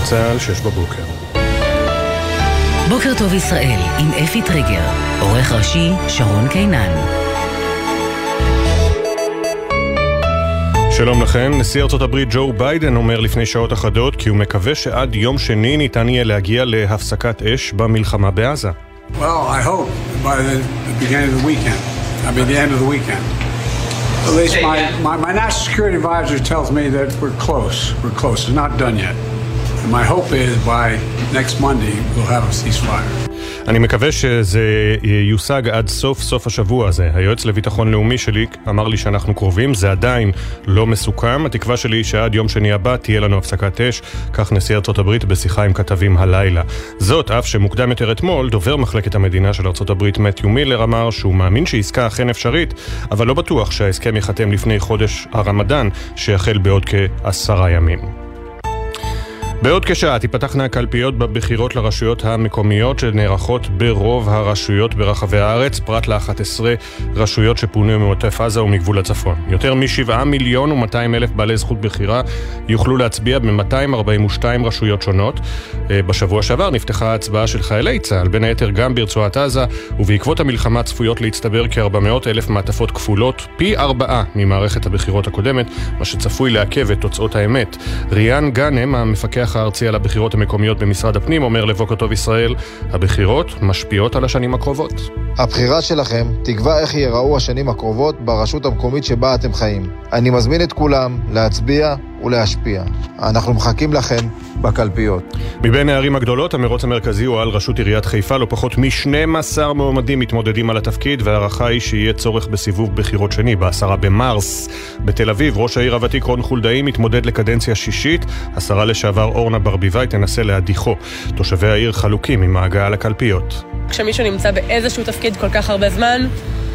צהל, 6 בבוקר. בוקר טוב ישראל עם אפי טריגר, עורך ראשי שרון קינן. שלום לכם, נשיא ארצות הברית ג'ו ביידן אומר לפני שעות אחדות כי הוא מקווה שעד יום שני ניתן יהיה להגיע להפסקת אש במלחמה בעזה. Well, I hope by the beginning of the weekend. I mean the end of the weekend. At least my national security advisor tells me that we're close. We're close. It's not done yet. And my hope is by next Monday we'll have a ceasefire. אני מקווה שזה יושג עד סוף השבוע הזה. היועץ לביטחון לאומי שלי אמר לי שאנחנו קרובים, זה עדיין לא מסוכם. התקווה שלי היא שעד יום שני הבא תהיה לנו הפסקת אש, כך נשיא ארצות הברית בשיחה עם כתבים הלילה. זאת אף שמוקדם יותר אתמול, דובר מחלקת המדינה של ארצות הברית מתיו מילר אמר שהוא מאמין שעסקה אכן אפשרית, אבל לא בטוח שההסכם יחתם לפני חודש הרמדאן, שיחל בעוד כ10 ימים. בעוד כשעה תיפתחנה הקלפיות בבחירות לרשויות המקומיות שנערכות ברוב הרשויות ברחבי הארץ, פרט ל-11 רשויות שפונו מעוטף עזה ומגבול הצפון. יותר מ7,200,000 בעלי זכות בחירה יוכלו להצביע ב-242 רשויות שונות. בשבוע שעבר נפתחה ההצבעה של חיילי צה"ל, בין היתר גם ברצועת עזה, ובעקבות המלחמה צפויות להצטבר כ-400,000 מעטפות כפולות, פי 4 ממערכת הבחירות הקודמת, מה שצפוי לעכב את תוצאות האמת. ריאן גאנם, המפקח הארצי על הבחירות המקומיות במשרד הפנים, אומר לבוקר טוב ישראל, הבחירות משפיעות על השנים הקרובות. הבחירה שלכם תקבע איך ייראו השנים הקרובות ברשות המקומית שבה אתם חיים. אני מזמין את כולם להצביע ולהשפיע. אנחנו מחכים לכם בקלפיות. מבין הערים הגדולות, המרוץ המרכזי הוא על ראשות עיריית חיפה. לא פחות מ-12 מועמדים מתמודדים על התפקיד, והערכה היא שיהיה צורך בסיבוב בחירות שני, ב10 במרס. בתל אביב, ראש העיר הוותיק רון חולדאי מתמודד לקדנציה שישית. השרה לשעבר אורנה ברביבאי תנסה להדיחו. תושבי העיר חלוקים עם ההגעה לקלפיות. כשמישהו נמצא באיזשהו תפקיד כל כך הרבה זמן,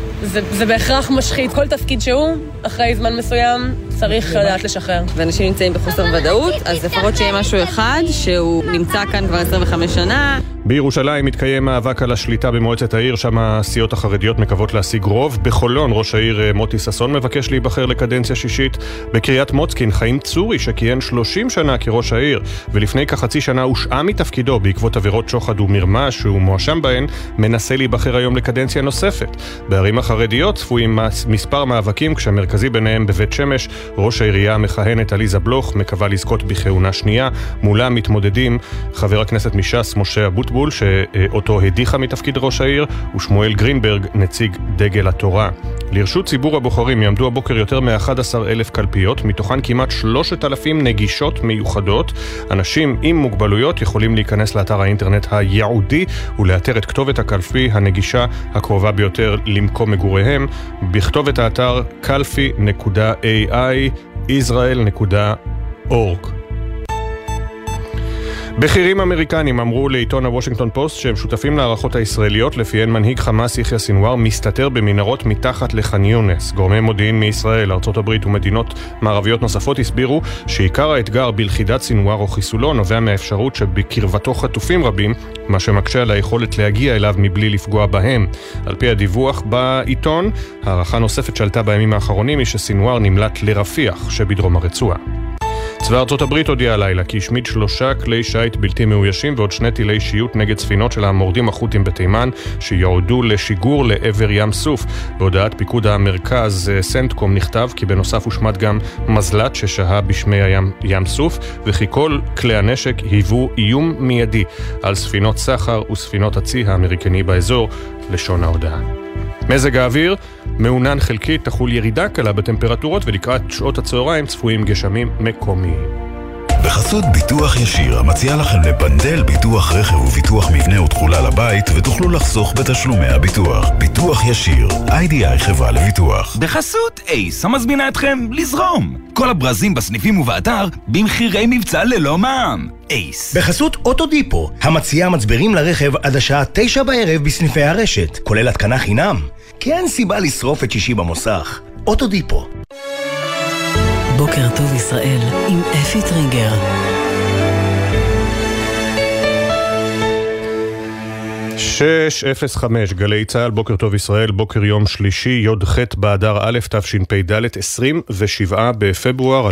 זה בהכרח משחית. כל תפקיד שהוא, אחרי זמן מסוים, צריך לדעת לשחרר. ואנשים נמצאים בחוסר ודאות, אז לפחות שיהיה משהו אחד שהוא נמצא כאן כבר 25 שנה. בירושלים מתקיים מאבק על השליטה במועצת העיר, שם הסיעות החרדיות מקוות להשיג רוב. בחולון ראש העיר מוטי ססון מבקש להיבחר לקדנציה שישית. בקריית מוצקין חיים צורי, שכיהן 30 שנה כראש העיר, ולפני כחצי שנה הושעה מתפקידו בעקבות עבירות שוחד ומרמה שהוא מואשם בהן, מנסה להיבחר היום לקדנציה נוספת. בערים החרדיות צפויים מספר מאבקים, כשהמרכזי ביניהם בבית שמש. ראש העירייה המכהנת עליזה בלוך מקווה לזכות בכהונה שנייה. מולה מתמודדים חבר הכנסת מש"ס משה אבוטבול, שאותו הדיחה מתפקיד ראש העיר, ושמואל גרינברג, נציג דגל התורה. לרשות ציבור הבוחרים יעמדו הבוקר יותר מ-11,000 קלפיות, מתוכן כמעט 3,000 נגישות מיוחדות. אנשים עם מוגבלויות יכולים להיכנס לאתר האינטרנט הייעודי ולאתר את כתובת הקלפי הנגישה הקרובה ביותר למקום מגוריהם, בכתובת האתר kalfi.ai.israel.org. בכירים אמריקנים אמרו לעיתון הוושינגטון פוסט שהם שותפים להערכות הישראליות לפיהן מנהיג חמאס יחיא סינואר מסתתר במנהרות מתחת לח'אן יונס. גורמי מודיעין מישראל, ארצות הברית ומדינות מערביות נוספות הסבירו שעיקר האתגר בלכידת סינואר או חיסולו נובע מהאפשרות שבקרבתו חטופים רבים, מה שמקשה על היכולת להגיע אליו מבלי לפגוע בהם. על פי הדיווח בעיתון, הערכה נוספת שעלתה בימים האחרונים היא שסינואר נמלט לרפיח שבדרום הרצועה. צבא ארצות הברית הודיע הלילה כי השמיד 3 כלי שייט בלתי מאוישים ועוד 2 טילי שיוט נגד ספינות של המורדים החות'ים בתימן שיועדו לשיגור לעבר ים סוף. בהודעת פיקוד המרכז סנטקום נכתב כי בנוסף הושמד גם מזל"ט ששהה בשמי ים סוף, וכי כל כלי הנשק היוו איום מיידי על ספינות סחר וספינות הצי האמריקני באזור, לשון ההודעה. מזג האוויר מעונן חלקית, תחול ירידה קלה בטמפרטורות, ולקראת שעות הצהריים צפויים גשמים מקומיים. בחסות ביטוח ישיר, המציע לכם לבנדל ביטוח רכב וביטוח מבנה ותכולה לבית, ותוכלו לחסוך בתשלומי הביטוח. ביטוח ישיר, איי-די-איי חברה לביטוח. בחסות אייס, המזמינה אתכם לזרום. כל הברזים בסניפים ובאתר במחירי מבצע ללא מע"מ. אייס. בחסות אוטודיפו, המציע מצברים לרכב עד השעה 9 בערב בסניפי הרשת, כולל התקנה חינם. כי אין סיבה לשרוף את שישי במוסך. אוטודיפו. בוקר טוב ישראל עם אפי טריגר. 6:05, גלי צהל, בוקר טוב ישראל, בוקר יום שלישי, י"ח באדר א' תשפ"ד, 27 בפברואר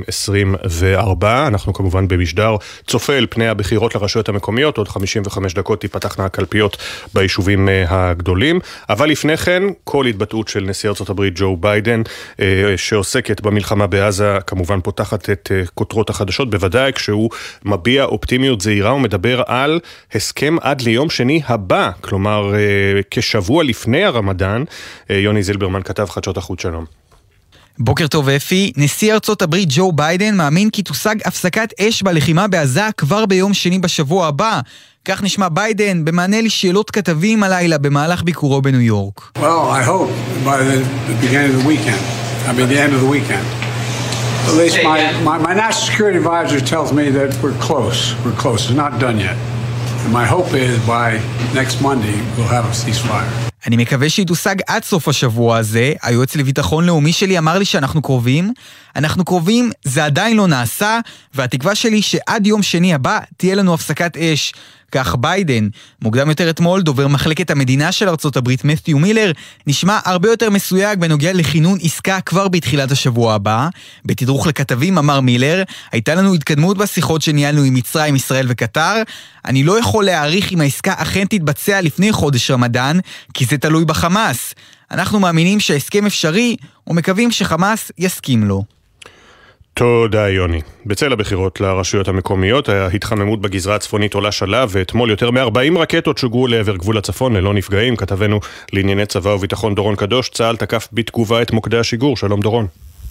2024. אנחנו כמובן במשדר צופה אל פני הבחירות לרשויות המקומיות, עוד 55 דקות תיפתחנה הקלפיות ביישובים הגדולים. אבל לפני כן, כל התבטאות של נשיא ארצות הברית ג'ו ביידן, שעוסקת במלחמה בעזה, כמובן פותחת את כותרות החדשות, בוודאי כשהוא מביע אופטימיות זהירה ומדבר על הסכם עד ליום שני הבא, כלומר כשבוע לפני הרמדאן. יוני זילברמן כתב חדשות החוץ, שלום. בוקר טוב אפי, נשיא ארצות הברית ג'ו ביידן מאמין כי תושג הפסקת אש בלחימה בעזה כבר ביום שני בשבוע הבא. כך נשמע ביידן במענה לשאלות כתבים הלילה במהלך ביקורו בניו יורק. Well, I hope by the beginning of the weekend, the end of the weekend. At least my national security advisor tells me that we're close. It's not done yet. And my hope is by next Monday we'll have a ceasefire. אני מקווה שהיא תושג עד סוף השבוע הזה. היועץ לביטחון לאומי שלי אמר לי שאנחנו קרובים. אנחנו קרובים, זה עדיין לא נעשה, והתקווה שלי שעד יום שני הבא תהיה לנו הפסקת אש. כך ביידן. מוקדם יותר אתמול, דובר מחלקת המדינה של ארצות הברית מת'יו מילר נשמע הרבה יותר מסויג בנוגע לכינון עסקה כבר בתחילת השבוע הבא. בתדרוך לכתבים אמר מילר, הייתה לנו התקדמות בשיחות שניהלנו עם מצרים, ישראל וקטר. אני לא יכול להעריך אם העסקה אכן תתבצע לפני חודש רמדאן, כי זה תלוי בחמאס. אנחנו מאמינים שההסכם אפשרי ומקווים שחמאס יסכים לו. תודה יוני. בצל הבחירות לרשויות המקומיות, ההתחממות בגזרה הצפונית עולה שלב, ואתמול יותר מ-40 רקטות שוגרו לעבר גבול הצפון ללא נפגעים. כתבנו לענייני צבא וביטחון דורון קדוש, צה"ל תקף בתגובה את מוקדי השיגור. שלום דורון.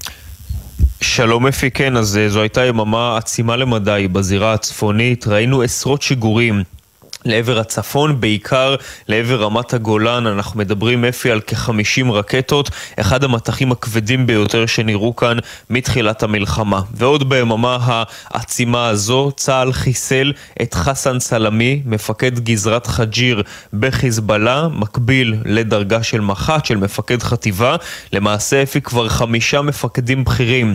שלום אפי, כן, אז זו הייתה יממה עצימה למדי בזירה הצפונית. ראינו עשרות שיגורים לעבר הצפון, בעיקר לעבר רמת הגולן. אנחנו מדברים אפי על כ-50 רקטות, אחד המטחים הכבדים ביותר שנראו כאן מתחילת המלחמה. ועוד ביממה העצימה הזו, צה"ל חיסל את חסן סלמי, מפקד גזרת חג'יר בחיזבאללה, מקביל לדרגה של מח"ט, של מפקד חטיבה. למעשה אפי כבר 5 מפקדים בכירים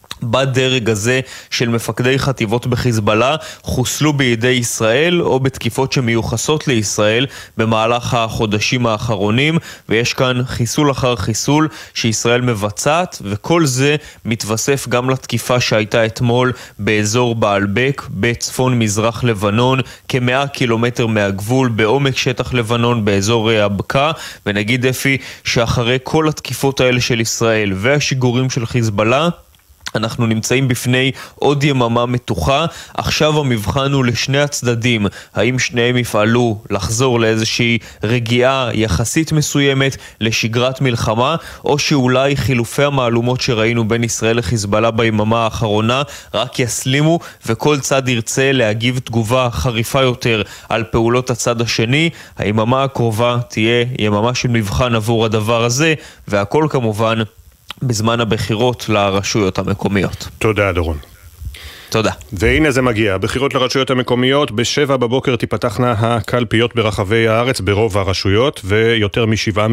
בדרג הזה של מפקדי חטיבות בחיזבאללה חוסלו בידי ישראל או בתקיפות שמיוחסות לישראל במהלך החודשים האחרונים, ויש כאן חיסול אחר חיסול שישראל מבצעת, וכל זה מתווסף גם לתקיפה שהייתה אתמול באזור בעלבק בצפון מזרח לבנון, כ100 קילומטר מהגבול, בעומק שטח לבנון באזור הבקעה. ונגיד אפי שאחרי כל התקיפות האלה של ישראל והשיגורים של חיזבאללה, אנחנו נמצאים בפני עוד יממה מתוחה. עכשיו המבחן הוא לשני הצדדים, האם שניהם יפעלו לחזור לאיזושהי רגיעה יחסית מסוימת לשגרת מלחמה, או שאולי חילופי המעלומות שראינו בין ישראל לחיזבאללה ביממה האחרונה רק יסלימו, וכל צד ירצה להגיב תגובה חריפה יותר על פעולות הצד השני. היממה הקרובה תהיה יממה של מבחן עבור הדבר הזה, והכל כמובן בזמן הבחירות לרשויות המקומיות. תודה דורון. תודה. והנה זה מגיע, הבחירות לרשויות המקומיות, ב7 בבוקר תיפתחנה הקלפיות ברחבי הארץ ברוב הרשויות, ויותר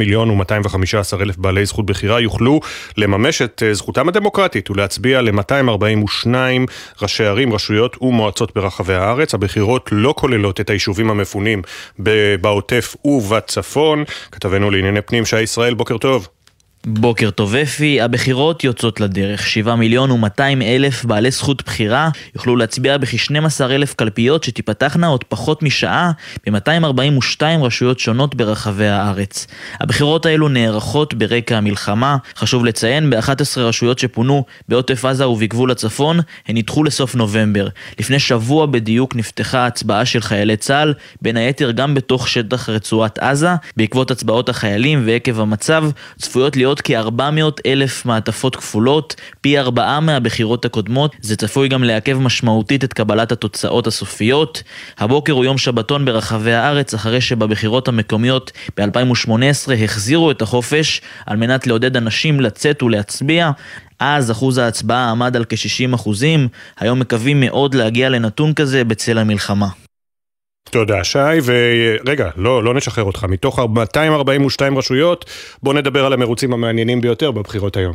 מ7,215,000 בעלי זכות בחירה יוכלו לממש את זכותם הדמוקרטית ולהצביע ל-242 ראשי ערים, רשויות ומועצות ברחבי הארץ. הבחירות לא כוללות את היישובים המפונים בעוטף ובצפון. כתבנו לענייני פנים שי ישראל, בוקר טוב. בוקר טוב אפי, הבחירות יוצאות לדרך. 7,200,000 בעלי זכות בחירה יוכלו להצביע בכ-12,000 קלפיות שתיפתחנה עוד פחות משעה ב-242 רשויות שונות ברחבי הארץ. הבחירות האלו נערכות ברקע המלחמה. חשוב לציין, ב-11 רשויות שפונו בעוטף עזה ובגבול הצפון, הן נדחו לסוף נובמבר. לפני שבוע בדיוק נפתחה הצבעה של חיילי צה"ל, בין היתר גם בתוך שטח רצועת עזה. בעקבות הצבעות החיילים ועקב המצב צפויות להיות כ-400,000 מעטפות כפולות, פי 4 מהבחירות הקודמות. זה צפוי גם לעכב משמעותית את קבלת התוצאות הסופיות. הבוקר הוא יום שבתון ברחבי הארץ, אחרי שבבחירות המקומיות ב-2018 החזירו את החופש על מנת לעודד אנשים לצאת ולהצביע. אז אחוז ההצבעה עמד על כ-60%. היום מקווים מאוד להגיע לנתון כזה בצל המלחמה. תודה שי, ורגע, לא נשחרר אותך. מתוך 242 רשויות, בוא נדבר על המרוצים המעניינים ביותר בבחירות היום.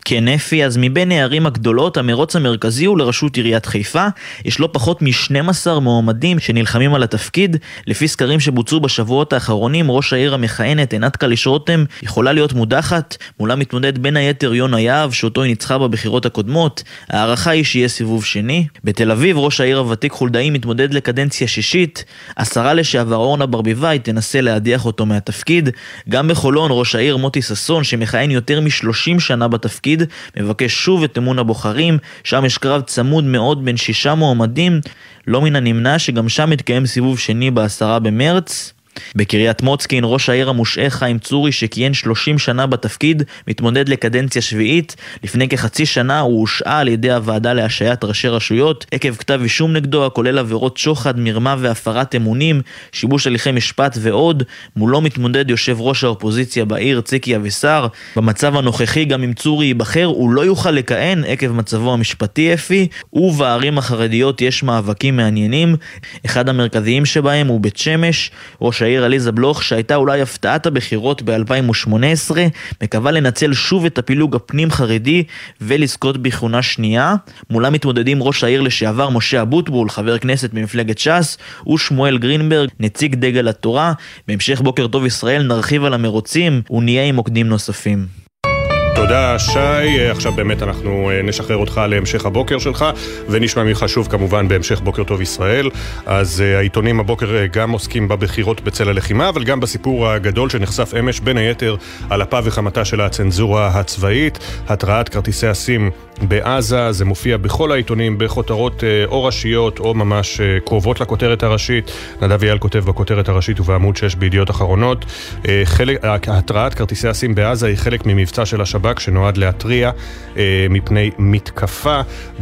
כן אפי, אז מבין הערים הגדולות, המרוץ המרכזי הוא לראשות עיריית חיפה. יש לא פחות מ-12 מועמדים שנלחמים על התפקיד. לפי סקרים שבוצעו בשבועות האחרונים, ראש העיר המכהנת עינת קליש רותם יכולה להיות מודחת. מולה מתמודד בין היתר יונה יהב, שאותו היא ניצחה בבחירות הקודמות. הערכה היא שיהיה סיבוב שני. בתל אביב, ראש העיר הוותיק חולדאי מתמודד לקדנציה שישית. השרה לשעבר אורנה ברביבאי תנסה להדיח אותו מהתפקיד. גם בחולון, ראש העיר מוטי ססון, שמכהן יותר מ-30 שנה בתפקיד, מבקש שוב את אמון הבוחרים. שם יש קרב צמוד מאוד בין 6 מועמדים. לא מן הנמנע שגם שם מתקיים סיבוב שני ב10 במרץ. בקריית מוצקין, ראש העיר המושעה חיים צורי, שכיהן 30 שנה בתפקיד, מתמודד לקדנציה שביעית. לפני כחצי שנה הוא הושעה על ידי הוועדה להשעיית ראשי רשויות עקב כתב אישום נגדו, הכולל עבירות שוחד, מרמה והפרת אמונים, שיבוש הליכי משפט ועוד. מולו מתמודד יושב ראש האופוזיציה בעיר ציקי אבישר. במצב הנוכחי, גם אם צורי ייבחר, הוא לא יוכל לכהן עקב מצבו המשפטי אפי. ובערים החרדיות יש מאבקים מעניינים. אחד המרכזיים שבהם הוא בית שמש. ראש העיר עליזה בלוך, שהייתה אולי הפתעת הבחירות ב-2018, מקווה לנצל שוב את הפילוג הפנים חרדי ולזכות בכהונה שנייה. מולה מתמודדים ראש העיר לשעבר משה אבוטבול, חבר כנסת במפלגת ש"ס, ושמואל גרינברג, נציג דגל התורה. בהמשך בוקר טוב ישראל נרחיב על המרוצים ונהיה עם מוקדים נוספים. תודה שי, עכשיו באמת אנחנו נשחרר אותך להמשך הבוקר שלך ונשמע ממך שוב כמובן בהמשך בוקר טוב ישראל. אז העיתונים הבוקר גם עוסקים בבחירות בצל הלחימה, אבל גם בסיפור הגדול שנחשף אמש בין היתר על אפה וחמתה של הצנזורה הצבאית, התרעת כרטיסי הסים בעזה. זה מופיע בכל העיתונים בכותרות או ראשיות או ממש קרובות לכותרת הראשית. נדב אייל כותב בכותרת הראשית ובעמוד 6 בידיעות אחרונות, התרעת כרטיסי הסים בעזה היא חלק ממבצע של השב"כ שנועד להטריע מפני מתקפה.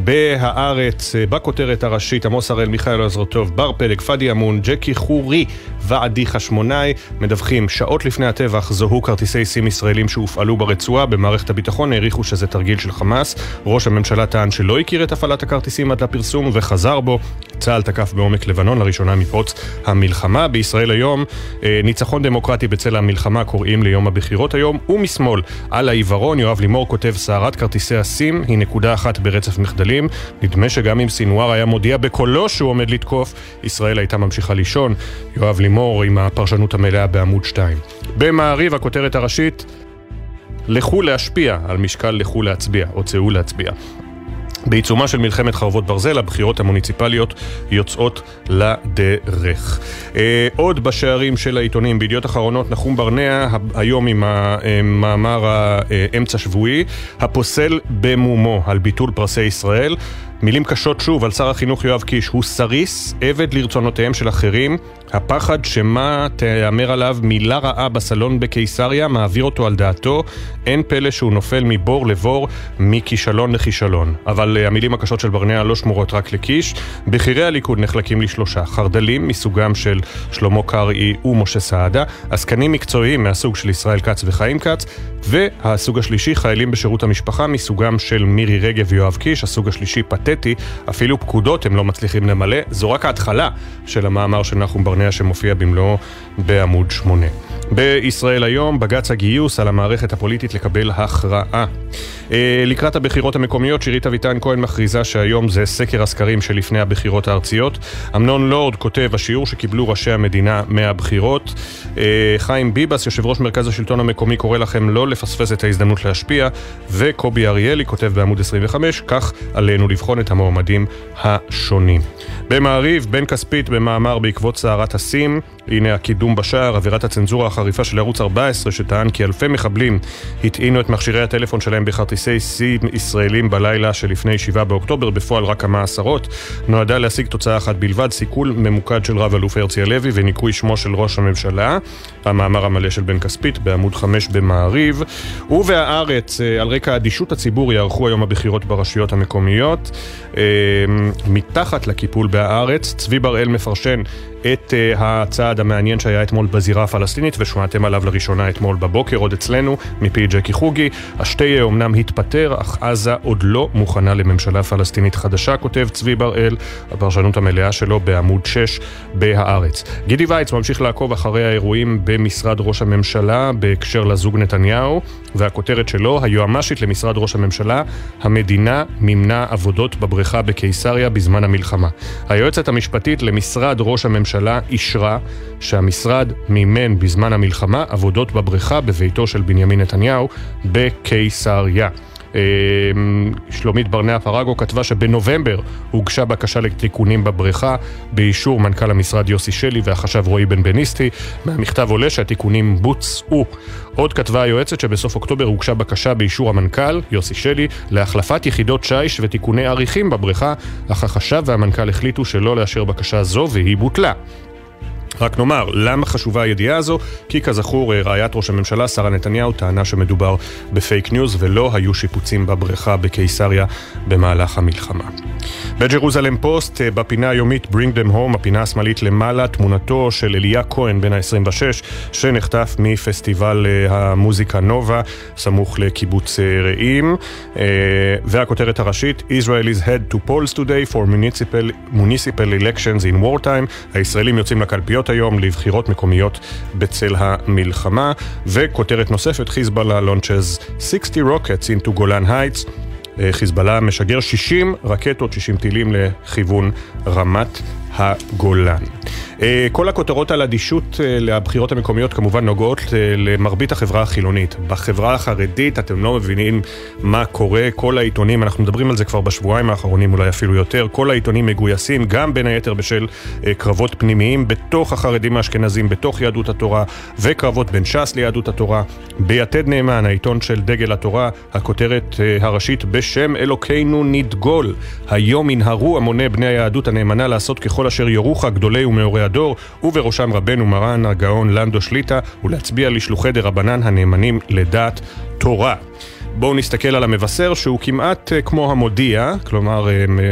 בהארץ בכותרת הראשית עמוס הראל, מיכאל עזרותוב, בר פלג, פדי אמון, ג'קי חורי ועדי חשמונאי מדווחים שעות לפני הטבח זוהו כרטיסי סים ישראלים שהופעלו ברצועה. במערכת הביטחון העריכו שזה תרגיל של חמאס. ראש הממשלה טען שלא הכיר את הפעלת הכרטיסים עד לפרסום וחזר בו. צה"ל תקף בעומק לבנון לראשונה מפרוץ המלחמה. בישראל היום ניצחון דמוקרטי בצל המלחמה קוראים ליום הבחירות היום. ומשמאל על העיוורון יואב לימור כותב סערת כרטיסי הסים היא נקודה אחת ברצף מחדלים. נדמה שגם אם סינואר היה מודיע בקולו שהוא עומד לתקוף, ישראל הייתה ממשיכה לישון. יואב לימור עם הפרשנות המלאה בעמוד 2. במעריב הכותרת הראשית, לכו להשפיע על משקל לכו להצביע או צאו להצביע. בעיצומה של מלחמת חרבות ברזל, הבחירות המוניציפליות יוצאות לדרך. עוד בשערים של העיתונים, בידיעות אחרונות, נחום ברנע, היום עם המאמר האמצע שבועי, הפוסל במומו על ביטול פרסי ישראל. מילים קשות שוב על שר החינוך יואב קיש, הוא סריס, עבד לרצונותיהם של אחרים. הפחד שמה תאמר עליו מילה רעה בסלון בקיסריה מעביר אותו על דעתו. אין פלא שהוא נופל מבור לבור, מכישלון לכישלון. אבל המילים הקשות של ברנע לא שמורות רק לקיש. בחירי הליכוד נחלקים לשלושה: חרדלים מסוגם של שלמה קרעי ומשה סעדה, עסקנים מקצועיים מהסוג של ישראל כץ וחיים כץ, והסוג השלישי חיילים בשירות המשפחה מסוגם של מירי רגב ויואב קיש. הסוג השלישי פתטי, אפילו פקודות הם לא מצליחים למלא. זו רק ההתחלה של המאמר של נחום ברנע שמופיע במלואו בעמוד 8. בישראל היום, בג"ץ הגיוס על המערכת הפוליטית לקבל הכרעה. לקראת הבחירות המקומיות, שירית אביטן כהן מכריזה שהיום זה סקר הסקרים שלפני הבחירות הארציות. אמנון לורד כותב, השיעור שקיבלו ראשי המדינה מהבחירות. חיים ביבס, יושב ראש מרכז השלטון המקומי, קורא לכם לא לפספס את ההזדמנות להשפיע. וקובי אריאלי כותב בעמוד 25, כך עלינו לבחון את המועמדים השונים. במעריב, בן כספית במאמר בעקבות סערת הסים, הנה הקידום בשער, עבירת הצנזורה החריפה של ערוץ 14 שטען כי אלפי מחבלים הטעינו את מכשירי הטלפון שלהם בכרטיסי סים ישראלים בלילה שלפני 7 באוקטובר, בפועל רק כמה עשרות, נועדה להשיג תוצאה אחת בלבד, סיכול ממוקד של רב אלוף הרצי הלוי וניקוי שמו של ראש הממשלה. המאמר המלא של בן כספית בעמוד 5 במעריב. ובהארץ, על רקע אדישות הציבור יערכו היום הבחירות ברשויות המקומיות. מתחת לקיפול בהארץ, צבי בראל מפרשן את הצעד המעניין שהיה אתמול בזירה הפלסטינית, ושמעתם עליו לראשונה אתמול בבוקר, עוד אצלנו, מפי ג'קי חוגי. השתי אומנם התפטר, אך עזה עוד לא מוכנה לממשלה פלסטינית חדשה, כותב צבי בראל, הפרשנות המלאה שלו בעמוד 6 בהארץ. גידי וייץ ממשיך לעקוב אחרי האירועים במשרד ראש הממשלה, בהקשר לזוג נתניהו, והכותרת שלו, היועמ"שית למשרד ראש הממשלה, המדינה מימנה עבודות בבריכה בקיסריה בזמן המלחמה. היועצת המשפטית למשרד ראש הממשלה אישרה שהמשרד מימן בזמן המלחמה עבודות בבריכה בביתו של בנימין נתניהו בקיסריה. שלומית ברנע פרגו כתבה שבנובמבר הוגשה בקשה לתיקונים בבריכה באישור מנכ"ל המשרד יוסי שלי והחשב רועי בן בניסטי. מהמכתב עולה שהתיקונים בוצעו. עוד כתבה היועצת שבסוף אוקטובר הוגשה בקשה באישור המנכ"ל יוסי שלי להחלפת יחידות שיש ותיקוני עריכים בבריכה, אך החשב והמנכ"ל החליטו שלא לאשר בקשה זו והיא בוטלה. רק נאמר, למה חשובה הידיעה הזו? כי כזכור, רעיית ראש הממשלה, שרה נתניהו, טענה שמדובר בפייק ניוז ולא היו שיפוצים בבריכה בקיסריה במהלך המלחמה. בג'רוזלם פוסט, בפינה היומית Bring Them Home, הפינה השמאלית למעלה, תמונתו של אליה כהן בן ה-26, שנחטף מפסטיבל המוזיקה נובה, סמוך לקיבוץ רעים. והכותרת הראשית, Israel is head to polls today for municipal elections in wartime. הישראלים יוצאים לקלפיות היום לבחירות מקומיות בצל המלחמה. וכותרת נוספת, חיזבאללה launches 60 rockets into Golan Heights. חיזבאללה משגר 60 רקטות, 60 טילים לכיוון רמת הגולן. כל הכותרות על אדישות לבחירות המקומיות כמובן נוגעות למרבית החברה החילונית. בחברה החרדית אתם לא מבינים מה קורה, כל העיתונים, אנחנו מדברים על זה כבר בשבועיים האחרונים, אולי אפילו יותר, כל העיתונים מגויסים, גם בין היתר בשל קרבות פנימיים בתוך החרדים האשכנזים, בתוך יהדות התורה, וקרבות בין ש"ס ליהדות התורה. ביתד נאמן, העיתון של דגל התורה, הכותרת הראשית, בשם אלוקינו נדגול. היום ינהרו המוני בני היהדות הנאמנה לעשות ככל אשר יורוך גדולי ומאורי הדור, ובראשם רבנו מרן הגאון לנדו שליטה, ולהצביע לשלוחי דרבנן הנאמנים לדעת תורה. בואו נסתכל על המבשר שהוא כמעט כמו המודיע, כלומר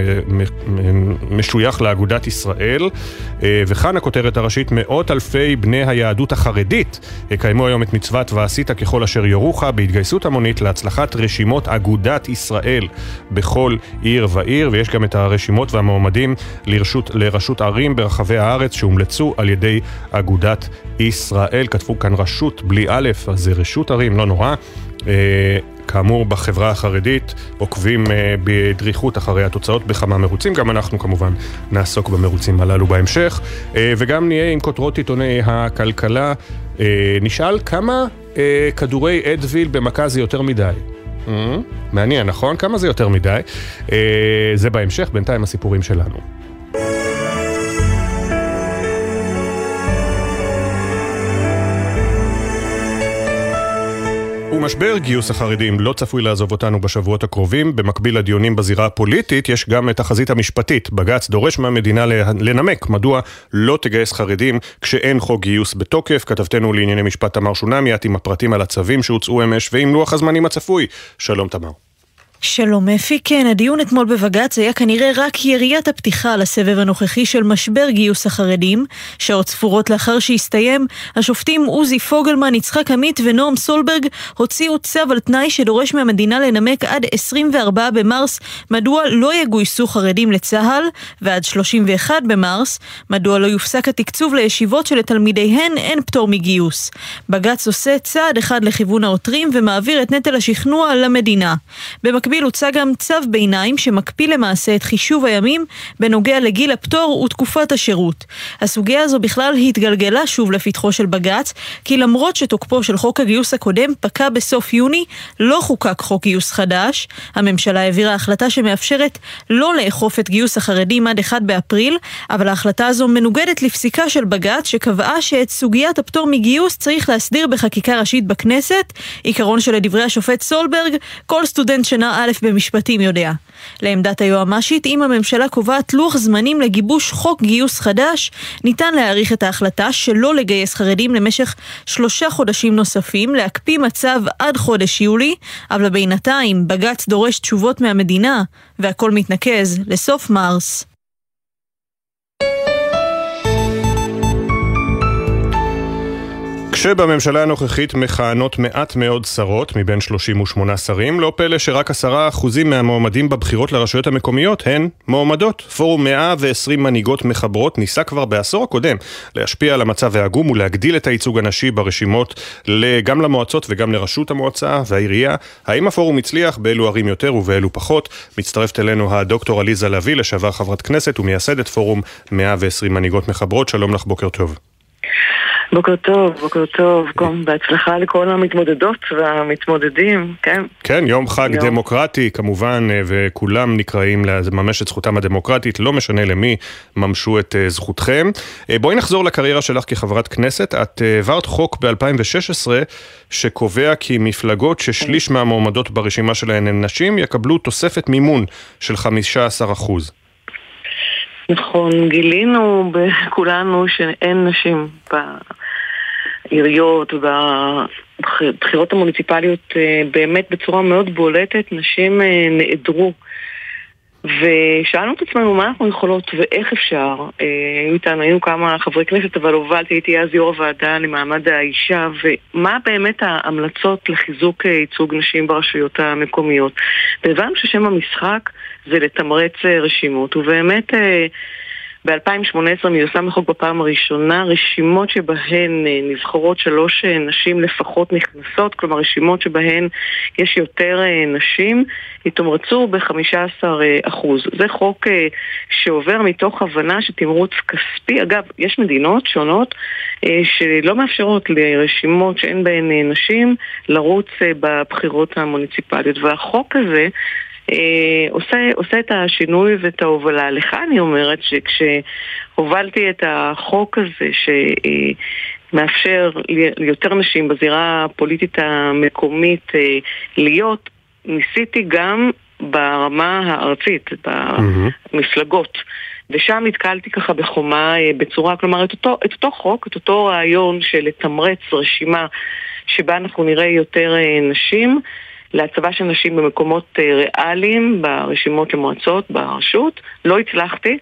משוייך לאגודת ישראל, וכאן הכותרת הראשית, מאות אלפי בני היהדות החרדית יקיימו היום את מצוות ועשית ככל אשר יורוך בהתגייסות המונית להצלחת רשימות אגודת ישראל בכל עיר ועיר, ויש גם את הרשימות והמועמדים לרשות ערים ברחבי הארץ שהומלצו על ידי אגודת ישראל. כתבו כאן רשות בלי א', אז זה רשות ערים, לא נורא. כאמור, בחברה החרדית עוקבים בדריכות אחרי התוצאות בכמה מרוצים, גם אנחנו כמובן נעסוק במרוצים הללו בהמשך, וגם נהיה עם כותרות עיתוני הכלכלה. נשאל כמה כדורי אדוויל במכה זה יותר מדי. מעניין, נכון? כמה זה יותר מדי? זה בהמשך, בינתיים הסיפורים שלנו. ומשבר גיוס החרדים לא צפוי לעזוב אותנו בשבועות הקרובים. במקביל לדיונים בזירה הפוליטית יש גם את החזית המשפטית. בג"ץ דורש מהמדינה לנמק מדוע לא תגייס חרדים כשאין חוק גיוס בתוקף. כתבתנו לענייני משפט תמר שונמי, עם הפרטים על הצווים שהוצאו אמש ועם לוח הזמנים הצפוי. שלום תמר. שלום אפי, כן, הדיון אתמול בבג"ץ היה כנראה רק יריית הפתיחה לסבב הנוכחי של משבר גיוס החרדים. שעות ספורות לאחר שהסתיים, השופטים עוזי פוגלמן, יצחק עמית ונועם סולברג הוציאו צו על תנאי שדורש מהמדינה לנמק עד 24 במרס מדוע לא יגויסו חרדים לצהל, ועד 31 במרס מדוע לא יופסק התקצוב לישיבות שלתלמידיהן אין פטור מגיוס. בג"ץ עושה צעד אחד לכיוון העותרים ומעביר את נטל השכנוע למדינה. במקביל הוצא גם צו ביניים שמקפיא למעשה את חישוב הימים בנוגע לגיל הפטור ותקופת השירות. הסוגיה הזו בכלל התגלגלה שוב לפתחו של בג"ץ, כי למרות שתוקפו של חוק הגיוס הקודם פקע בסוף יוני, לא חוקק חוק גיוס חדש. הממשלה העבירה החלטה שמאפשרת לא לאכוף את גיוס החרדים עד 1 באפריל, אבל ההחלטה הזו מנוגדת לפסיקה של בג"ץ שקבעה שאת סוגיית הפטור מגיוס צריך להסדיר בחקיקה ראשית בכנסת, עיקרון שלדברי השופט סולברג כל סטודנט שנה א' במשפטים יודע. לעמדת היועמ"שית, אם הממשלה קובעת לוח זמנים לגיבוש חוק גיוס חדש, ניתן להאריך את ההחלטה שלא לגייס חרדים למשך 3 חודשים נוספים, להקפיא מצב עד חודש יולי, אבל בינתיים בג"ץ דורש תשובות מהמדינה, והכל מתנקז לסוף מרס. כשבממשלה הנוכחית מכהנות מעט מאוד שרות מבין 38 שרים, לא פלא שרק 10% מהמועמדים בבחירות לרשויות המקומיות הן מועמדות. פורום 120 מנהיגות מחברות ניסה כבר בעשור הקודם להשפיע על המצב העגום ולהגדיל את הייצוג הנשי ברשימות גם למועצות וגם לרשות המועצה והעירייה. האם הפורום הצליח? באילו ערים יותר ובאילו פחות? מצטרפת אלינו הדוקטור עליזה לביא, לשעבר חברת כנסת ומייסדת פורום 120 מנהיגות מחברות. שלום לך, בוקר טוב. בוקר טוב, בוקר טוב. בהצלחה לכל המתמודדות והמתמודדים, כן? כן, יום חג דמוקרטי כמובן, וכולם נקראים לממש את זכותם הדמוקרטית, לא משנה למי ממשו את זכותכם. בואי נחזור לקריירה שלך כחברת כנסת. את העברת חוק ב-2016 שקובע כי מפלגות ששליש מהמועמדות ברשימה שלהן הן נשים יקבלו תוספת מימון של 15%. נכון, גילינו בכולנו שאין נשים בעיריות ובבחירות המוניציפליות, באמת בצורה מאוד בולטת, נשים נעדרו. ושאלנו את עצמנו מה אנחנו יכולות ואיך אפשר. היינו כמה חברי כנסת, אבל הובלתי, הייתי אז יו"ר הוועדה למעמד האישה, ומה באמת ההמלצות לחיזוק ייצוג נשים ברשויות המקומיות. והבנו ששם המשחק זה לתמרץ רשימות, ובאמת ב-2018 מיושם החוק בפעם הראשונה, רשימות שבהן נבחרות 3 נשים לפחות נכנסות, כלומר רשימות שבהן יש יותר נשים, יתומרצו ב-15%. זה חוק שעובר מתוך הבנה שתמרוץ כספי. אגב, יש מדינות שונות שלא מאפשרות לרשימות שאין בהן נשים לרוץ בבחירות המוניציפליות, והחוק הזה עושה את השינוי ואת ההובלה. לך אני אומרת שכשהובלתי את החוק הזה שמאפשר ליותר נשים בזירה הפוליטית המקומית להיות, ניסיתי גם ברמה הארצית, במפלגות. ושם התקלתי ככה בחומה בצורה, כלומר את אותו חוק, את אותו רעיון של לתמרץ רשימה שבה אנחנו נראה יותר נשים, להצבה של נשים במקומות ריאליים, ברשימות למועצות, ברשות. לא הצלחתי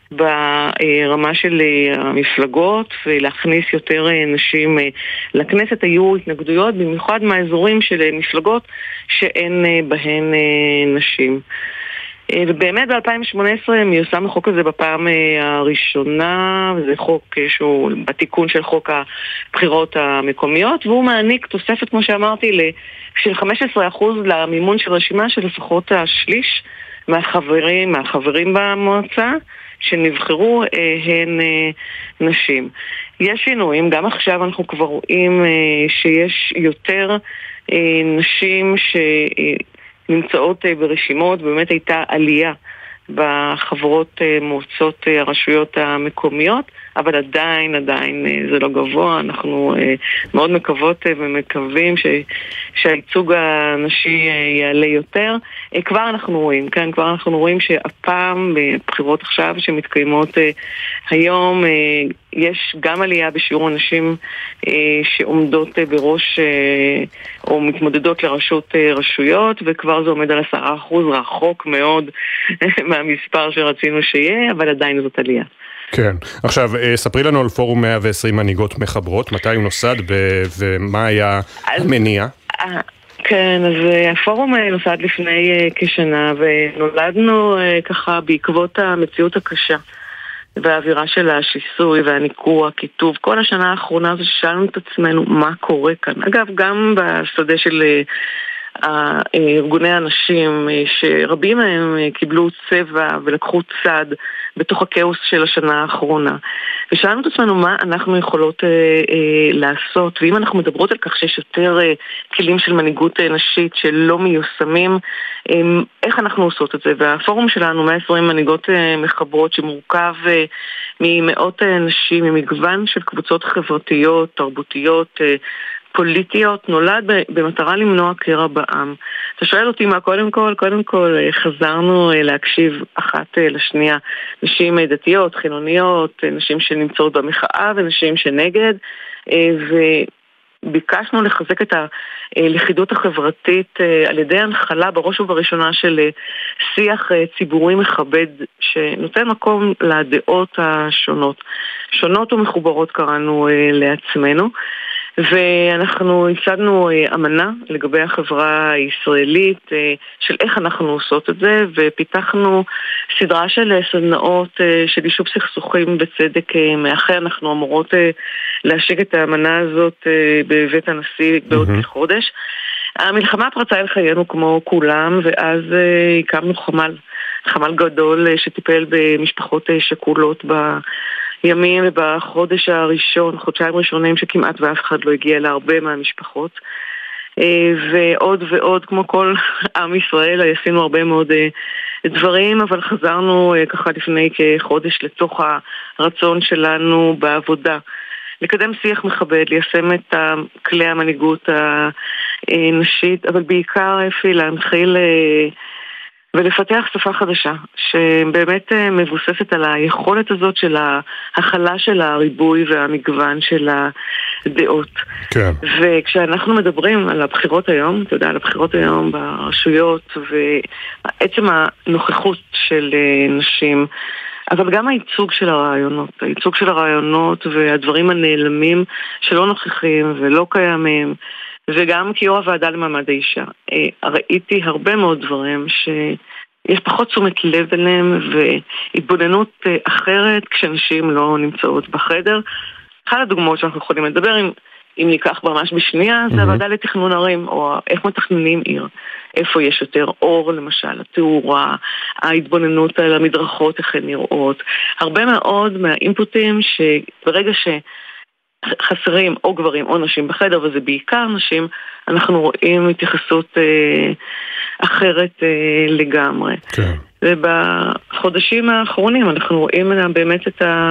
ברמה של המפלגות ולהכניס יותר נשים לכנסת. היו התנגדויות, במיוחד מהאזורים של מפלגות שאין בהן נשים. ובאמת ב-2018 מיושם החוק הזה בפעם הראשונה, וזה חוק שהוא בתיקון של חוק הבחירות המקומיות, והוא מעניק תוספת, כמו שאמרתי, של 15% למימון של רשימה של לפחות השליש מהחברים במועצה שנבחרו הן נשים. יש שינויים, גם עכשיו אנחנו כבר רואים שיש יותר נשים נמצאות ברשימות, באמת הייתה עלייה בחברות מועצות הרשויות המקומיות, אבל עדיין זה לא גבוה. אנחנו מאוד מקוות ומקווים שהייצוג הנשי יעלה יותר. כבר אנחנו רואים שהפעם בבחירות עכשיו שמתקיימות היום יש גם עלייה בשיעור הנשים שעומדות בראש או מתמודדות לראשות רשויות, וכבר זה עומד על 10%, רחוק מאוד מהמספר שרצינו שיהיה, אבל עדיין זאת עלייה. כן. עכשיו, ספרי לנו על פורום 120 מנהיגות מחברות, מתי הוא נוסד ומה היה המניע? כן, אז הפורום נוסד לפני כשנה, ונולדנו ככה בעקבות המציאות הקשה והאווירה של השיסוי והניקוע, כיתוב. כל השנה האחרונה זה ששאלנו את עצמנו מה קורה כאן. אגב, גם בשדה של ארגוני הנשים, שרבים מהם קיבלו צבע ולקחו צד בתוך הכאוס של השנה האחרונה. ושאלנו את עצמנו מה אנחנו יכולות לעשות, ואם אנחנו מדברות על כך שיש יותר כלים של מנהיגות נשית שלא מיושמים, איך אנחנו עושות את זה? והפורום שלנו, 120 מנהיגות מחברות, שמורכב ממאות נשים, ממגוון של קבוצות חברתיות, תרבותיות, פוליטיות, נולד במטרה למנוע קרע בעם. אתה שואל אותי מה קודם כל חזרנו להקשיב אחת לשנייה. נשים דתיות, חילוניות, נשים שנמצאות במחאה ונשים שנגד, וביקשנו לחזק את הלכידות החברתית על ידי הנחלה בראש ובראשונה של שיח ציבורי מכבד שנותן מקום לדעות השונות. שונות ומחוברות קראנו לעצמנו. ואנחנו הצגנו אמנה לגבי החברה הישראלית של איך אנחנו עושות את זה, ופיתחנו סדרה של סדנאות של יישוב סכסוכים בצדק מאחה. אנחנו אמורות להשיק את האמנה הזאת בבית הנשיא בעוד כחודש. המלחמה פרצה אל חיינו כמו כולם, ואז הקמנו חמ"ל גדול שטיפל במשפחות שכולות בימים ובחודש הראשון, חודשיים ראשונים שכמעט ואף אחד לא הגיע להרבה מהמשפחות. ועוד ועוד, כמו כל עם ישראל, עשינו הרבה מאוד דברים, אבל חזרנו ככה לפני כחודש לתוך הרצון שלנו בעבודה. לקדם שיח מכבד, ליישם את כלי המנהיגות הנשית, אבל בעיקר להנחיל ולפתח שפה חדשה, שבאמת מבוססת על היכולת הזאת של ההכלה של הריבוי והמגוון של הדעות. כן. וכשאנחנו מדברים על הבחירות היום, אתה יודע, על הבחירות היום ברשויות, ועצם הנוכחות של נשים, אבל גם הייצוג של הרעיונות והדברים הנעלמים שלא נוכחים ולא קיימים, וגם כיו"ר הוועדה למעמד האישה. ראיתי הרבה מאוד דברים שיש פחות תשומת לב אליהם והתבוננות אחרת כשנשים לא נמצאות בחדר. אחת הדוגמאות שאנחנו יכולים לדבר, אם ניקח ממש בשנייה, זה הוועדה לתכנון ערים, או איך מתכננים עיר. איפה יש יותר אור, למשל, התאורה, ההתבוננות על המדרכות, איך הן נראות. הרבה מאוד מהאינפוטים שברגע חסרים או גברים או נשים בחדר, וזה בעיקר נשים, אנחנו רואים התייחסות אחרת לגמרי. כן. ובחודשים האחרונים אנחנו רואים באמת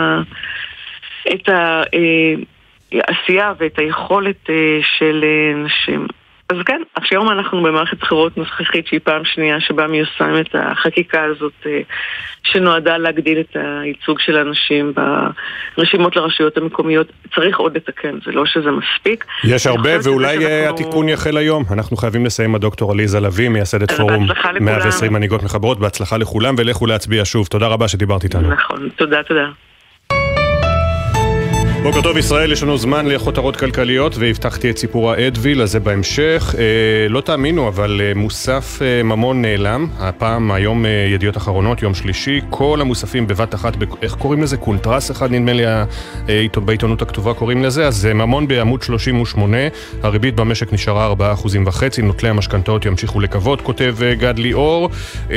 את העשייה ואת היכולת של נשים. אז כן, היום אנחנו במערכת בחירות נוכחית שהיא פעם שנייה שבה מיושם את החקיקה הזאת שנועדה להגדיל את הייצוג של הנשים ברשימות לרשויות המקומיות. צריך עוד לתקן, זה לא שזה מספיק. יש הרבה, ואולי התיקון יחל היום. אנחנו חייבים לסיים הדוקטור עליזה לביא, מייסדת פורום 120 מנהיגות מחברות. בהצלחה לכולם, ולכו להצביע שוב. תודה רבה שדיברת איתנו. נכון, תודה. בוקר טוב ישראל, יש לנו זמן לכותרות כלכליות, והבטחתי את סיפור האדוויל הזה בהמשך. לא תאמינו, אבל מוסף ממון נעלם. הפעם, היום ידיעות אחרונות, יום שלישי, כל המוספים בבת אחת, איך קוראים לזה? קונטרס אחד, נדמה לי, בעיתונות הכתובה קוראים לזה. אז ממון בעמוד 38, הריבית במשק נשארה 4.5%, נוטלי המשכנתאות ימשיכו לקוות, כותב גד ליאור,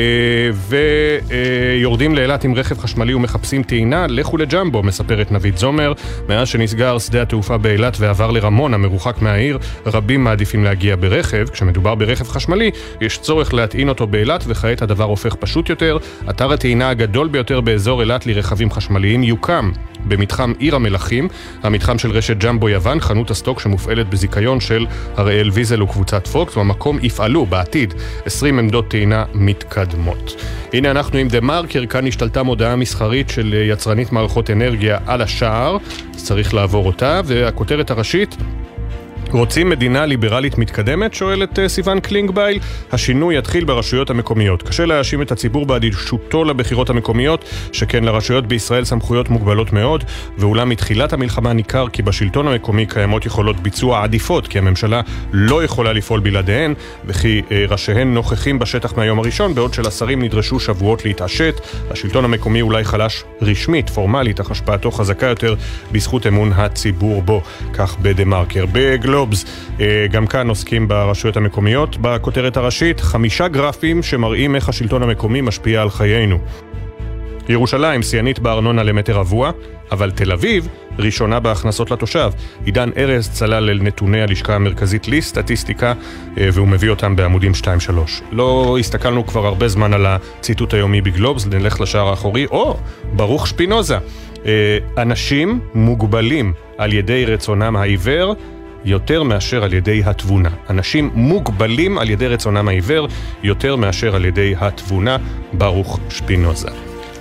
ויורדים לאילת עם רכב חשמלי ומחפשים טעינה, לכו לג'מבו, מספרת נבית זומר. מאז שנסגר שדה התעופה באילת ועבר לרמון המרוחק מהעיר, רבים מעדיפים להגיע ברכב. כשמדובר ברכב חשמלי, יש צורך להטעין אותו באילת, וכעת הדבר הופך פשוט יותר. אתר הטעינה הגדול ביותר באזור אילת לרכבים חשמליים יוקם במתחם עיר המלכים, המתחם של רשת ג'מבו יוון, חנות הסטוק שמופעלת בזיקיון של הראל ויזל וקבוצת פוקס. במקום יפעלו בעתיד 20 עמדות טעינה מתקדמות. הנה אנחנו עם דה מרקר, כאן השתלטה מודעה מסחרית של יצרנית מערכות אנרגיה על השער, צריך לעבור אותה, והכותרת הראשית, רוצים מדינה ליברלית מתקדמת? שואלת סיוון קלינגבייל. השינוי יתחיל ברשויות המקומיות. קשה להאשים את הציבור באדישותו לבחירות המקומיות, שכן לרשויות בישראל סמכויות מוגבלות מאוד, ואולם מתחילת המלחמה ניכר כי בשלטון המקומי קיימות יכולות ביצוע עדיפות, כי הממשלה לא יכולה לפעול בלעדיהן, וכי ראשיהן נוכחים בשטח מהיום הראשון, בעוד שלשרים נדרשו שבועות להתעשת. השלטון המקומי אולי חלש רשמית, פורמלית, אך השפעתו חזקה יותר בזכות אמון הציבור בו. כך בדה מרקר. בגלובס, גם כאן עוסקים ברשויות המקומיות. בכותרת הראשית, 5 גרפים שמראים איך השלטון המקומי משפיע על חיינו. ירושלים שיאנית בארנונה למטר רבוע, אבל תל אביב ראשונה בהכנסות לתושב. עידן ארז צלל אל נתוני הלשכה המרכזית לסטטיסטיקה, והוא מביא אותם בעמודים 2-3. לא הסתכלנו כבר הרבה זמן על הציטוט היומי בגלובס, נלך לשער האחורי. ברוך שפינוזה. אנשים מוגבלים על ידי רצונם העיוור יותר מאשר על ידי התבונה. אנשים מוגבלים על ידי רצונם העיוור יותר מאשר על ידי התבונה. ברוך שפינוזה.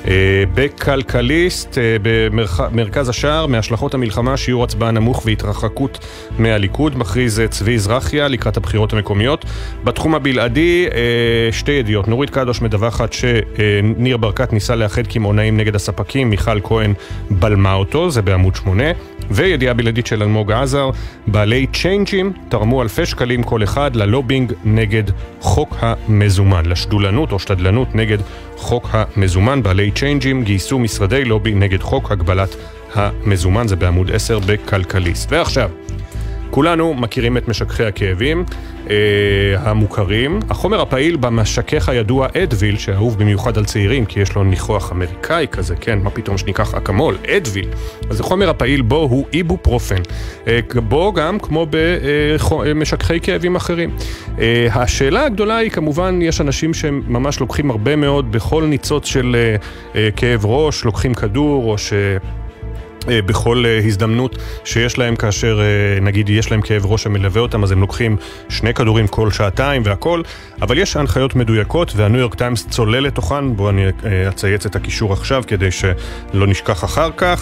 בכלכליסט, במרכז השער, מהשלכות המלחמה, שיעור הצבעה נמוך והתרחקות מהליכוד, מכריז צבי זרחיה לקראת הבחירות המקומיות. בתחום הבלעדי, שתי ידיעות. נורית קדוש מדווחת שניר ברקת ניסה לאחד קמעונאים נגד הספקים, מיכל כהן בלמה אותו, זה בעמוד 8. וידיעה בלעדית של אלמוג עזר, בעלי צ'יינג'ים תרמו אלפי שקלים כל אחד ללובינג נגד חוק המזומן, לשדולנות או שתדלנות נגד חוק המזומן. בעלי צ'יינג'ים גייסו משרדי לובי נגד חוק הגבלת המזומן, זה בעמוד 10 בכלכליסט. ועכשיו, כולנו מכירים את משככי הכאבים המוכרים. החומר הפעיל במשכך הידוע אדוויל, שאהוב במיוחד על צעירים, כי יש לו ניחוח אמריקאי כזה, כן, מה פתאום שניקח אקמול, אדוויל. אז החומר הפעיל בו הוא איבופרופן. בו גם כמו במשככי כאבים אחרים. השאלה הגדולה היא, כמובן, יש אנשים שממש לוקחים הרבה מאוד בכל ניצוץ של כאב ראש, לוקחים כדור או בכל הזדמנות שיש להם, כאשר נגיד יש להם כאב ראש שמלווה אותם, אז הם לוקחים 2 כדורים כל שעתיים והכל, אבל יש הנחיות מדויקות, והניו יורק טיימס צולל לתוכן. בואו אני אצייץ את הקישור עכשיו כדי שלא נשכח אחר כך.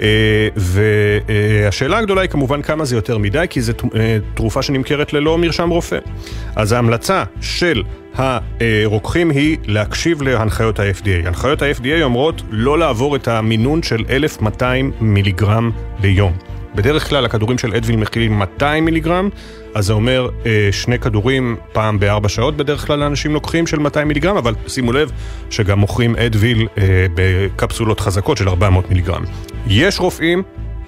והשאלה הגדולה היא כמובן כמה זה יותר מדי, כי זו תרופה שנמכרת ללא מרשם רופא. אז ההמלצה של הרוקחים היא להקשיב להנחיות ה-FDA. הנחיות ה-FDA אומרות לא לעבור את המינון של 1200 מיליגרם ביום. בדרך כלל הכדורים של אדוויל מכילים 200 מיליגרם, אז זה אומר 2 כדורים פעם ב4 שעות בדרך כלל האנשים לוקחים של 200 מיליגרם, אבל שימו לב שגם מוכרים אדוויל בקפסולות חזקות של 400 מיליגרם. יש רופאים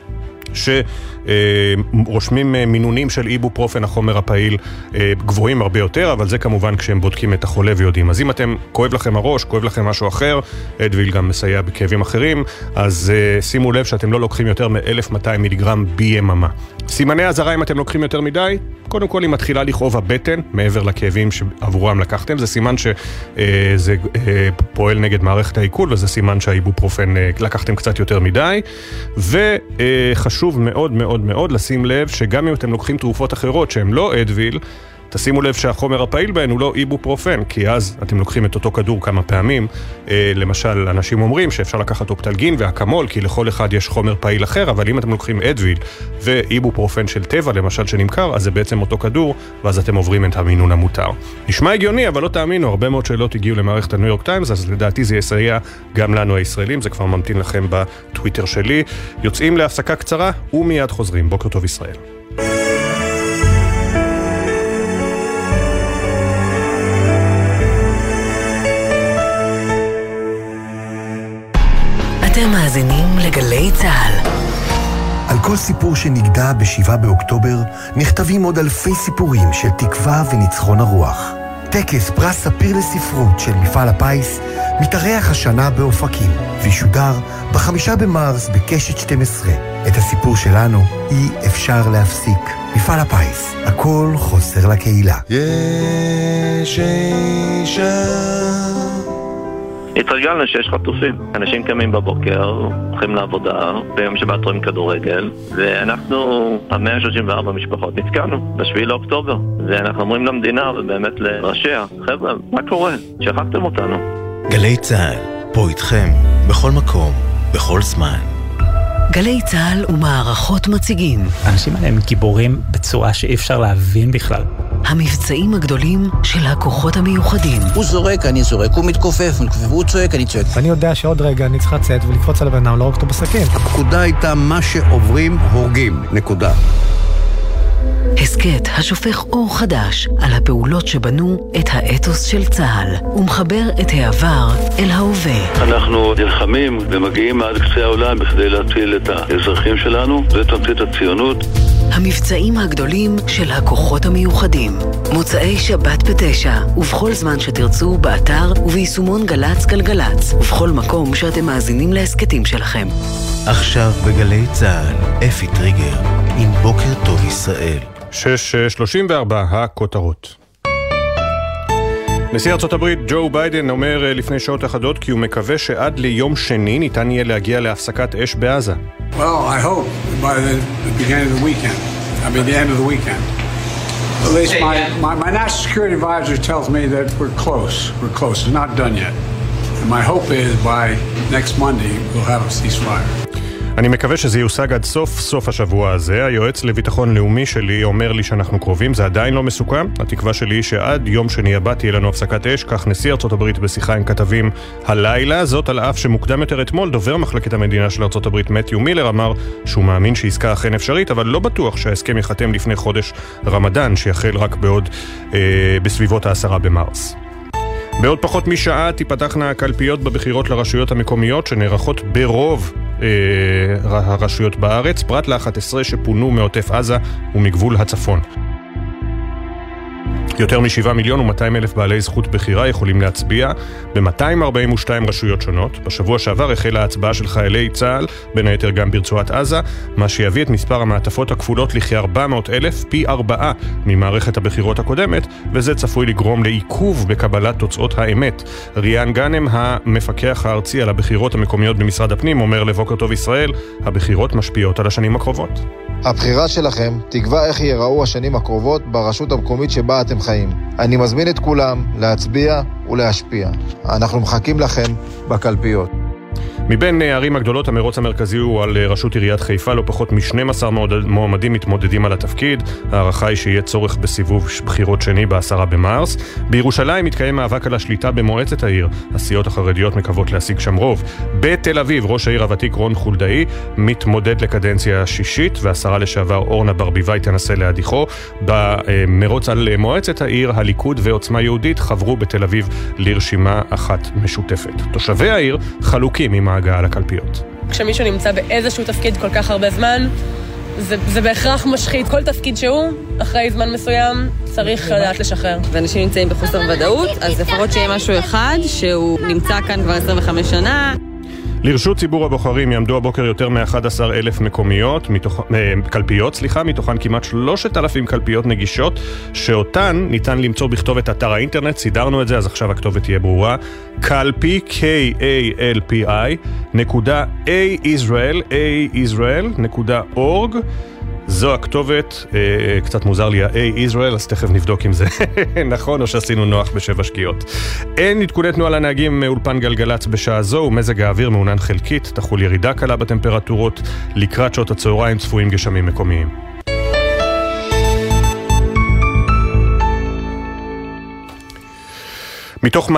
שרושמים מינונים של איבופרופן, החומר הפעיל, גבוהים הרבה יותר, אבל זה כמובן כשהם בודקים את החולה ויודעים. אז אם אתם, כואב לכם הראש, כואב לכם משהו אחר, אדוויל גם מסייע בכאבים אחרים, אז שימו לב שאתם לא לוקחים יותר מ-1200 מיליגרם ביממה. סימני הזרה אם אתם לוקחים יותר מדי, קודם כל היא מתחילה לכאוב הבטן, מעבר לכאבים שעבורם לקחתם, זה סימן שזה פועל נגד מערכת העיכול, וזה סימן שהאיבופרופן לקחתם קצת יותר מדי, וחשוב מאוד מאוד מאוד לשים לב שגם אם אתם לוקחים תרופות אחרות שהן לא אדוויל, תשימו לב שהחומר הפעיל בהן הוא לא איבופרופן, כי אז אתם לוקחים את אותו כדור כמה פעמים. למשל, אנשים אומרים שאפשר לקחת אופטלגין והקמול, כי לכל אחד יש חומר פעיל אחר, אבל אם אתם לוקחים אדוויל ואיבופרופן של טבע, למשל שנמכר, אז זה בעצם אותו כדור, ואז אתם עוברים את המינון המותר. נשמע הגיוני, אבל לא תאמינו, הרבה מאוד שאלות הגיעו למערכת הניו יורק טיימס, אז לדעתי זה יסייע גם לנו הישראלים, זה כבר ממתין לכם בטוויטר שלי. יוצאים להפסקה קצרה ומיד חוזרים. בוקר טוב ישראל. אתם מאזינים לגלי צהל. על כל סיפור שנגדע ב7 באוקטובר נכתבים עוד אלפי סיפורים של תקווה וניצחון הרוח. טקס פרס ספיר לספרות של מפעל הפיס מתארח השנה באופקים וישודר ב5 במרס בקשת 12. את הסיפור שלנו אי אפשר להפסיק. מפעל הפיס, הכל חוסר לקהילה. יש אישה. התרגלנו שיש חטופים. אנשים קמים בבוקר, הולכים לעבודה, ביום שבת רואים כדורגל, ואנחנו, 134 משפחות, נתקענו ב7 לאוקטובר. ואנחנו אומרים למדינה, ובאמת לראשיה, חבר'ה, מה קורה? שכחתם אותנו. גלי צהל, פה איתכם, בכל מקום, בכל זמן. גלי צהל ומערכות מציגים. האנשים האלה הם גיבורים בצורה שאי אפשר להבין בכלל. המבצעים הגדולים של הכוחות המיוחדים. הוא זורק, אני זורק, הוא מתכופף, הוא צועק, אני צועק. ואני יודע שעוד רגע אני צריך לצאת ולקפוץ על הבנם, לא רק אותו בסכין. הפקודה הייתה מה שעוברים, הורגים, נקודה. הסקט השופך אור חדש על הפעולות שבנו את האתוס של צה"ל ומחבר את העבר אל ההווה. אנחנו נלחמים ומגיעים עד קצה העולם בכדי להציל את האזרחים שלנו. זה תמצית הציונות. המבצעים הגדולים של הכוחות המיוחדים. מוצאי שבת ב9 ובכל זמן שתרצו באתר וביישומון גלץ גלגלץ ובכל מקום שאתם מאזינים להסקטים שלכם. עכשיו בגלי צהל, אפי טריגר עם בוקר טוב ישראל. 6:34 הכותרות. נשיא ארצות הברית ג'ו ביידן אומר לפני שעות אחדות כי הוא מקווה שעד ליום שני ניתן יהיה להגיע להפסקת אש בעזה. Well, I hope by the beginning of the weekend. I mean the end of the weekend. At least my national security advisor tells me that we're close. We're close. It's not done yet. And my hope is by next Monday we'll have a ceasefire. אני מקווה שזה יושג עד סוף השבוע הזה. היועץ לביטחון לאומי שלי אומר לי שאנחנו קרובים, זה עדיין לא מסוכם. התקווה שלי היא שעד יום שני הבא תהיה לנו הפסקת אש, כך נשיא ארצות הברית בשיחה עם כתבים הלילה. זאת על אף שמוקדם יותר אתמול דובר מחלקת המדינה של ארצות הברית מתיו מילר אמר שהוא מאמין שעסקה אכן אפשרית, אבל לא בטוח שההסכם יחתם לפני חודש רמדאן שיחל רק בעוד בסביבות ה10 במרס. בעוד פחות משעה תיפתחנה הקלפיות בבחירות לרשויות המקומיות שנערכות ברוב הרשויות בארץ, פרט ל-11 שפונו מעוטף עזה ומגבול הצפון. יותר מ7,200,000 בעלי זכות בחירה יכולים להצביע ב-242 רשויות שונות. בשבוע שעבר החלה ההצבעה של חיילי צה"ל, בין היתר גם ברצועת עזה, מה שיביא את מספר המעטפות הכפולות לכ-400,000, פי 4 ממערכת הבחירות הקודמת, וזה צפוי לגרום לעיכוב בקבלת תוצאות האמת. ריאן גאנם, המפקח הארצי על הבחירות המקומיות במשרד הפנים, אומר לבוקר טוב ישראל, הבחירות משפיעות על השנים הקרובות. הבחירה שלכם תקבע איך ייראו השנים הקרובות ברשות המקומית שבה אתם חיים. אני מזמין את כולם להצביע ולהשפיע. אנחנו מחכים לכם בקלפיות. מבין הערים הגדולות המרוץ המרכזי הוא על ראשות עיריית חיפה, לא פחות מ12 מועמדים מתמודדים על התפקיד. הערכה היא שיהיה צורך בסיבוב בחירות שני ב10 במרס. בירושלים מתקיים מאבק על השליטה במועצת העיר. הסיעות החרדיות מקוות להשיג שם רוב. בתל אביב ראש העיר הוותיק רון חולדאי מתמודד לקדנציה השישית, והשרה לשעבר אורנה ברביבאי תנסה להדיחו. במרוץ על מועצת העיר הליכוד ועוצמה יהודית חברו בתל אביב לרשימה אחת משותפת. תושבי העיר חלוקים עם ההגעה לקלפיות. כשמישהו נמצא באיזשהו תפקיד כל כך הרבה זמן, זה בהכרח משחית. כל תפקיד שהוא, אחרי זמן מסוים, צריך לדעת לשחרר. ואנשים נמצאים בחוסר ודאות, אז לפחות שיהיה משהו אחד שהוא נמצא כאן כבר 25 שנה. לרשות ציבור הבוחרים יעמדו הבוקר יותר מ-11,000 קלפיות, מתוכן כמעט 3,000 קלפיות נגישות, שאותן ניתן למצוא בכתובת אתר האינטרנט. סידרנו את זה, אז עכשיו הכתובת תהיה ברורה. קלפי, kalpi.aisrael.org. זו הכתובת. קצת מוזר לי ה-A-Israel, אז תכף נבדוק אם זה נכון או שעשינו נוח ב7 שגיאות. אין עדכוני תנועה לנהגים מאולפן גלגלץ בשעה זו, ומזג האוויר מעונן חלקית, תחול ירידה קלה בטמפרטורות, לקראת שעות הצהריים צפויים גשמים מקומיים. מתוך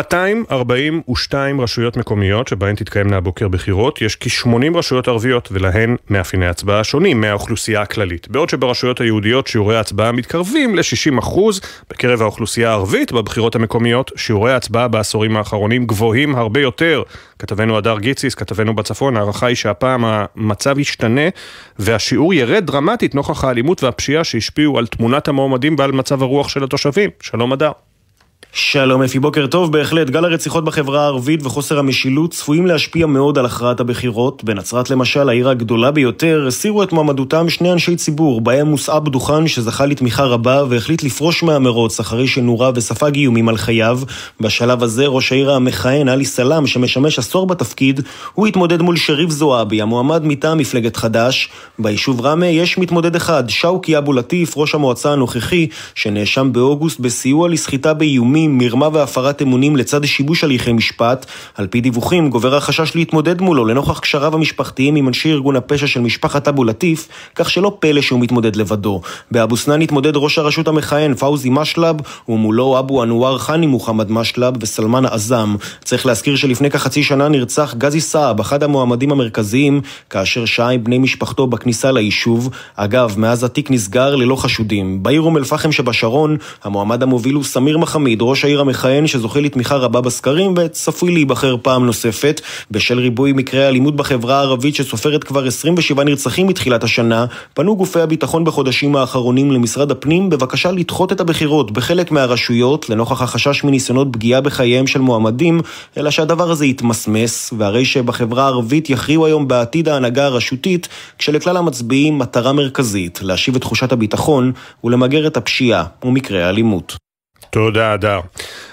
242 רשויות מקומיות שבהן תתקיימנה הבוקר בחירות, יש כ-80 רשויות ערביות ולהן מאפייני הצבעה שונים מהאוכלוסייה הכללית. בעוד שברשויות היהודיות שיעורי ההצבעה מתקרבים ל-60%, בקרב האוכלוסייה הערבית בבחירות המקומיות שיעורי ההצבעה בעשורים האחרונים גבוהים הרבה יותר. כתבנו הדר גיציס, כתבנו בצפון, הערכה היא שהפעם המצב ישתנה והשיעור ירד דרמטית נוכח האלימות והפשיעה שהשפיעו על תמונת המועמדים ועל מצב הרוח של התושבים. שלום הדר. שלום אפי, בוקר טוב. בהחלט, גל הרציחות בחברה הערבית וחוסר המשילות צפויים להשפיע מאוד על הכרעת הבחירות. בנצרת למשל, העיר הגדולה ביותר, הסירו את מועמדותם שני אנשי ציבור, בהם מוסעב דוכן שזכה לתמיכה רבה והחליט לפרוש מהמרוץ אחרי שנורה וספג איומים על חייו. בשלב הזה ראש העיר המכהן עלי סלאם, שמשמש עשור בתפקיד, הוא התמודד מול שריף זועבי, המועמד מטעם מפלגת חד"ש. ביישוב רמה יש מתמודד אחד, שאוקי אבו לטיף, ראש המועצה הנוכחי, שנאשם באוגוסט בסיוע לסחיטה באיומים, מרמה והפרת אמונים לצד שיבוש הליכי משפט. על פי דיווחים גובר החשש להתמודד מולו לנוכח קשריו המשפחתיים עם אנשי ארגון הפשע של משפחת אבו לטיף, כך שלא פלא שהוא מתמודד לבדו. באבו סנאן התמודד ראש הרשות המכהן פאוזי משלב, ומולו אבו אנואר חני מוחמד משלב וסלמן אעזם. צריך להזכיר שלפני כחצי שנה נרצח גזי סאב, אחד המועמדים המרכזיים, כאשר שהה עם בני משפחתו בכניסה ליישוב. אגב, מאז התיק נסגר ללא חשודים. בעיר אום אל-פחם שבשרון, המועמד המוביל הוא סמיר מחמיד, ראש העיר המכהן שזוכה לתמיכה רבה בסקרים וצפוי להיבחר פעם נוספת. בשל ריבוי מקרי האלימות בחברה הערבית שסופרת כבר 27 נרצחים מתחילת השנה, פנו גופי הביטחון בחודשים האחרונים למשרד הפנים בבקשה לדחות את הבחירות בחלק מהרשויות לנוכח החשש מניסיונות פגיעה בחייהם של מועמדים, אלא שהדבר הזה יתמסמס, והרי שבחברה הערבית יכריעו היום בעתיד ההנהגה הרשותית, כשלכלל המצביעים מטרה מרכזית להשיב את תחושת הביטחון ולמגר את הפשיעה ומקרי האלימות. תודה, הדר.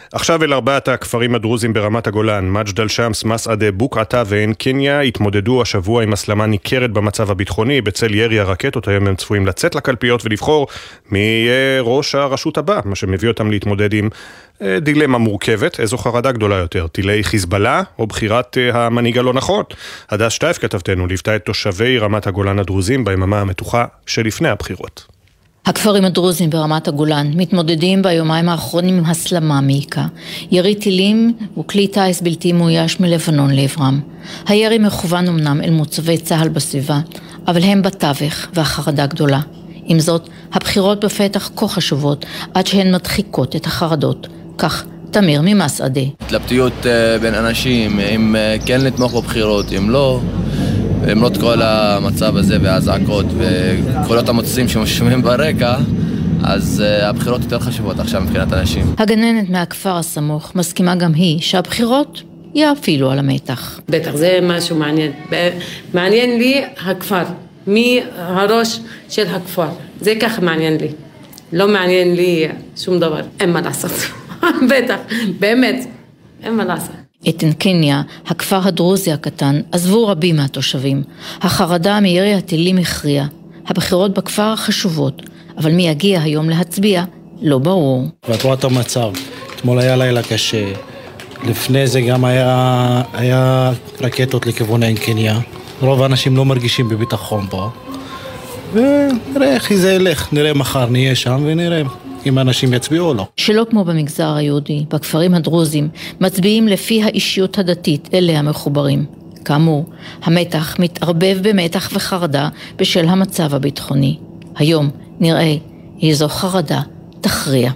עכשיו אל 4 הכפרים הדרוזים ברמת הגולן, מג'ד אל-שמס, מסעדה, בוקעתה ועין קניה, התמודדו השבוע עם הסלמה ניכרת במצב הביטחוני, בצל ירי הרקטות. היום הם צפויים לצאת לקלפיות ולבחור מי יהיה ראש הרשות הבא, מה שמביא אותם להתמודד עם דילמה מורכבת. איזו חרדה גדולה יותר, טילי חיזבאללה או בחירת המנהיג הלא נכון? הדס שטייף כתבתנו ליוותה את תושבי רמת הגולן הדרוזים ביממה המתוחה שלפני הבחירות. הכפרים הדרוזים ברמת הגולן מתמודדים ביומיים האחרונים עם הסלמה מעיקה. ירי טילים וכלי טייס בלתי מאויש מלבנון לעברם. הירי מכוון אמנם אל מוצבי צהל בסביבה, אבל הם בתווך והחרדה גדולה. עם זאת, הבחירות בפתח כה חשובות עד שהן מדחיקות את החרדות. כך תמיר ממסעדה. התלבטיות בין אנשים, אם כן לתמוך בבחירות, אם לא... למרות כל המצב הזה והזעקות וקולות המוצאים שמשומעים ברקע, אז הבחירות יותר חשובות עכשיו מבחינת אנשים. הגננת מהכפר הסמוך מסכימה גם היא שהבחירות יאפילו על המתח. בטח, זה משהו מעניין. מעניין לי הכפר, מי הראש של הכפר. זה ככה מעניין לי. לא מעניין לי שום דבר. אין מה לעשות. בטח, באמת, אין מה לעשות. את עין קניה, הכפר הדרוזי הקטן, עזבו רבים מהתושבים. החרדה מירי הטילים הכריע. הבחירות בכפר חשובות, אבל מי יגיע היום להצביע לא ברור. ואת רואה את המצב. אתמול היה לילה קשה. לפני זה גם היה רקטות לכיוון עין קניה. רוב האנשים לא מרגישים בביטחון פה. ונראה איך זה ילך. נראה מחר נהיה שם ונראה אם האנשים יצביעו או לא. שלא כמו במגזר היהודי, בכפרים הדרוזים מצביעים לפי האישיות הדתית אליה מחוברים. כאמור, המתח מתערבב במתח וחרדה בשל המצב הביטחוני. היום נראה איזו חרדה תכריע.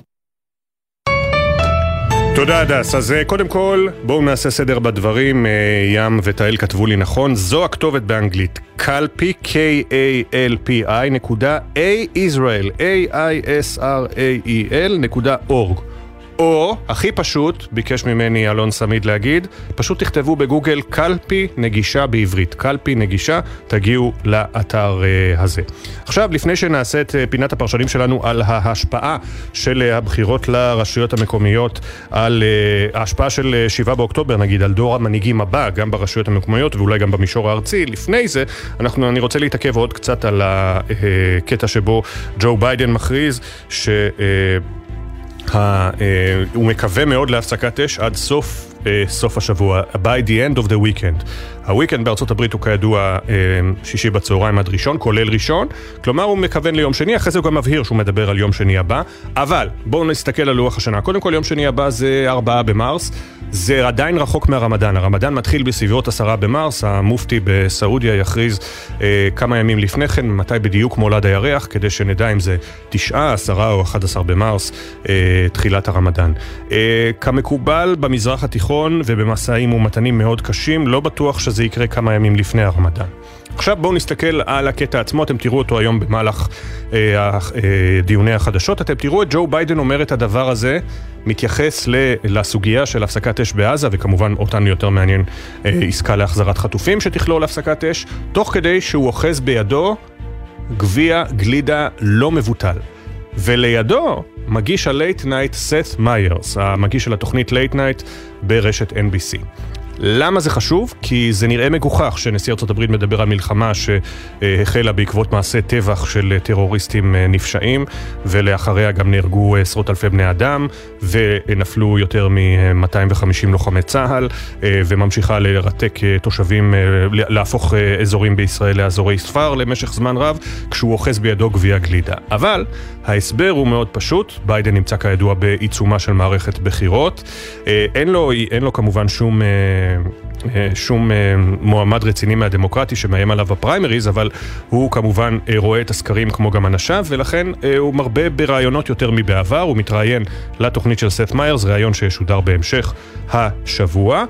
תודה הדס. אז קודם כל בואו נעשה סדר בדברים. ים ותהל כתבו לי נכון, זו הכתובת באנגלית, קלפי kalpi.israel.org, או, הכי פשוט, ביקש ממני אלון סמיד להגיד, פשוט תכתבו בגוגל קלפי נגישה בעברית. קלפי נגישה, תגיעו לאתר הזה. עכשיו, לפני שנעשה את פינת הפרשנים שלנו על ההשפעה של הבחירות לרשויות המקומיות, על ההשפעה של 7 באוקטובר, נגיד, על דור המנהיגים הבא, גם ברשויות המקומיות ואולי גם במישור הארצי, לפני זה, אני רוצה להתעכב עוד קצת על הקטע שבו ג'ו ביידן מכריז הוא מקווה מאוד להפסקת אש עד סוף השבוע, by the end of the weekend. הוויקנד בארצות הברית הוא כידוע שישי בצהריים עד ראשון, כולל ראשון, כלומר הוא מכוון ליום שני, אחרי זה הוא גם מבהיר שהוא מדבר על יום שני הבא, אבל בואו נסתכל על לוח השנה. קודם כל יום שני הבא זה 4 במרס, זה עדיין רחוק מהרמדאן, הרמדאן מתחיל בסביבות 10 במרס, המופתי בסעודיה יכריז כמה ימים לפני כן, מתי בדיוק מולד הירח, כדי שנדע אם זה 9, 10 או 11 במרס, תחילת הרמדאן. כמקובל במזרח התיכון ובמסעים ומתנים מאוד קשים, לא בטוח שזה יקרה כמה ימים לפני הרמדאן. עכשיו בואו נסתכל על הקטע עצמו, אתם תראו אותו היום במהלך דיוני החדשות, אתם תראו את ג'ו ביידן אומר את הדבר הזה, מתייחס לסוגיה של הפסקת אש בעזה, וכמובן אותנו יותר מעניין עסקה להחזרת חטופים שתכלול הפסקת אש, תוך כדי שהוא אוחז בידו גביע גלידה לא מבוטל. ולידו מגיש ה-Late Night סת מיירס, המגיש של התוכנית Late Night ברשת NBC. למה זה חשוב? כי זה נראה מגוחך שנשיא ארצות הברית מדבר על מלחמה שהחלה בעקבות מעשה טבח של טרוריסטים נפשעים, ולאחריה גם נהרגו עשרות אלפי בני אדם, ונפלו יותר מ-250 לוחמי צהל, וממשיכה לרתק תושבים, להפוך אזורים בישראל לאזורי ספר למשך זמן רב, כשהוא אוחז בידו גביע גלידה. אבל ההסבר הוא מאוד פשוט, ביידן נמצא כידוע בעיצומה של מערכת בחירות, אין לו כמובן שום מועמד רציני מהדמוקרטי שמאיים עליו בפריימריז, אבל הוא כמובן רואה את הסקרים כמו גם אנשיו, ולכן הוא מרבה ברעיונות יותר מבעבר, הוא מתראיין לתוכנית של סת מיירס, רעיון שישודר בהמשך השבוע,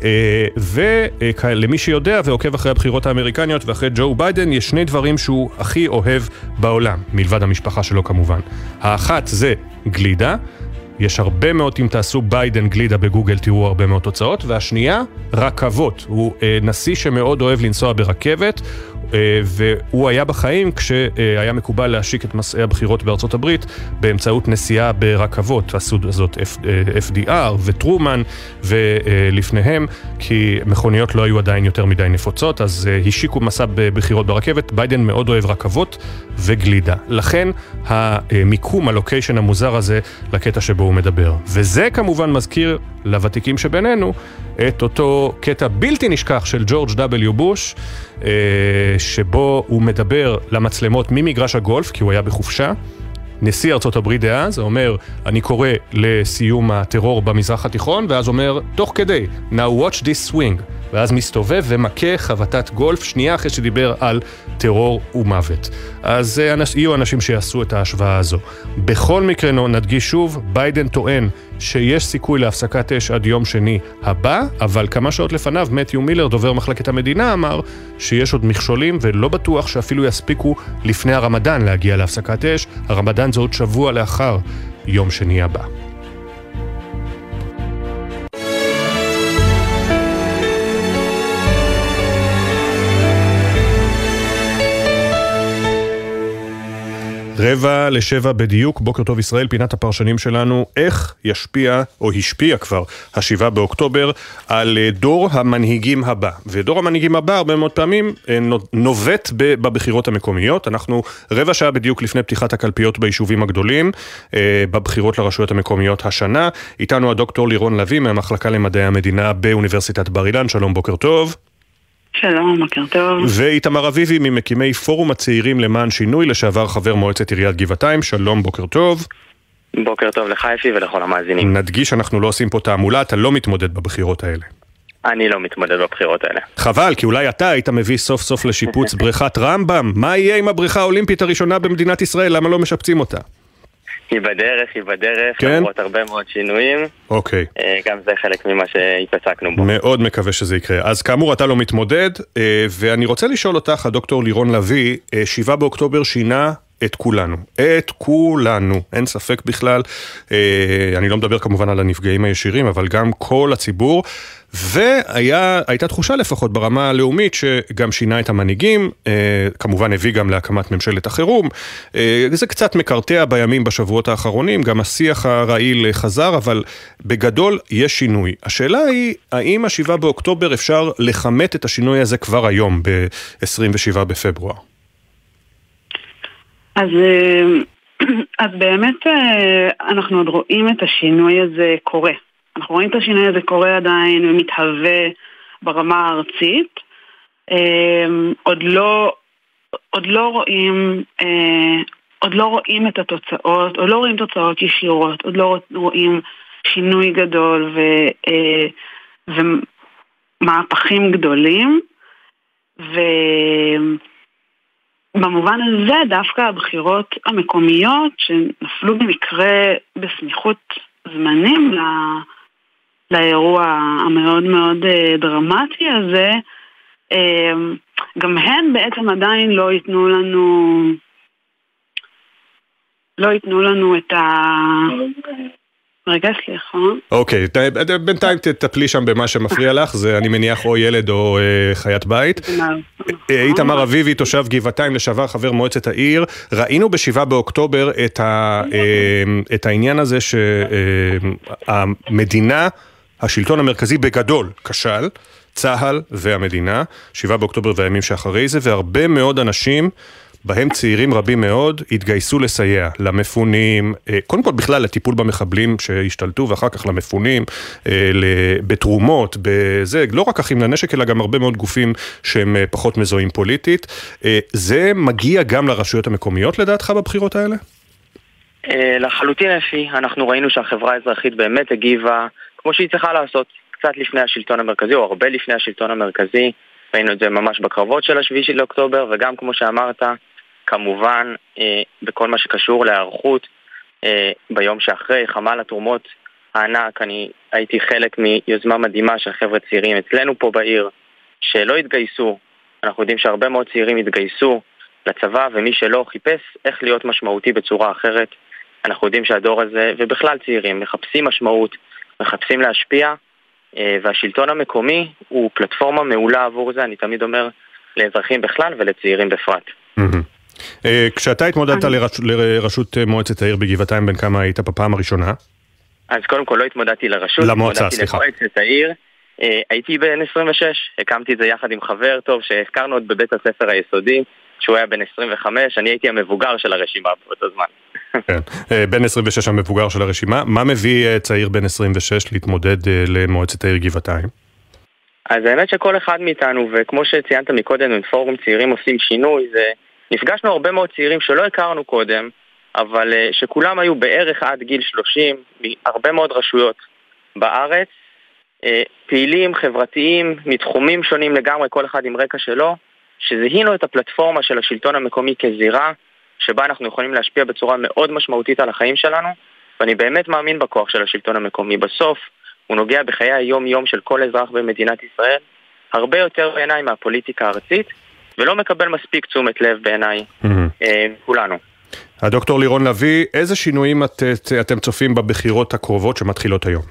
ולמי שיודע ועוקב אחרי הבחירות האמריקניות ואחרי ג'ו ביידן, יש 2 דברים שהוא הכי אוהב בעולם, מלבד המשפחה שלו כמובן. האחת זה גלידה, יש הרבה מאוד, אם תעשו ביידן גלידה בגוגל תראו הרבה מאוד תוצאות, והשנייה, רכבות. הוא נשיא שמאוד אוהב לנסוע ברכבת, והוא היה בחיים כשהיה מקובל להשיק את מסעי הבחירות בארצות הברית באמצעות נסיעה ברכבות, הסוג הזאת FDR וטרומן ולפניהם, כי מכוניות לא היו עדיין יותר מדי נפוצות, אז השיקו מסע בבחירות ברכבת. ביידן מאוד אוהב רכבות וגלידה. לכן המיקום, הלוקיישן המוזר הזה לקטע שבו הוא מדבר. וזה כמובן מזכיר לוותיקים שבינינו את אותו קטע בלתי נשכח של ג'ורג' W. בוש, שבו הוא מדבר למצלמות ממגרש הגולף, כי הוא היה בחופשה. נשיא ארצות הברית דאז אומר, אני קורא לסיום הטרור במזרח התיכון, ואז אומר, תוך כדי, now watch this swing, ואז מסתובב ומכה חבטת גולף שנייה אחרי שדיבר על טרור ומוות. אז יהיו אנשים שיעשו את ההשוואה הזו. בכל מקרה נדגיש שוב, ביידן טוען שיש סיכוי להפסקת אש עד יום שני הבא, אבל כמה שעות לפניו מתיו מילר, דובר מחלקת המדינה, אמר שיש עוד מכשולים ולא בטוח שאפילו יספיקו לפני הרמדאן להגיע להפסקת אש. הרמדאן זה עוד שבוע לאחר יום שני הבא. רבע לשבע בדיוק, בוקר טוב ישראל, פינת הפרשנים שלנו, איך ישפיע או השפיע כבר ה7 באוקטובר על דור המנהיגים הבא. ודור המנהיגים הבא הרבה מאוד פעמים נובט בבחירות המקומיות. אנחנו רבע שעה בדיוק לפני פתיחת הקלפיות ביישובים הגדולים, בבחירות לרשויות המקומיות השנה. איתנו הדוקטור לירון לוי מהמחלקה למדעי המדינה באוניברסיטת בר אילן. שלום, בוקר טוב. שלום, בוקר טוב. ואיתמר אביבי ממקימי פורום הצעירים למען שינוי, לשעבר חבר מועצת עיריית גבעתיים. שלום, בוקר טוב. בוקר טוב לך אפי ולכל המאזינים. נדגיש שאנחנו לא עושים פה תעמולה, אתה לא מתמודד בבחירות האלה. אני לא מתמודד בבחירות האלה. חבל, כי אולי אתה היית מביא סוף סוף לשיפוץ בריכת רמב"ם. מה יהיה עם הבריכה האולימפית הראשונה במדינת ישראל? למה לא משפצים אותה? היא בדרך, למרות הרבה מאוד שינויים. אוקיי. גם זה חלק ממה שהתעסקנו בו. מאוד מקווה שזה יקרה. אז כאמור, אתה לא מתמודד, ואני רוצה לשאול אותך, הדוקטור לירון לוי, 7 באוקטובר שינה את כולנו. את כולנו, אין ספק בכלל. אני לא מדבר כמובן על הנפגעים הישירים, אבל גם כל הציבור. והייתה תחושה לפחות ברמה הלאומית שגם שינה את המנהיגים, כמובן הביא גם להקמת ממשלת החירום. זה קצת מקרטע בימים בשבועות האחרונים, גם השיח הרעיל חזר, אבל בגדול יש שינוי. השאלה היא, האם ה7 באוקטובר אפשר לחמת את השינוי הזה כבר היום, ב-27 בפברואר? אז באמת אנחנו עוד רואים את השינוי הזה קורה. אנחנו רואים את השינוי הזה קורה עדיין ומתהווה ברמה הארצית. עוד לא רואים את התוצאות, עוד לא רואים תוצאות ישירות, עוד לא רואים שינוי גדול ומהפכים גדולים. במובן הזה דווקא הבחירות המקומיות שנפלו במקרה בסמיכות זמנים לאירוע המאוד מאוד דרמטי הזה, גם הן בעצם עדיין לא ייתנו לנו את רגע, סליחה. אוקיי, בינתיים תטפלי שם במה שמפריע לך, זה אני מניח או ילד או חיית בית. איתמר אביבי, תושב גבעתיים, לשעבר חבר מועצת העיר. ראינו ב7 באוקטובר את העניין הזה שהמדינה, השלטון המרכזי בגדול כשל, צה"ל והמדינה, 7 באוקטובר והימים שאחרי זה, והרבה מאוד אנשים, בהם צעירים רבים מאוד, התגייסו לסייע למפונים, קודם כל בכלל לטיפול במחבלים שהשתלטו, ואחר כך למפונים, בתרומות, בזה, לא רק אחים לנשק, אלא גם הרבה מאוד גופים שהם פחות מזוהים פוליטית. זה מגיע גם לרשויות המקומיות לדעתך בבחירות האלה? לחלוטין אפי, אנחנו ראינו שהחברה האזרחית באמת הגיבה, כמו שהיא צריכה לעשות, קצת לפני השלטון המרכזי, או הרבה לפני השלטון המרכזי, ראינו את זה ממש בקרבות של 7 לאוקטובר, וגם כמו שאמרת, כמובן בכל מה שקשור להיערכות ביום שאחרי, חמ"ל התרומות הענק. אני הייתי חלק מיוזמה מדהימה של חבר'ה צעירים אצלנו פה בעיר, שלא התגייסו. אנחנו יודעים שהרבה מאוד צעירים התגייסו לצבא, ומי שלא חיפש איך להיות משמעותי בצורה אחרת. אנחנו יודעים שהדור הזה, ובכלל צעירים, מחפשים משמעות, מחפשים להשפיע, והשלטון המקומי הוא פלטפורמה מעולה עבור זה. אני תמיד אומר, לאזרחים בכלל ולצעירים בפרט. כשאתה התמודדת לראשות מועצת העיר בגבעתיים, בין כמה היית בפעם הראשונה? אז קודם כל לא התמודדתי לראשות, התמודדתי למועצת העיר. הייתי בן 26, הקמתי את זה יחד עם חבר טוב שהזכרנו עוד בבית הספר היסודי, שהוא היה בן 25, אני הייתי המבוגר של הרשימה באותו זמן. כן, בן 26 המבוגר של הרשימה. מה מביא צעיר בן 26 להתמודד למועצת העיר גבעתיים? אז האמת שכל אחד מאיתנו, וכמו שציינת מקודם, עם פורום צעירים עושים שינוי, זה נפגשנו הרבה מאוד צעירים שלא הכרנו קודם, אבל שכולם היו בערך עד גיל 30, מהרבה מאוד רשויות בארץ, פעילים, חברתיים, מתחומים שונים לגמרי, כל אחד עם רקע שלו, שזהינו את הפלטפורמה של השלטון המקומי כזירה, שבה אנחנו יכולים להשפיע בצורה מאוד משמעותית על החיים שלנו, ואני באמת מאמין בכוח של השלטון המקומי. בסוף הוא נוגע בחיי היום-יום של כל אזרח במדינת ישראל, הרבה יותר בעיניי מהפוליטיקה הארצית, ולא מקבל מספיק תשומת לב בעיניי כולנו. הדוקטור לירון לוי, איזה שינויים אתם צופים בבחירות הקרובות שמתחילות היום?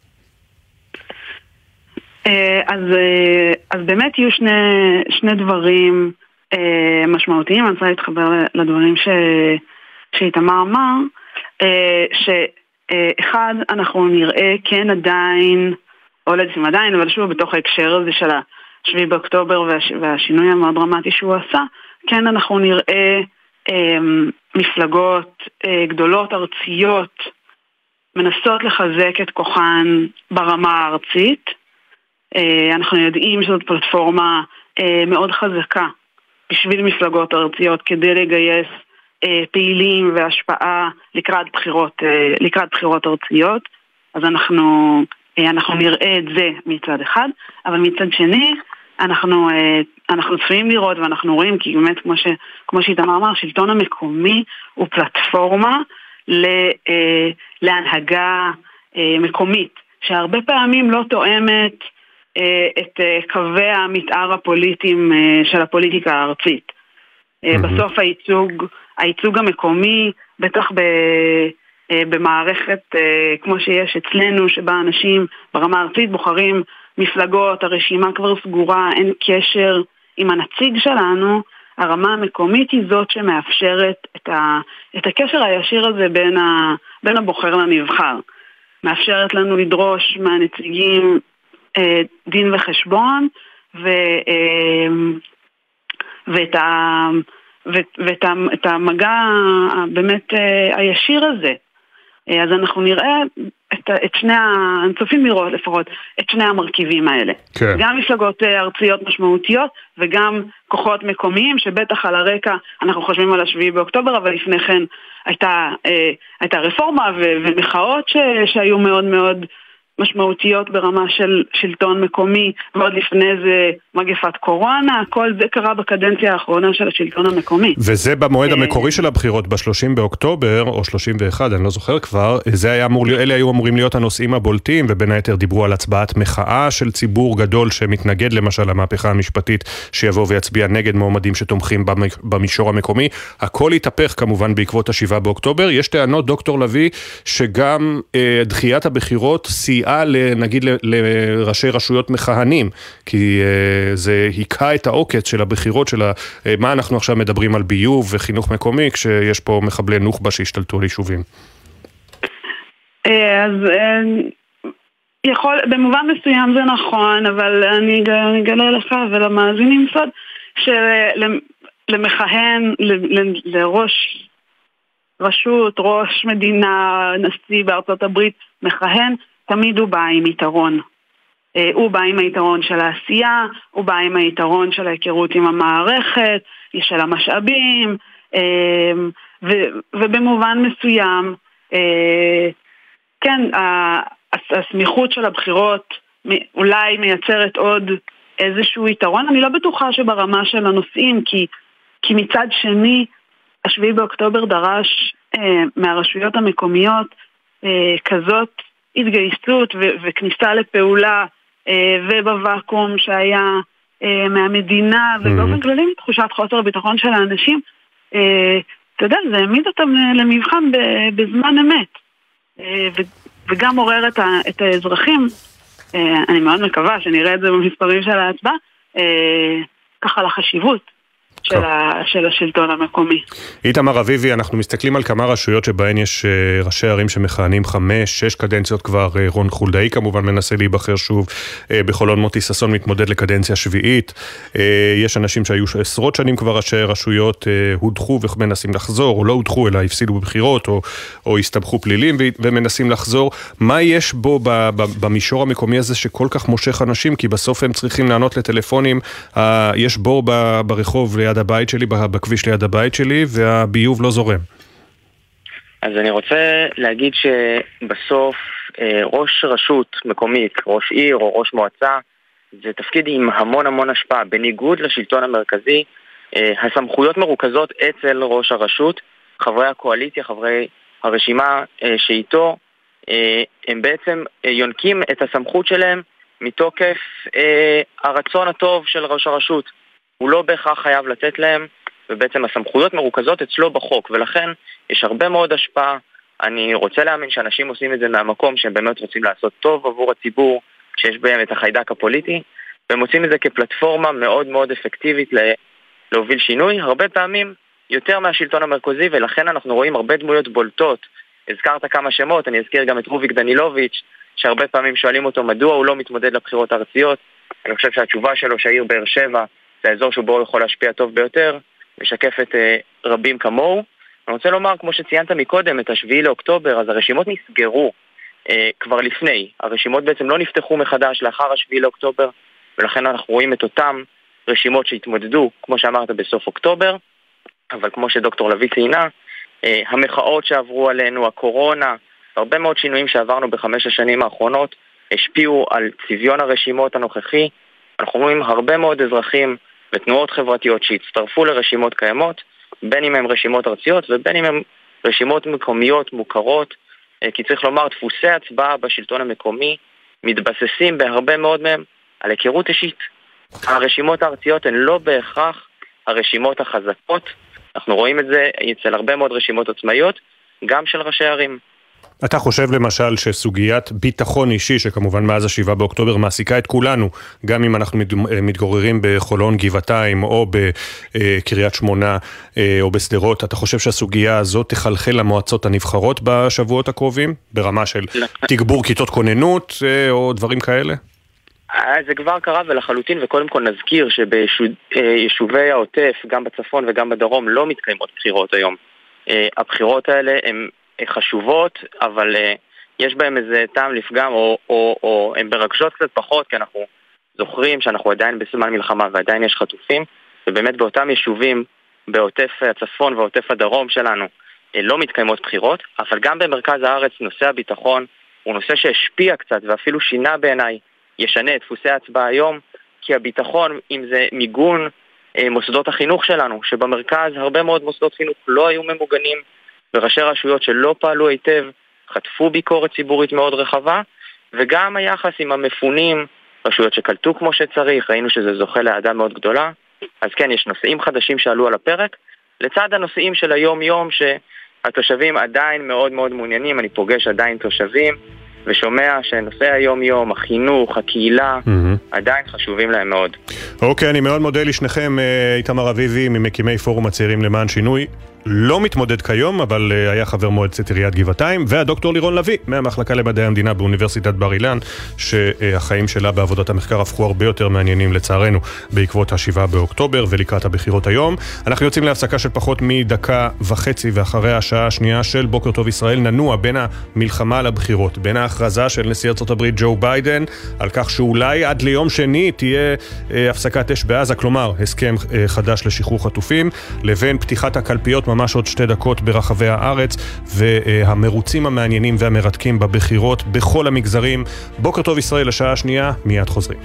אז באמת יהיו שני דברים משמעותיים. אני רוצה להתחבר לדברים שאיתמר אמר, שאחד, אנחנו נראה כן עדיין, או לדיסים עדיין, אבל שוב בתוך ההקשר הזה של 7 באוקטובר והשינוי המאוד דרמטי שהוא עשה, כן אנחנו נראה מפלגות גדולות ארציות מנסות לחזק את כוחן ברמה הארצית. אנחנו יודעים שזאת פלטפורמה מאוד חזקה בשביל מפלגות ארציות כדי לגייס פעילים והשפעה לקראת בחירות ארציות. אז אנחנו נראה את זה מצד אחד, אבל מצד שני אנחנו צפויים לראות ואנחנו רואים, כי באמת כמו שאיתמר אמר, השלטון המקומי הוא פלטפורמה להנהגה מקומית, שהרבה פעמים לא תואמת את קווי המתאר הפוליטיים של הפוליטיקה הארצית. בסוף הייצוג המקומי, בטח במערכת כמו שיש אצלנו, שבה אנשים ברמה הארצית בוחרים מפלגות, הרשימה כבר סגורה, אין קשר עם הנציג שלנו, הרמה המקומית היא זאת שמאפשרת את הקשר הישיר הזה בין הבוחר לנבחר. מאפשרת לנו לדרוש מהנציגים דין וחשבון ואת המגע באמת הישיר הזה. אז אנחנו נראה את צופים לראות לפחות את שני המרכיבים האלה. כן. גם מפלגות ארציות משמעותיות וגם כוחות מקומיים, שבטח על הרקע אנחנו חושבים על 7 באוקטובר, אבל לפני כן הייתה רפורמה ומחאות שהיו מאוד מאוד משמעותיות ברמה של שלטון מקומי, ועוד לפני זה מגפת קורונה, כל זה קרה בקדנציה האחרונה של השלטון המקומי. וזה במועד המקורי של הבחירות, ב-30 באוקטובר, או 31, אני לא זוכר כבר, אלה היו אמורים להיות הנושאים הבולטים, ובין היתר דיברו על הצבעת מחאה של ציבור גדול שמתנגד למשל למהפכה המשפטית, שיבוא ויצביע נגד מועמדים שתומכים במישור המקומי. הכל התהפך כמובן בעקבות 7 באוקטובר. יש טענות, דוקטור לוי, שגם דחיית הבחירות סייעה נגיד לראשי רשויות מכהנים, כי זה היקע את העוקץ של הבחירות של מה אנחנו עכשיו מדברים על ביוב וחינוך מקומי, כשיש פה מחבלי נוח'בה שהשתלטו על יישובים. אז במובן מסוים זה נכון, אבל אני אגלה לך ולמאזינים סוד, שלמכהן, לראש רשות, ראש מדינה, נשיא בארצות הברית, מכהן, תמיד הוא בא עם יתרון. הוא בא עם היתרון של העשייה, הוא בא עם היתרון של ההיכרות עם המערכת, של המשאבים, ובמובן מסוים, כן, הסמיכות של הבחירות אולי מייצרת עוד איזשהו יתרון. אני לא בטוחה שברמה של הנושאים, כי מצד שני, 7 באוקטובר דרש מהרשויות המקומיות כזאת התגייסות וכניסה לפעולה ובוואקום שהיה מהמדינה, ובאופן כללי תחושת חוסר הביטחון של האנשים, אתה יודע, זה העמיד אותם למבחן בזמן אמת, וגם עורר את האזרחים. אני מאוד מקווה שנראה את זה במספרים של ההצבעה, ככה לחשיבות של השלטון המקומי. איתמר אביבי, אנחנו מסתכלים על כמה רשויות שבהן יש ראשי ערים שמכהנים 5-6 קדנציות כבר. רון חולדאי כמובן מנסה להיבחר שוב, בחולון מוטי ששון מתמודד לקדנציה שביעית. יש אנשים שהיו 10 שנים כבר ראשי רשויות, הודחו ומנסים לחזור, או לא הודחו אלא הפסידו בבחירות, או הסתבכו פלילים ומנסים לחזור. מה יש בו במישור המקומי הזה שכל כך מושך אנשים? כי בסוף הם צריכים לענות לטלפונים, יש בור ברחוב ליד הבית שלי, בכביש ליד הבית שלי, והביוב לא זורם. אז אני רוצה להגיד שבסוף ראש רשות מקומית, ראש עיר או ראש מועצה, זה תפקיד עם המון השפעה. בניגוד לשלטון המרכזי, הסמכויות מרוכזות אצל ראש הרשות, חברי הקואליציה, חברי הרשימה שאיתו, הם בעצם יונקים את הסמכות שלהם מתוקף הרצון הטוב של ראש הרשות. הוא לא בהכרח חייב לתת להם, ובעצם הסמכויות מרוכזות אצלו בחוק, ולכן יש הרבה מאוד השפעה. אני רוצה להאמין שאנשים עושים את זה מהמקום שהם באמת רוצים לעשות טוב עבור הציבור, שיש בהם את החיידק הפוליטי, והם עושים את זה כפלטפורמה מאוד אפקטיבית להוביל שינוי, הרבה פעמים יותר מהשלטון המרכזי, ולכן אנחנו רואים הרבה דמויות בולטות. הזכרת כמה שמות, אני אזכיר גם את רוביק דנילוביץ', שהרבה פעמים שואלים אותו מדוע הוא לא מתמודד לבחירות הארציות. אני חושב שהתשובה שלו שהעיר באר שבע זה האזור שבו הוא יכול להשפיע טוב ביותר, משקפת רבים כמוהו. אני רוצה לומר, כמו שציינת מקודם, את 7 לאוקטובר, אז הרשימות נסגרו כבר לפני. הרשימות בעצם לא נפתחו מחדש לאחר 7 לאוקטובר, ולכן אנחנו רואים את אותם רשימות שהתמודדו, כמו שאמרת, בסוף אוקטובר, אבל כמו שדוקטור לוי ציינה, המחאות שעברו עלינו, הקורונה, הרבה מאוד שינויים שעברנו ב5 השנים האחרונות, השפיעו על צביון הרשימות הנוכחי. אנחנו רואים הרבה מאוד אזרחים ותנועות חברתיות שהצטרפו לרשימות קיימות, בין אם הם רשימות ארציות ובין אם הם רשימות מקומיות מוכרות, כי צריך לומר, דפוסי הצבעה בשלטון המקומי מתבססים בהרבה מאוד מהם על היכרות אישית. הרשימות הארציות הן לא בהכרח הרשימות החזקות, אנחנו רואים את זה אצל הרבה מאוד רשימות עצמאיות, גם של ראשי ערים. אתה חושב למשל שסוגיית ביטחון אישי, שכמובן מאז 7 באוקטובר מעסיקה את כולנו, גם אם אנחנו מתגוררים בחולון גבעתיים או בקריית שמונה או בסדרות, אתה חושב שהסוגיה הזאת תחלחל למועצות הנבחרות בשבועות הקרובים, ברמה של תגבור כיתות כוננות או דברים כאלה? זה כבר קרה ולחלוטין, וקודם כל נזכיר שביישובי העוטף, גם בצפון וגם בדרום, לא מתקיימות בחירות היום. הבחירות האלה הן חשובות, אבל יש בהם איזה טעם לפגם, או הן ברגשות קצת פחות, כי אנחנו זוכרים שאנחנו עדיין בסימן מלחמה ועדיין יש חטופים, ובאמת באותם יישובים, בעוטף הצפון ועוטף הדרום שלנו, לא מתקיימות בחירות, אבל גם במרכז הארץ נושא הביטחון הוא נושא שהשפיע קצת ואפילו שינה בעיניי, ישנה את דפוסי ההצבעה היום, כי הביטחון, אם זה מיגון מוסדות החינוך שלנו, שבמרכז הרבה מאוד מוסדות חינוך לא היו ממוגנים, וראשי רשויות שלא פעלו היטב, חטפו ביקורת ציבורית מאוד רחבה, וגם היחס עם המפונים, רשויות שקלטו כמו שצריך, ראינו שזה זוכה לאהדה מאוד גדולה, אז כן, יש נושאים חדשים שעלו על הפרק, לצד הנושאים של היום-יום שהתושבים עדיין מאוד מאוד מעוניינים, אני פוגש עדיין תושבים, ושומע שנושא היום-יום, החינוך, הקהילה, עדיין חשובים להם מאוד. אוקיי, אני מאוד מודה לשניכם, איתמר אביבי, ממקימי פורום הצעירים למען שינוי, לא מתמודד כיום, אבל היה חבר מועצת עיריית גבעתיים, והדוקטור לירון לוי, מהמחלקה למדעי המדינה באוניברסיטת בר אילן, שהחיים שלה בעבודת המחקר הפכו הרבה יותר מעניינים לצערנו, בעקבות 7 באוקטובר ולקראת הבחירות היום. אנחנו יוצאים להפסקה של פחות מדקה וחצי, ואחרי השעה השנייה של בוקר טוב ישראל, ננוע בין המלחמה לבחירות, בין ההכרזה של נשיא ארצות הברית ג'ו ביידן, על כך שאולי עד ליום שני תהיה הפסקת אש בעזה, כלומר הסכם חדש לשחרור חטופים, לבין פתיחת הקלפיות ממש עוד 2 דקות ברחבי הארץ, והמרוצים המעניינים והמרתקים בבחירות בכל המגזרים. בוקר טוב ישראל, השעה השנייה, מיד חוזרים.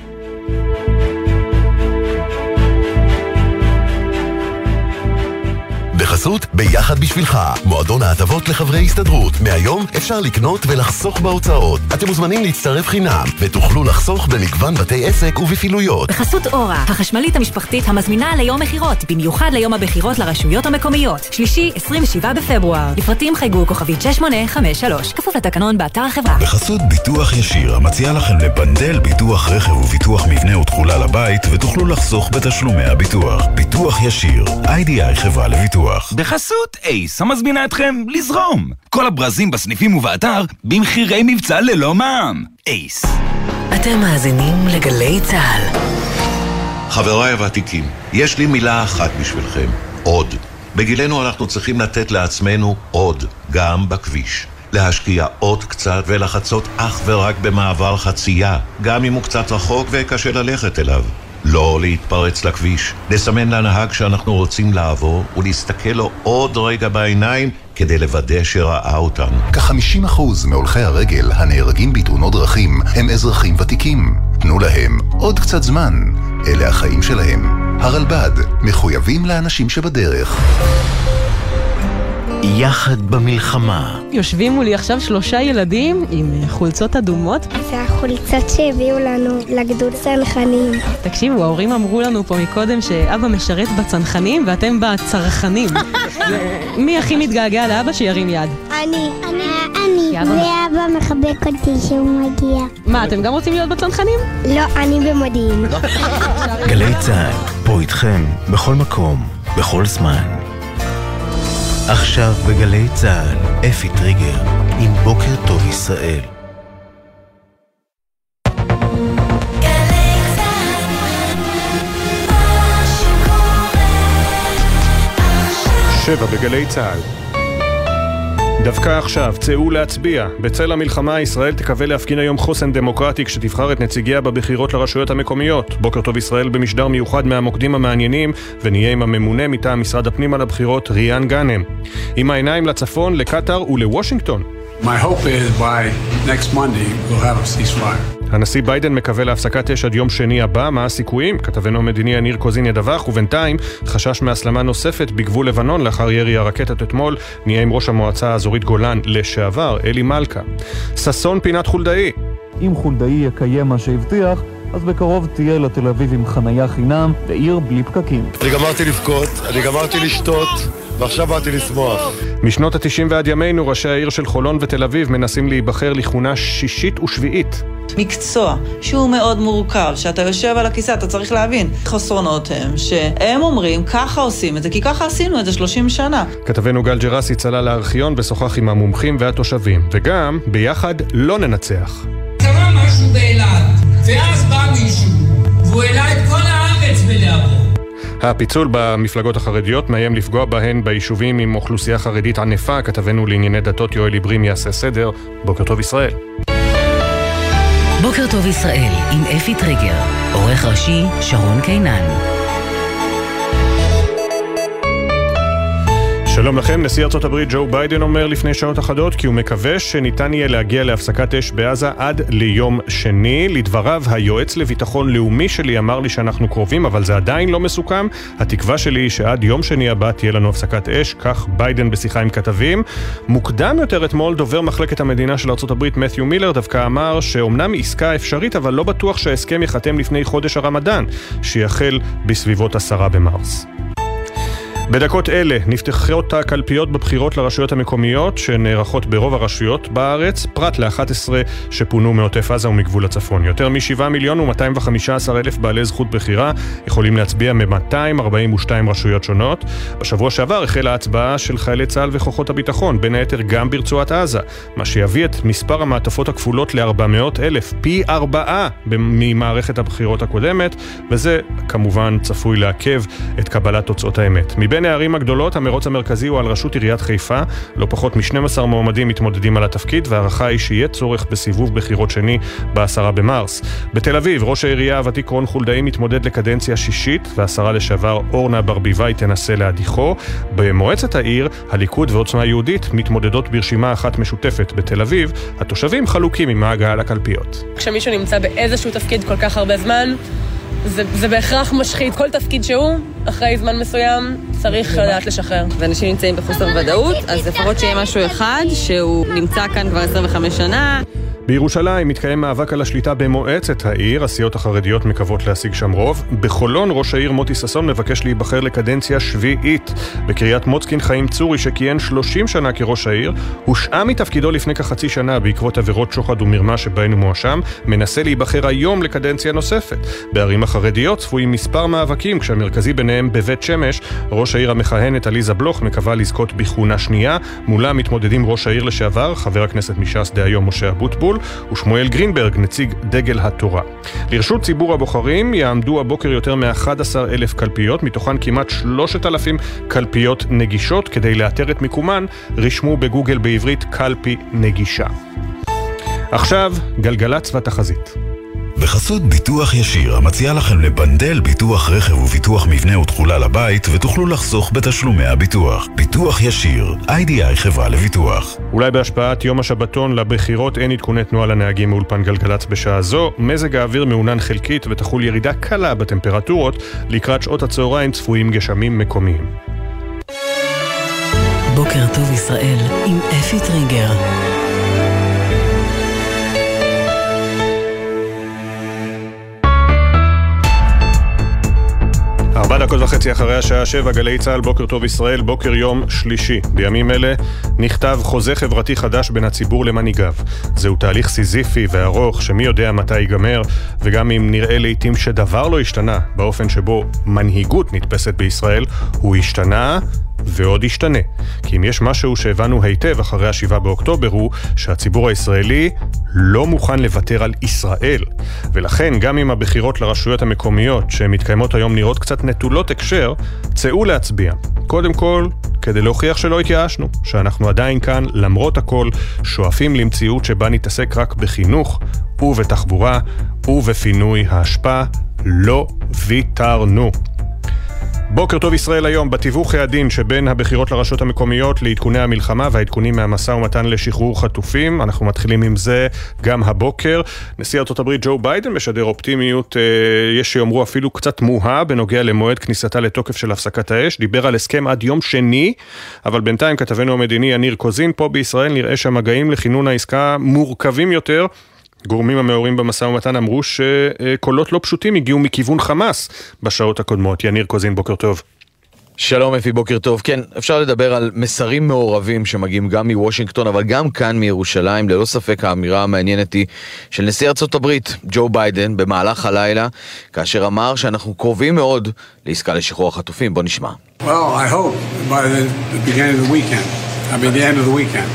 בחסות ביחד בשבילך, מועדון ההטבות לחברי הסתדרות. מהיום אפשר לקנות ולחסוך בהוצאות. אתם מוזמנים להצטרף חינם ותוכלו לחסוך במגוון בתי עסק ובפעילויות. בחסות אורה, החשמלית המשפחתית המזמינה ליום מחירות, במיוחד ליום הבחירות לרשויות המקומיות. שלישי, 27 בפברואר. לפרטים חייגו כוכבית 6853, כפוף לתקנון באתר החברה. בחסות ביטוח ישיר, המציע לכם לבנדל ביטוח רכב וביטוח מבנה ותכולה לבית, ותוכלו לחסוך בתשלומי הביטוח. ביטוח ישיר, IDI חברה לביטוח. בחסות אייס, המזמינה אתכם לזרום. כל הברזים בסניפים ובאתר במחירי מבצע ללא מע"מ. אייס. אתם מאזינים לגלי צהל. חבריי הוותיקים, יש לי מילה אחת בשבילכם, עוד. בגילנו אנחנו צריכים לתת לעצמנו עוד, גם בכביש. להשקיע עוד קצת ולחצות אך ורק במעבר חצייה, גם אם הוא קצת רחוק וקשה ללכת אליו. לא להתפרץ לכביש, לסמן לנהג שאנחנו רוצים לעבור ולהסתכל לו עוד רגע בעיניים כדי לוודא שראה אותנו. כ-50% מהולכי הרגל הנהרגים בתאונות דרכים הם אזרחים ותיקים. תנו להם עוד קצת זמן. אלה החיים שלהם. הרלב"ד, מחויבים לאנשים שבדרך. יחד במלחמה. יושבים מולי עכשיו 3 ילדים עם חולצות אדומות. זה החולצות שהביאו לנו לגדוד צנחנים. תקשיבו, ההורים אמרו לנו פה מקודם שאבא משרת בצנחנים ואתם בצרכנים. מי הכי מתגעגע לאבא שירים יד? אני. ואבא מחבק אותי שהוא מגיע. מה, אתם גם רוצים להיות בצנחנים? לא, אני במודיעין. גלי צהל, פה איתכם, בכל מקום, בכל זמן. עכשיו בגלי צהל, אפי טריגר, עם בוקר טוב ישראל. שבע בגלי צהל. דווקא עכשיו, צאו להצביע. בצל המלחמה, ישראל תקווה להפגין היום חוסן דמוקרטי כשתבחר את נציגיה בבחירות לרשויות המקומיות. בוקר טוב ישראל במשדר מיוחד מהמוקדים המעניינים, ונהיה עם הממונה מטעם משרד הפנים על הבחירות, ריאן גאנם. עם העיניים לצפון, לקטר ולוושינגטון. My hope is by next Monday we'll have a ceasefire. הנשיא ביידן מקווה להפסקת אש עד יום שני הבא. מה הסיכויים? כתבנו המדיני יניר קוזין ידווח, ובינתיים חשש מהסלמה נוספת בגבול לבנון לאחר ירי הרקטות אתמול. נהיה עם ראש המועצה האזורית גולן לשעבר, אלי מלכה. ססון פינת חולדאי. אם חולדאי יקיים מה שהבטיח, אז בקרוב תהיה לתל אביב עם חנייה חינם ועיר בלי פקקים. אני גמרתי לבכות, אני גמרתי לשתות, ועכשיו באתי לשמוח. משנות ה-90 ועד ימינו, ראשי העיר של חולון ותל אביב מנסים להיבחר לכהונה שישית ושביעית. מקצוע שהוא מאוד מורכב, שאתה יושב על הכיסא, אתה צריך להבין. חסרונות הם שהם אומרים, ככה עושים את זה, כי ככה עשינו את זה 30 שנה. כתבנו גל ג'רסי צלה לארכיון ושוחח עם המומחים והתושבים, וגם ביחד לא ננצח. קרה משהו באילת, ואז בא מישהו, והוא העלה את כל הארץ בלעבור. הפיצול במפלגות החרדיות מאיים לפגוע בהן ביישובים עם אוכלוסייה חרדית ענפה. כתבנו לענייני דתות יואל איברים יעשה סדר. בוקר טוב ישראל. בוקר טוב ישראל עם אפי טריגר, עורך ראשי שרון קינן. שלום לכם, נשיא ארצות הברית ג'ו ביידן אומר לפני שעות אחדות כי הוא מקווה שניתן יהיה להגיע להפסקת אש בעזה עד ליום שני. לדבריו, היועץ לביטחון לאומי שלי אמר לי שאנחנו קרובים, אבל זה עדיין לא מסוכם. התקווה שלי היא שעד יום שני הבא תהיה לנו הפסקת אש, כך ביידן בשיחה עם כתבים. מוקדם יותר אתמול דובר מחלקת המדינה של ארצות הברית מת'יו מילר דווקא אמר שאומנם עסקה אפשרית, אבל לא בטוח שההסכם יחתם לפני חודש הרמדאן, שיחל בסביבות 10 במרס. בדקות אלה נפתחות הקלפיות בבחירות לרשויות המקומיות שנערכות ברוב הרשויות בארץ, פרט ל-11 שפונו מעוטף עזה ומגבול הצפון. יותר מ7,215,000 בעלי זכות בחירה יכולים להצביע מ-242 רשויות שונות. בשבוע שעבר החלה ההצבעה של חיילי צה"ל וכוחות הביטחון, בין היתר גם ברצועת עזה, מה שיביא את מספר המעטפות הכפולות ל-400,000, פי 4 ממערכת הבחירות הקודמת, וזה כמובן צפוי לעכב את קבלת תוצאות האמת. בין הערים הגדולות, המרוץ המרכזי הוא על ראשות עיריית חיפה. לא פחות מ-12 מועמדים מתמודדים על התפקיד, והערכה היא שיהיה צורך בסיבוב בחירות שני ב-10 במרס. בתל אביב, ראש העירייה הוותיק רון חולדאי מתמודד לקדנציה שישית, והשרה לשעבר אורנה ברביבאי תנסה להדיחו. במועצת העיר, הליכוד ועוצמה יהודית מתמודדות ברשימה אחת משותפת. בתל אביב, התושבים חלוקים עם ההגעה לקלפיות. כשמישהו נמצא באיזשהו תפקיד כל כך הרבה זמן, זה בהכרח משחית. כל תפקיד שהוא, אחרי זמן מסוים, צריך לדעת לשחרר. ואנשים נמצאים בחוסר ודאות, אז לפחות שיהיה משהו אחד שהוא נמצא כאן כבר 25 שנה. בירושלים מתקיים מאבק על השליטה במועצת העיר, הסיעות החרדיות מקוות להשיג שם רוב. בחולון ראש העיר מוטי ששון מבקש להיבחר לקדנציה שביעית. בקריית מוצקין חיים צורי שכיהן 30 שנה כראש העיר, הושעה מתפקידו לפני כחצי שנה בעקבות עבירות שוחד ומרמה שבהן הוא מואשם, מנסה להיבחר היום לקדנציה נוספת. בערים החרדיות צפויים מספר מאבקים, כשהמרכזי ביניהם בבית שמש, ראש העיר המכהנת עליזה בלוך מקווה לזכות בכהונה שנייה, מולה מתמודדים ראש העיר לשעבר, חבר הכנסת מש"ס דהיום משה אבוטבול, ושמואל גרינברג, נציג דגל התורה. לרשות ציבור הבוחרים יעמדו הבוקר יותר מ-11,000 קלפיות, מתוכן כמעט 3,000 קלפיות נגישות. כדי לאתר את מיקומן, רשמו בגוגל בעברית קלפי נגישה. עכשיו, גלגלצ והתחזית. בחסות ביטוח ישיר, המציע לכם לבנדל ביטוח רכב וביטוח מבנה ותכולה לבית, ותוכלו לחסוך בתשלומי הביטוח. ביטוח ישיר, IDI חברה לביטוח. אולי בהשפעת יום השבתון לבחירות אין עדכוני תנועה לנהגים מאולפן גלגלצ בשעה זו. מזג האוויר מעונן חלקית ותחול ירידה קלה בטמפרטורות. לקראת שעות הצהריים צפויים גשמים מקומיים. בוקר טוב ישראל עם אפי טריגר. 4:30 אחרי השעה 7, גלי צהל, בוקר טוב ישראל, בוקר יום שלישי. בימים אלה נכתב חוזה חברתי חדש בין הציבור למנהיגיו. זהו תהליך סיזיפי וארוך שמי יודע מתי ייגמר, וגם אם נראה לעתים שדבר לא השתנה באופן שבו מנהיגות נתפסת בישראל, הוא השתנה ועוד ישתנה. כי אם יש משהו שהבנו היטב אחרי ה7 באוקטובר הוא שהציבור הישראלי לא מוכן לוותר על ישראל. ולכן גם אם הבחירות לרשויות המקומיות שמתקיימות היום נראות קצת נטולות הקשר, צאו להצביע. קודם כל, כדי להוכיח שלא התייאשנו, שאנחנו עדיין כאן למרות הכל שואפים למציאות שבה נתעסק רק בחינוך ובתחבורה ובפינוי האשפה. לא ויתרנו. בוקר טוב ישראל היום, בתיווך העדין שבין הבחירות לרשויות המקומיות לעדכוני המלחמה והעדכונים מהמשא ומתן לשחרור חטופים. אנחנו מתחילים עם זה גם הבוקר. נשיא ארצות הברית ג'ו ביידן משדר אופטימיות, יש שיאמרו אפילו קצת תמוהה בנוגע למועד כניסתה לתוקף של הפסקת האש. דיבר על הסכם עד יום שני, אבל בינתיים כתבנו המדיני יניר קוזין פה בישראל נראה שהמגעים לכינון העסקה מורכבים יותר. גורמים המעורים במשא ומתן אמרו שקולות לא פשוטים הגיעו מכיוון חמאס בשעות הקודמות. יניר קוזין, בוקר טוב. שלום אפי, בוקר טוב. כן, אפשר לדבר על מסרים מעורבים שמגיעים גם מוושינגטון, אבל גם כאן מירושלים. ללא ספק האמירה המעניינת היא של נשיא ארצות הברית, ג'ו ביידן, במהלך הלילה, כאשר אמר שאנחנו קרובים מאוד לעסקה לשחרור החטופים. בוא נשמע. Well, I hope by the beginning of the weekend, the end of the weekend.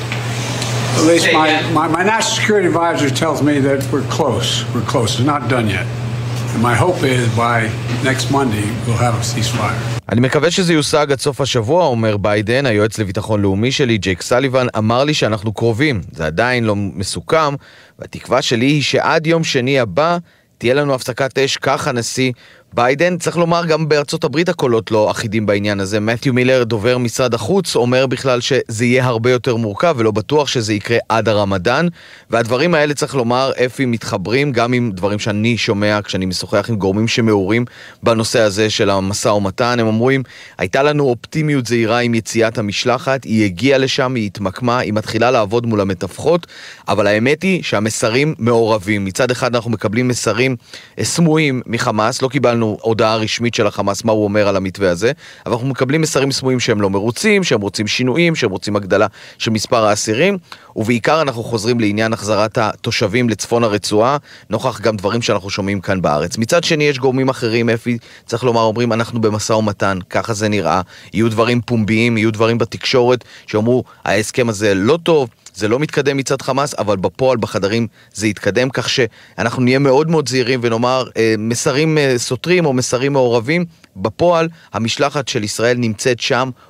At least my national security advisor tells me that we're close. We're close. It's not done yet. And my hope is by next Monday we'll have a ceasefire. אני מקווה שזה יושג עד סוף השבוע, אומר ביידן. היועץ לביטחון לאומי שלי, ג'ייק סליבן, אמר לי שאנחנו קרובים. זה עדיין לא מסוכם, והתקווה שלי היא שעד יום שני הבא תהיה לנו הפסקת אש. כך הנשיא ביידן. צריך לומר, גם בארצות הברית הקולות לא אחידים בעניין הזה. מתיו מילר, דובר משרד החוץ, אומר בכלל שזה יהיה הרבה יותר מורכב, ולא בטוח שזה יקרה עד הרמדאן. והדברים האלה, צריך לומר, אפי, מתחברים גם עם דברים שאני שומע כשאני משוחח עם גורמים שמעורים בנושא הזה של המשא ומתן. הם אומרים, הייתה לנו אופטימיות זהירה עם יציאת המשלחת, היא הגיעה לשם, היא התמקמה, היא מתחילה לעבוד מול המתווכות, אבל האמת היא שהמסרים מעורבים. מצד אחד אנחנו מקבלים מסרים סמויים מחמאס, לא קיבלנו הודעה רשמית של החמאס מה הוא אומר על המתווה הזה, אבל אנחנו מקבלים מסרים סמויים שהם לא מרוצים, שהם רוצים שינויים, שהם רוצים הגדלה של מספר האסירים, ובעיקר אנחנו חוזרים לעניין החזרת התושבים לצפון הרצועה, נוכח גם דברים שאנחנו שומעים כאן בארץ. מצד שני יש גורמים אחרים, אפי, צריך לומר, אומרים אנחנו במשא ומתן, ככה זה נראה, יהיו דברים פומביים, יהיו דברים בתקשורת שאומרו ההסכם הזה לא טוב, זה לא מתקדם מצד חמאס, אבל בפועל בחדרים זה יתקדם, כך שאנחנו נהיה מאוד מאוד זהירים ונאמר מסרים סותרים או מסרים מעורבים. בפועל המשלחת של ישראל נמצאת שם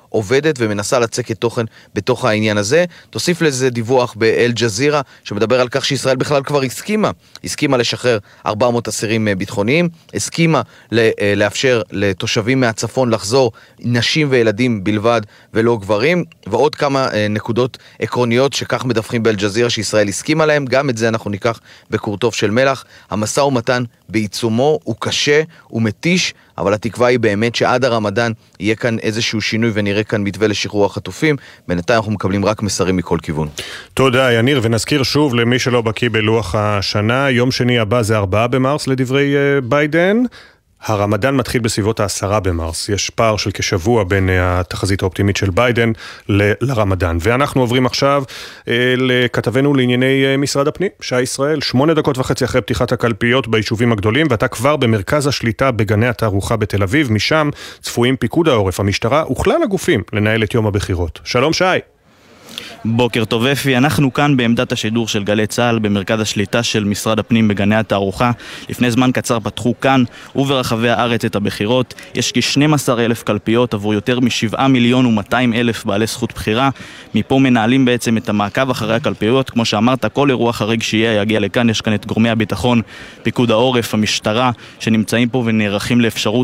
עובדת ומנסה לצקת תוכן בתוך העניין הזה. תוסיף לזה דיווח באל-ג'זירה, שמדבר על כך שישראל בכלל כבר הסכימה לשחרר 400 אסירים ביטחוניים, הסכימה לאפשר לתושבים מהצפון לחזור, נשים וילדים בלבד ולא גברים, ועוד כמה נקודות עקרוניות שכך מדווחים באל-ג'זירה שישראל הסכימה להם. גם את זה אנחנו ניקח בקורטוב של מלח. המשא ומתן בעיצומו, הוא קשה, הוא מתיש, אבל התקווה היא באמת שעד הרמדאן יהיה כאן איזשהו שינוי ונראה כאן מתווה לשחרור החטופים. בינתיים אנחנו מקבלים רק מסרים מכל כיוון. תודה יניר, ונזכיר שוב למי שלא בקיא בלוח השנה, יום שני הבא זה 4 במרס לדברי ביידן. הרמדאן מתחיל בסביבות 10 במרס. יש פער של כשבוע בין התחזית האופטימית של ביידן לרמדאן. ואנחנו עוברים עכשיו לכתבנו לענייני משרד הפנים, שי ישראל, 8:30 אחרי פתיחת הקלפיות ביישובים הגדולים, ואתה כבר במרכז השליטה בגני התערוכה בתל אביב. משם צפויים פיקוד העורף, המשטרה וכלל הגופים לנהל את יום הבחירות. שלום שי. בוקר טוב אפי, אנחנו כאן בעמדת השידור של גלי צהל במרכז השליטה של משרד הפנים בגני התערוכה. לפני זמן קצר פתחו כאן וברחבי הארץ את הבחירות. יש כ-12,000 קלפיות עבור יותר מ7,200,000 בעלי זכות בחירה. מפה מנהלים בעצם את המעקב אחרי הקלפיות. כמו שאמרת, כל אירוע חריג שיהיה יגיע לכאן. יש כאן את גורמי הביטחון, פיקוד העורף, המשטרה, שנמצאים פה ונערכים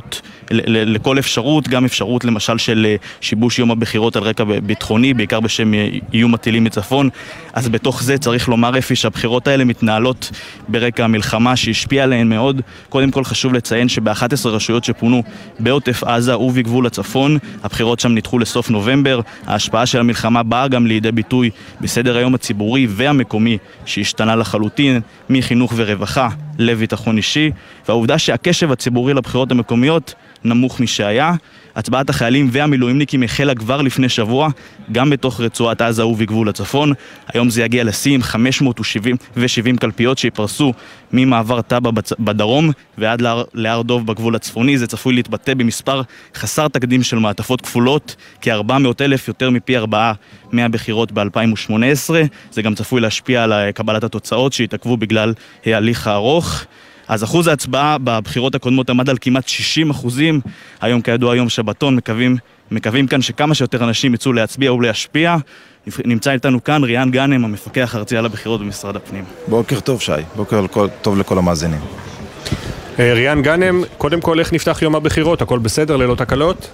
לכל אפשרות, גם אפשרות למשל של שיבוש יום הבחירות על רקע ביטחוני, בעיקר בשם איום הטילים מצפון. אז בתוך זה צריך לומר אפי שהבחירות האלה מתנהלות ברקע המלחמה שהשפיעה עליהן מאוד. קודם כל חשוב לציין שב-11 רשויות שפונו בעוטף עזה ובגבול הצפון, הבחירות שם נדחו לסוף נובמבר. ההשפעה של המלחמה באה גם לידי ביטוי בסדר היום הציבורי והמקומי שהשתנה לחלוטין, מחינוך ורווחה לביטחון אישי, והעובדה שהקשב הציבורי לבחירות המקומיות נמוך משהיה. הצבעת החיילים והמילואימניקים החלה כבר לפני שבוע, גם בתוך רצועת עזה ובגבול הצפון. היום זה יגיע לשים 570 קלפיות שיפרסו ממעבר טאבה בדרום ועד להר דוב בגבול הצפוני. זה צפוי להתבטא במספר חסר תקדים של מעטפות כפולות, כ-400,000, יותר מפי 4 מהבחירות ב-2018. זה גם צפוי להשפיע על קבלת התוצאות שהתעכבו בגלל ההליך הארוך. אז אחוז ההצבעה בבחירות הקודמות עמד על כמעט 60%. היום כידוע היום שבתון, מקווים כאן שכמה שיותר אנשים יצאו להצביע ולהשפיע. נמצא איתנו כאן ריאן גאנם, המפקח הארצי על הבחירות במשרד הפנים. בוקר טוב שי, בוקר טוב לכל המאזינים. ריאן גאנם, קודם כל איך נפתח יום הבחירות? הכל בסדר, ללא תקלות?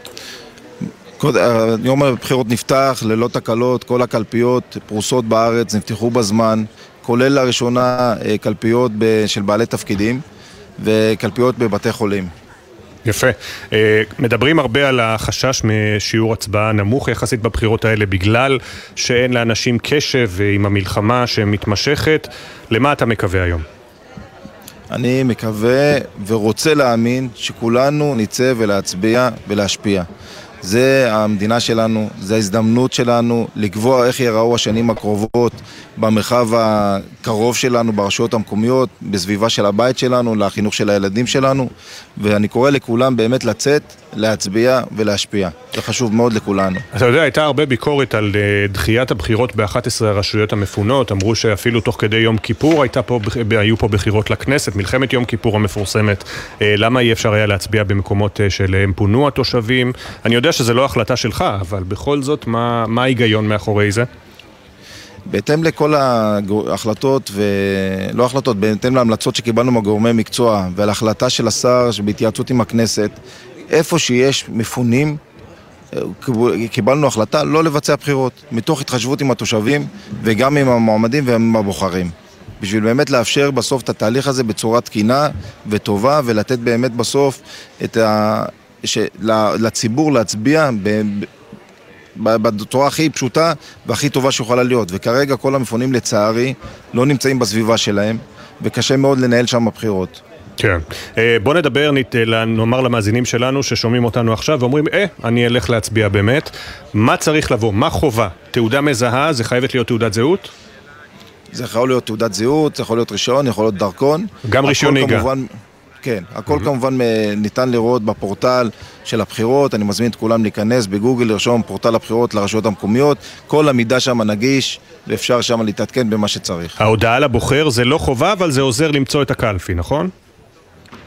יום הבחירות נפתח ללא תקלות, כל הקלפיות פרוסות בארץ נפתחו בזמן, כולל לראשונה קלפיות של בעלי תפקידים וקלפיות בבתי חולים. יפה. מדברים הרבה על החשש משיעור הצבעה נמוך יחסית בבחירות האלה, בגלל שאין לאנשים קשב עם המלחמה שמתמשכת. למה אתה מקווה היום? אני מקווה ורוצה להאמין שכולנו נצא ולהצביע ולהשפיע. זה המדינה שלנו, זה ההזדמנות שלנו לקבוע איך יראו השנים הקרובות במרחב הקרוב שלנו, ברשויות המקומיות, בסביבה של הבית שלנו, לחינוך של הילדים שלנו, ואני קורא לכולם באמת לצאת, להצביע ולהשפיע. זה חשוב מאוד לכולנו. אתה יודע, הייתה הרבה ביקורת על דחיית הבחירות ב-11 הרשויות המפונות, אמרו שאפילו תוך כדי יום כיפור היו פה בחירות לכנסת, מלחמת יום כיפור המפורסמת. למה אי אפשר היה להצביע במקומות שלהם פונו התושבים? אני יודע שזה לא החלטה שלך, אבל בכל זאת, מה ההיגיון מאחורי זה? בהתאם לכל ההחלטות, ולא החלטות, בהתאם להמלצות שקיבלנו מגורמי מקצוע, ועל החלטה של השר בהתייעצות עם הכנסת, איפה שיש מפונים, קיבלנו החלטה לא לבצע בחירות, מתוך התחשבות עם התושבים, וגם עם המועמדים ועם הבוחרים. בשביל באמת לאפשר בסוף את התהליך הזה בצורה תקינה וטובה, ולתת באמת בסוף לציבור להצביע בצורה הכי פשוטה והכי טובה שיכולה להיות. וכרגע כל המפונים לצערי לא נמצאים בסביבה שלהם, וקשה מאוד לנהל שם הבחירות. כן. בוא נדבר, נאמר למאזינים שלנו ששומעים אותנו עכשיו ואומרים, אני אלך להצביע באמת. מה צריך לבוא? מה חובה? תעודה מזהה? זה חייבת להיות תעודת זהות? זה יכול להיות תעודת זהות, זה יכול להיות רישיון, יכול להיות דרכון. גם רישיון נהיגה. כן, הכל כמובן ניתן לראות בפורטל של הבחירות. אני מזמין את כולם להיכנס בגוגל, לרשום פורטל הבחירות לרשויות המקומיות. כל המידע שם נגיש, ואפשר שם להתעדכן במה שצריך. ההודעה לבוחר זה לא חובה, אבל זה עוזר למצוא את הקלפי, נכון?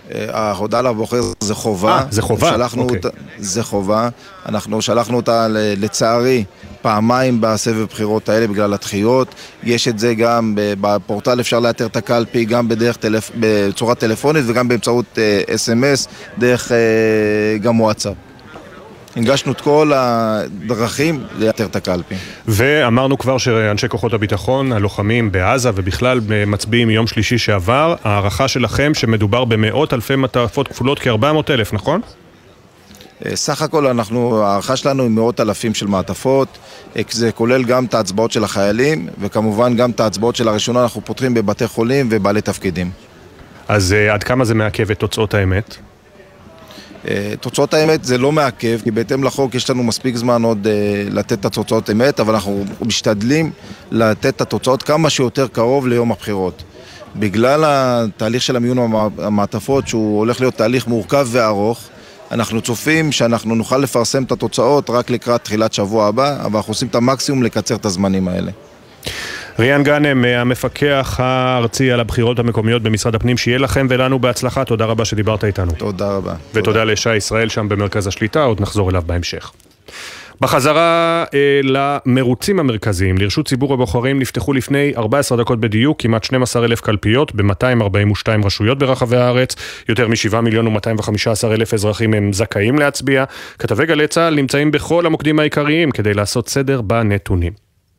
ההודעה לבוחר זה חובה. זה חובה? זה חובה. אנחנו שלחנו אותה לצערי פעמיים בסבב בחירות האלה בגלל הדחיות. יש את זה גם בפורטל, אפשר לאתר את הקלפי גם בצורה טלפונית וגם באמצעות SMS, דרך גם וואטסאפ. הנגשנו את כל הדרכים לאתר את הקלפי. ואמרנו כבר שאנשי כוחות הביטחון, הלוחמים בעזה ובכלל מצביעים מיום שלישי שעבר, הערכה שלכם שמדובר במאות אלפי מעטפות כפולות, כ-400,000, נכון? סך הכל הערכה שלנו היא מאות אלפים של מעטפות, זה כולל גם את ההצבעות של החיילים, וכמובן גם את ההצבעות של הראשונה אנחנו פותחים בבתי חולים ובעלי תפקידים. אז עד כמה זה מעכב את תוצאות האמת? תוצאות האמת זה לא מעכב, כי בהתאם לחוק יש לנו מספיק זמן עוד לתת את התוצאות האמת, אבל אנחנו משתדלים לתת את התוצאות כמה שיותר קרוב ליום הבחירות. בגלל התהליך של המיון המעטפות, שהוא הולך להיות תהליך מורכב וארוך, אנחנו צופים שאנחנו נוכל לפרסם את התוצאות רק לקראת תחילת שבוע הבא, אבל אנחנו עושים את המקסימום לקצר את הזמנים האלה. ריאן גאנם, המפקח הארצי על הבחירות המקומיות במשרד הפנים, שיהיה לכם ולנו בהצלחה. תודה רבה שדיברת איתנו. תודה רבה. ותודה לשי ישראל שם במרכז השליטה, עוד נחזור אליו בהמשך. בחזרה למרוצים המרכזיים, לרשות ציבור הבוחרים נפתחו לפני 14 דקות בדיוק, כמעט 12,000 קלפיות ב-242 רשויות ברחבי הארץ, יותר מ7,215,000 אזרחים הם זכאים להצביע. כתבי גלי צה"ל נמצאים בכל המוקדים העיקריים כדי לעשות סדר בנתונים.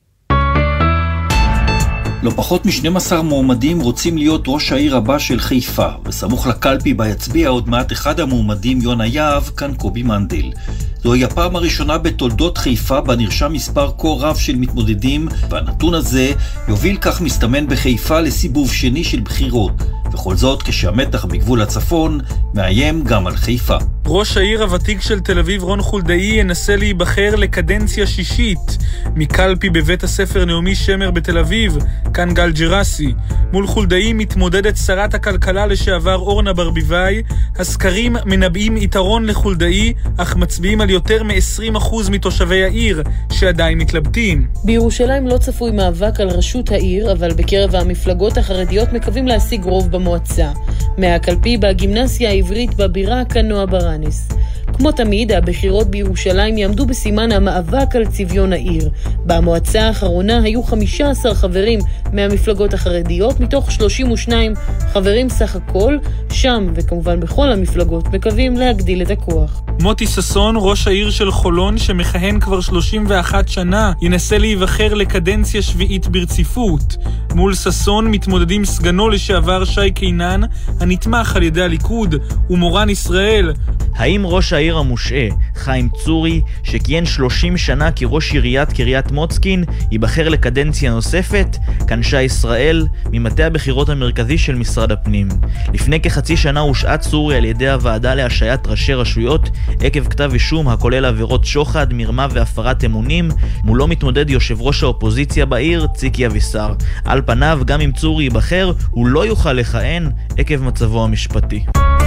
לא פחות מ-12 מועמדים רוצים להיות ראש העיר הבא של חיפה, וסמוך לקלפי בה יצביע עוד מעט אחד המועמדים יונה יהב, כאן קובי מנדל. זוהי הפעם הראשונה בתולדות חיפה בה נרשם מספר כה רב של מתמודדים, והנתון הזה יוביל כך מסתמן בחיפה לסיבוב שני של בחירות, וכל זאת כשהמתח בגבול הצפון מאיים גם על חיפה. ראש העיר הוותיק של תל אביב רון חולדאי ינסה להיבחר לקדנציה שישית מקלפי בבית הספר נעמי שמר בתל אביב, כאן גל ג'רסי. מול חולדאי מתמודדת שרת הכלכלה לשעבר אורנה ברביבאי. הסקרים מנבאים יתרון לחולדאי, אך מצביעים על יותר מ-20% מתושבי העיר שעדיין מתלבטים. בירושלים לא צפוי מאבק על ראשות העיר, אבל בקרב המפלגות החרדיות מקווים להשיג רוב במועצה. מהקלפי בגימנסיה העברית בבירה כנוע ברניס. כמו תמיד, הבחירות בירושלים יעמדו בסימן המאבק על צביון העיר. במועצה האחרונה היו 15 חברים מהמפלגות החרדיות, מתוך 32 חברים סך הכל. שם, וכמובן בכל המפלגות, מקווים להגדיל את הכוח. מוטי ססון, ראש העיר של חולון, שמכהן כבר 31 שנה, ינסה להיבחר לקדנציה שביעית ברציפות. מול ססון מתמודדים סגנו לשעבר שי קינן, הנתמך על ידי הליכוד, ומורן ישראל. האם ראש העיר המושעה, חיים צורי, שכיהן 30 שנה כראש עיריית קריית מוצקין, ייבחר לקדנציה נוספת? כאן שי ישראל, ממטה הבחירות המרכזי של משרד הפנים. לפני כחצי שנה הושעה צורי על ידי הוועדה להשעיית ראשי רשויות, עקב כתב אישום הכולל עבירות שוחד, מרמה והפרת אמונים. מולו מתמודד יושב ראש האופוזיציה בעיר, ציקי אבישר. על פניו, גם אם צורי ייבחר, הוא לא יוכל לכהן עקב מצבו המשפטי.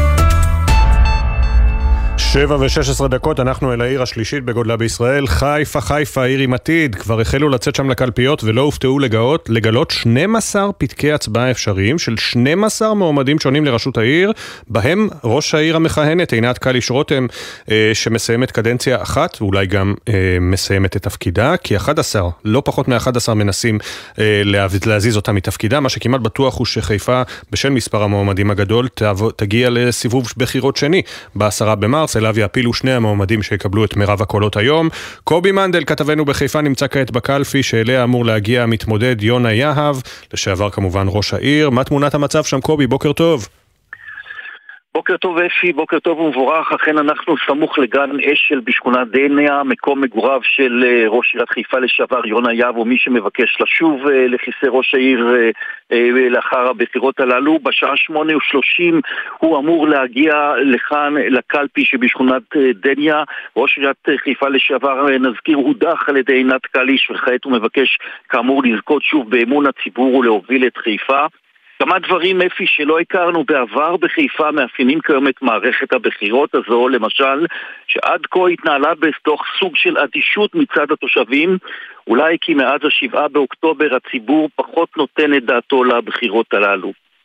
7:16 דקות, אנחנו אל העיר השלישית בגודלה בישראל, חיפה, עיר עם עתיד. כבר החלו לצאת שם לקלפיות ולא הופתעו לגלות 12 פתקי הצבעה אפשריים של 12 מועמדים שונים לראשות העיר, בהם ראש העיר המכהנת, עינת קליש רותם, שמסיימת קדנציה אחת, ואולי גם מסיימת את תפקידה, כי 11, לא פחות מ-11 מנסים להזיז אותה מתפקידה. מה שכמעט בטוח הוא שחיפה, בשל מספר המועמדים הגדול, תגיע לסיבוב בחירות שני, ב10 במרס, אליו יפילו שני המועמדים שיקבלו את מרב הקולות היום. קובי מנדל, כתבנו בחיפה, נמצא כעת בקלפי, שאליה אמור להגיע המתמודד יונה יהב, לשעבר כמובן ראש העיר. מה תמונת המצב שם, קובי? בוקר טוב. בוקר טוב אפי, בוקר טוב ומבורך. אכן אנחנו סמוך לגן אשל בשכונת דניה, מקום מגוריו של ראש עיריית חיפה לשעבר יונה יהב, ומי שמבקש לשוב לכיסא ראש העיר לאחר הבחירות הללו. בשעה 8:30 הוא אמור להגיע לכאן לקלפי שבשכונת דניה. ראש עיריית חיפה לשעבר, נזכיר, הודח על ידי עינת קליש, וכעת הוא מבקש כאמור לזכות שוב באמון הציבור ולהוביל את חיפה. כמה דברים אפי שלא הכרנו בעבר בחיפה מאפיינים כיום את מערכת הבחירות הזו, למשל שעד כה התנהלה בתוך סוג של אדישות מצד התושבים, אולי כי מאז 7 באוקטובר הציבור פחות נותן את דעתו לבחירות הללו.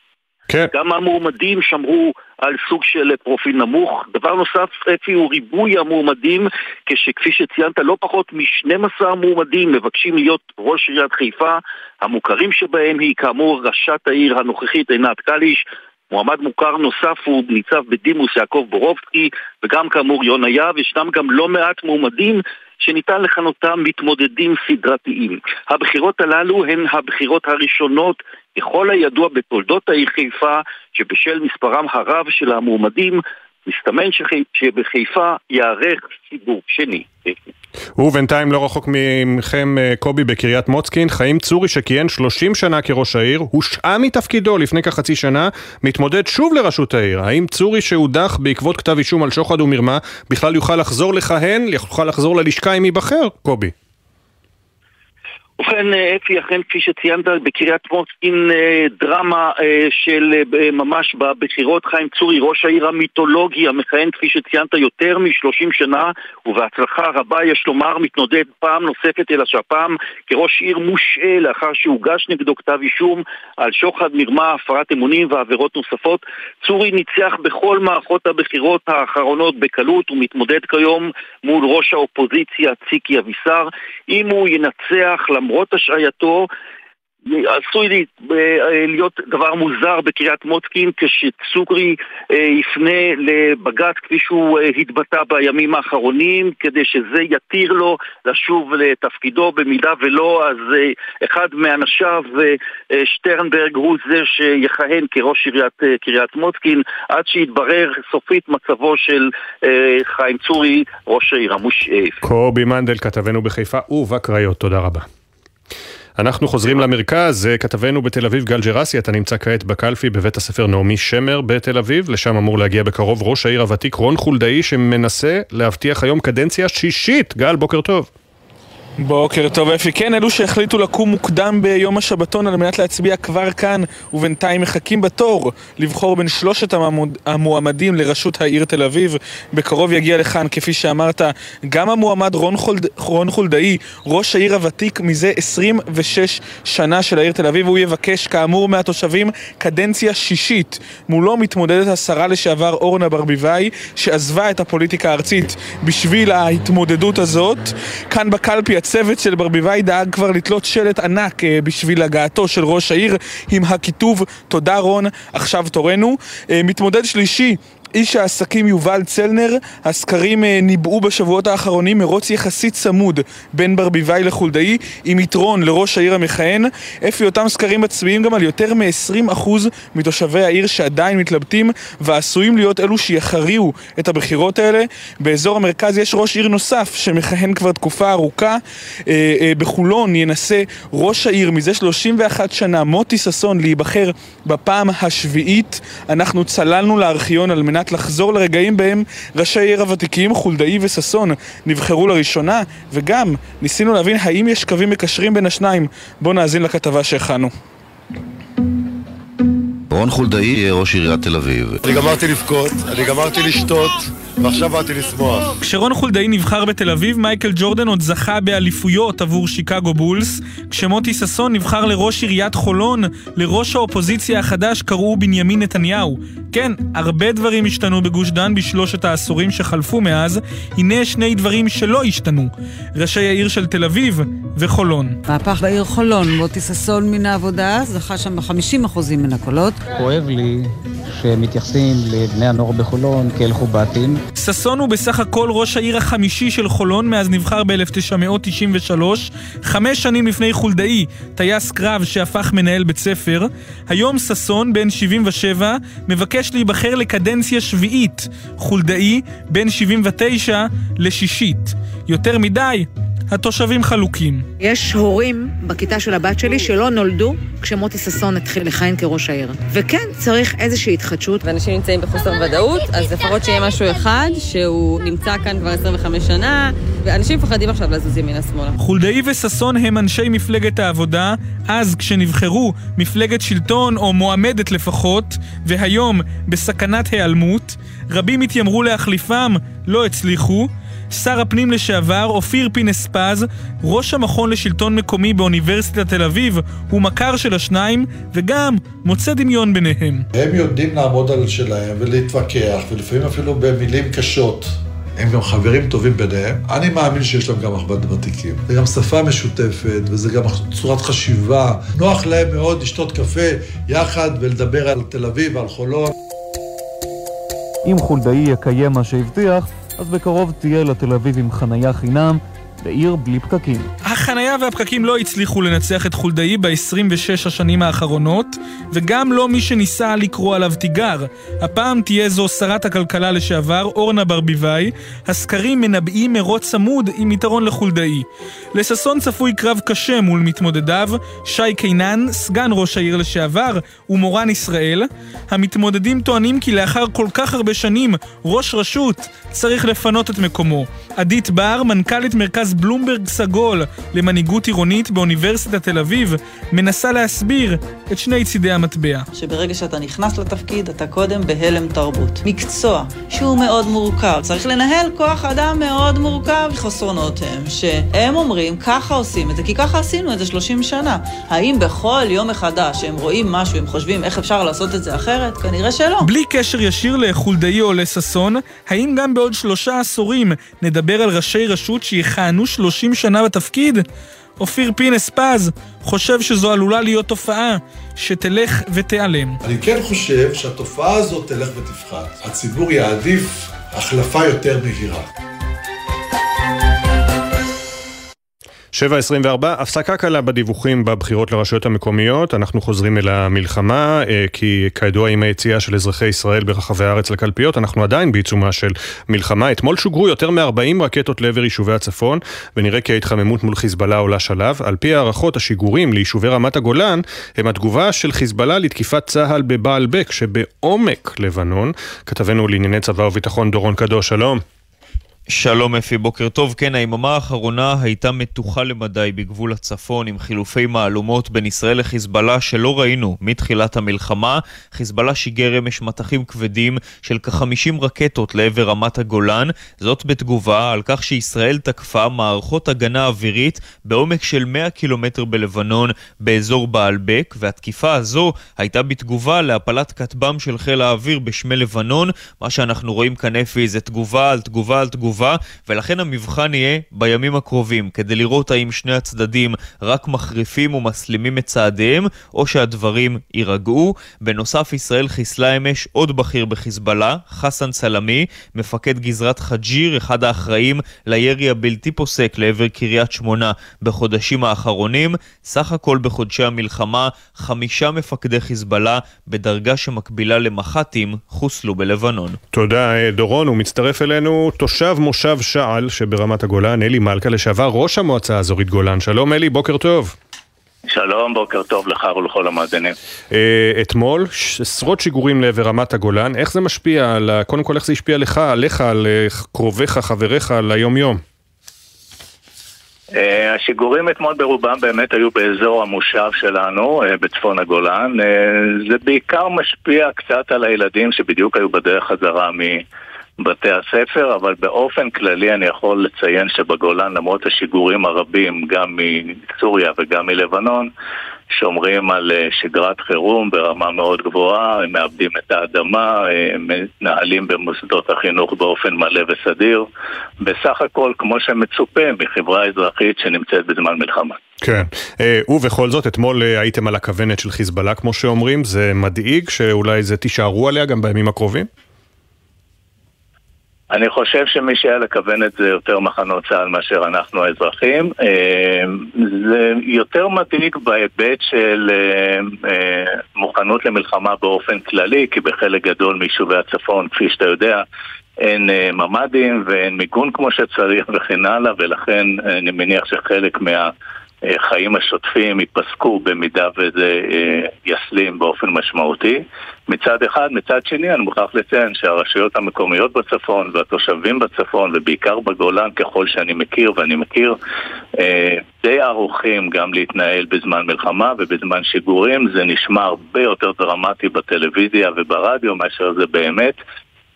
כן. גם המועמדים שמרו על סוג של פרופיל נמוך. דבר נוסף, אפי, הוא ריבוי המועמדים, כשכפי שציינת, לא פחות מ-12 מועמדים מבקשים להיות ראש עיריית חיפה. המוכרים שבהם היא כאמור ראשת העיר הנוכחית עינת קליש, מועמד מוכר נוסף הוא ניצב בדימוס יעקב בורובסקי, וגם כאמור יונה יהב. ישנם גם לא מעט מועמדים שניתן לכנותם מתמודדים סדרתיים. הבחירות הללו הן הבחירות הראשונות ככל הידוע בתולדות העיר חיפה, שבשל מספרם הרב של המועמדים מסתמן שבחיפה יערך סיבוב שני. ובינתיים לא רחוק מכם קובי בקריית מוצקין, חיים צורי שכיהן 30 שנה כראש העיר, הושעה מתפקידו לפני כחצי שנה, מתמודד שוב לראשות העיר. האם צורי שהודח בעקבות כתב אישום על שוחד ומרמה בכלל יוכל לחזור לכהן, יוכל לחזור ללשכה אם ייבחר, קובי? ובכן, אפי, אכן כפי שציינת בקריית מוצקין דרמה של ממש בבחירות. חיים צורי, ראש העיר המיתולוגי המכהן כפי שציינת יותר מ-30 שנה ובהצלחה רבה יש לומר, מתנודד פעם נוספת אלא שהפעם כראש עיר מושעה לאחר שהוגש נגדו כתב אישום על שוחד, מרמה, הפרת אמונים ועבירות נוספות. צורי ניצח בכל מערכות הבחירות האחרונות בקלות ומתמודד כיום מול ראש האופוזיציה ציקי אבישר. אם הוא ינצח למרות השעייתו, עשוי להיות דבר מוזר בקריית מוצקין כשצורי יפנה לבג"ץ כפי שהוא התבטא בימים האחרונים כדי שזה יתיר לו לשוב לתפקידו. במידה ולא, אז אחד מאנשיו, שטרנברג, הוא זה שיכהן כראש עיריית קריית מוצקין עד שיתברר סופית מצבו של חיים צורי, ראש העיר המושעה. קובי מנדל, כתבנו בחיפה ובקריות, תודה רבה. אנחנו חוזרים למרכז, כתבנו בתל אביב גל ג'רסי, אתה נמצא כעת בקלפי בבית הספר נעמי שמר בתל אביב, לשם אמור להגיע בקרוב ראש העיר הוותיק רון חולדאי שמנסה להבטיח היום קדנציה שישית. גל, בוקר טוב. בוקר טוב אפי. כן, אלו שהחליטו לקום מוקדם ביום השבתון על מנת להצביע כבר כאן ובינתיים מחכים בתור לבחור בין שלושת המועמדים לראשות העיר תל אביב. בקרוב יגיע לכאן, כפי שאמרת, גם המועמד רון חולדאי, ראש העיר הוותיק מזה 26 שנה של העיר תל אביב. הוא יבקש כאמור מהתושבים קדנציה שישית. מולו מתמודדת השרה לשעבר אורנה ברביבאי שעזבה את הפוליטיקה הארצית בשביל ההתמודדות הזאת. כאן בקלפי הצוות של ברביבאי דאג כבר לתלות שלט ענק בשביל הגעתו של ראש העיר עם הכיתוב תודה רון, עכשיו תורנו. מתמודד שלישי, איש העסקים יובל צלנר. הסקרים ניבאו בשבועות האחרונים מרוץ יחסית צמוד בין ברביבאי לחולדאי עם יתרון לראש העיר המכהן. אפי, אותם סקרים מצביעים גם על יותר מ-20% מתושבי העיר שעדיין מתלבטים ועשויים להיות אלו שיחריעו את הבחירות האלה. באזור המרכז יש ראש עיר נוסף שמכהן כבר תקופה ארוכה. בחולון ינסה ראש העיר מזה 31 שנה מוטי ששון להיבחר בפעם השביעית. אנחנו צללנו לארכיון על מנת לחזור לרגעים בהם ראשי העיר הוותיקים חולדאי וששון נבחרו לראשונה, וגם ניסינו להבין האם יש קווים מקשרים בין השניים. בואו נאזין לכתבה שהכנו. רון חולדאי, ראש עיריית תל אביב. אני גמרתי לבכות, אני גמרתי לשתות, ועכשיו באתי לשמוח. כשרון חולדאי נבחר בתל אביב, מייקל ג'ורדן עוד זכה באליפויות עבור שיקגו בולס. כשמוטי ששון נבחר לראש עיריית חולון, לראש האופוזיציה החדש קראו בנימין נתניהו. כן, הרבה דברים השתנו בגוש דן בשלושת העשורים שחלפו מאז. הנה שני דברים שלא השתנו. ראשי העיר של תל אביב וחולון. מהפך בעיר חולון, מוטי ששון מן העבודה, זכה שם ב-50% מן הקולות. כואב לי שמתייחסים לבני הנוער בחולון כאל חובטים. ששון הוא בסך הכל ראש העיר החמישי של חולון מאז נבחר ב-1993, 5 שנים לפני חולדאי, טייס קרב שהפך מנהל בית ספר. היום ששון, בן 77, מבקש להיבחר לקדנציה שביעית. חולדאי, בן 79, לשישית. יותר מדי, התושבים חלוקים. יש הורים בכיתה של הבת שלי שלא נולדו כשמוטי ששון התחיל לכהן כראש העיר. וכן, צריך איזושהי התחדשות. ואנשים נמצאים בחוסר ודאות, אז לפחות שיהיה משהו אחד שהוא נמצא כאן כבר 25 שנה, ואנשים מפחדים עכשיו לזוז ימינה שמאלה. חולדאי וששון הם אנשי מפלגת העבודה, אז כשנבחרו מפלגת שלטון או מועמדת לפחות, והיום בסכנת היעלמות, רבים התיימרו להחליפם, לא הצליחו. שר הפנים לשעבר אופיר פינס-פז, ראש המכון לשלטון מקומי באוניברסיטת תל אביב, הוא מכר של השניים וגם מוצא דמיון ביניהם. הם יודעים לעמוד על שלהם ולהתווכח, ולפעמים אפילו במילים קשות. הם גם חברים טובים ביניהם. אני מאמין שיש להם גם אחוות ותיקים. זה גם שפה משותפת, וזה גם צורת חשיבה. נוח להם מאוד לשתות קפה יחד ולדבר על תל אביב ועל חולון. אם חולדאי יקיים מה שהבטיח, אז בקרוב תהיה לתל אביב עם חנייה חינם, בעיר בלי פקקים. החנייה והפקקים לא הצליחו לנצח את חולדאי ב-26 השנים האחרונות, וגם לא מי שניסה לקרוא עליו תיגר. הפעם תהיה זו שרת הכלכלה לשעבר, אורנה ברביבאי. הסקרים מנבאים מרוץ צמוד עם יתרון לחולדאי. לששון צפוי קרב קשה מול מתמודדיו, שי קינן, סגן ראש העיר לשעבר, ומורן ישראל. המתמודדים טוענים כי לאחר כל כך הרבה שנים, ראש רשות צריך לפנות את מקומו. עדית בר, מנכ"לית מרכז בלומברג סגול למנהיגות עירונית באוניברסיטת תל אביב, מנסה להסביר את שני צידי המטבע. שברגע שאתה נכנס לתפקיד, אתה קודם בהלם תרבות. מקצוע שהוא מאוד מורכב. צריך לנהל כוח אדם מאוד מורכב. חסרונות הם שהם אומרים, ככה עושים את זה, כי ככה עשינו את זה 30 שנה. האם בכל יום מחדש הם רואים משהו, הם חושבים איך אפשר לעשות את זה אחרת? כנראה שלא. בלי קשר ישיר לחולדאי או לששון, האם גם בעוד 3 עשורים נדבר על ראשי רשות שיכהנו 30 שנה בתפקיד? אופיר פינס-פז חושב שזו עלולה להיות תופעה שתלך ותיעלם. אני כן חושב שהתופעה הזאת תלך ותפחת. הציבור יעדיף החלפה יותר מהירה. 7:24, הפסקה קלה בדיווחים בבחירות לרשויות המקומיות. אנחנו חוזרים אל המלחמה, כי כידוע עם היציאה של אזרחי ישראל ברחבי הארץ לקלפיות, אנחנו עדיין בעיצומה של מלחמה. אתמול שוגרו יותר מ-40 רקטות לעבר יישובי הצפון, ונראה כי ההתחממות מול חיזבאללה עולה שלב. על פי הערכות, השיגורים ליישובי רמת הגולן הם התגובה של חיזבאללה לתקיפת צהל בבעל בק, שבעומק לבנון. כתבנו לענייני צבא וביטחון דורון קדוש, שלום. שלום אפי, בוקר טוב. כן, היממה האחרונה הייתה מתוחה למדי בגבול הצפון עם חילופי מהלומות בין ישראל לחיזבאללה שלא ראינו מתחילת המלחמה. חיזבאללה שיגר אמש מטחים כבדים של כ-50 רקטות לעבר רמת הגולן, זאת בתגובה על כך שישראל תקפה מערכות הגנה אווירית בעומק של 100 קילומטר בלבנון באזור בעלבק, והתקיפה הזו הייתה בתגובה להפלת כטב"ם של חיל האוויר בשמי לבנון. מה שאנחנו רואים כאן אפי זה תגובה על תגובה על תגובה, ולכן המבחן יהיה בימים הקרובים, כדי לראות האם שני הצדדים רק מחריפים ומסלימים את צעדיהם, או שהדברים יירגעו. בנוסף, ישראל חיסלה אמש עוד בכיר בחיזבאללה, חסן סלמי, מפקד גזרת חג'יר, אחד האחראים לירי הבלתי פוסק לעבר קריית שמונה בחודשים האחרונים. סך הכל בחודשי המלחמה 5 מפקדי חיזבאללה בדרגה שמקבילה למח"טים חוסלו בלבנון. תודה דורון, הוא מצטרף אלינו תושב מושב שעל שברמת הגולן, אלי מלכה לשעבר ראש המועצה האזורית גולן. שלום אלי, בוקר טוב. שלום, בוקר טוב לך ולכל המאזינים. אתמול עשרות שיגורים לעבר רמת הגולן, איך זה משפיע קודם כל איך זה השפיע עליך, על קרוביך, חבריך, על היום יום? השיגורים אתמול ברובם באמת היו באזור המושב שלנו, בצפון הגולן. זה בעיקר משפיע קצת על הילדים שבדיוק היו בדרך חזרה מבתי הספר, אבל באופן כללי אני יכול לציין שבגולן, למרות השיגורים הרבים גם מסוריה וגם מלבנון, שומרים על שגרת חירום ברמה מאוד גבוהה, הם מאבדים את האדמה, הם מתנהלים במוסדות החינוך באופן מלא וסדיר, בסך הכל כמו שמצופה מחברה אזרחית שנמצאת בזמן מלחמה. כן, ובכל זאת אתמול הייתם על הכוונת של חיזבאללה כמו שאומרים, זה מדאיג שאולי זה תישארו עליה גם בימים הקרובים? אני חושב שמי שהיה לכוון את זה יותר מחנות צה"ל מאשר אנחנו האזרחים. זה יותר מדאיג בהיבט של מוכנות למלחמה באופן כללי, כי בחלק גדול מיישובי הצפון, כפי שאתה יודע, אין ממדים ואין מיגון כמו שצריך וכן הלאה, ולכן אני מניח שחלק החיים השוטפים ייפסקו במידה וזה יסלים באופן משמעותי. מצד אחד, מצד שני אני מוכרח לציין שהרשויות המקומיות בצפון והתושבים בצפון ובעיקר בגולן ככל שאני מכיר ואני מכיר די ערוכים גם להתנהל בזמן מלחמה ובזמן שיגורים. זה נשמע הרבה יותר דרמטי בטלוויזיה וברדיו מאשר זה באמת.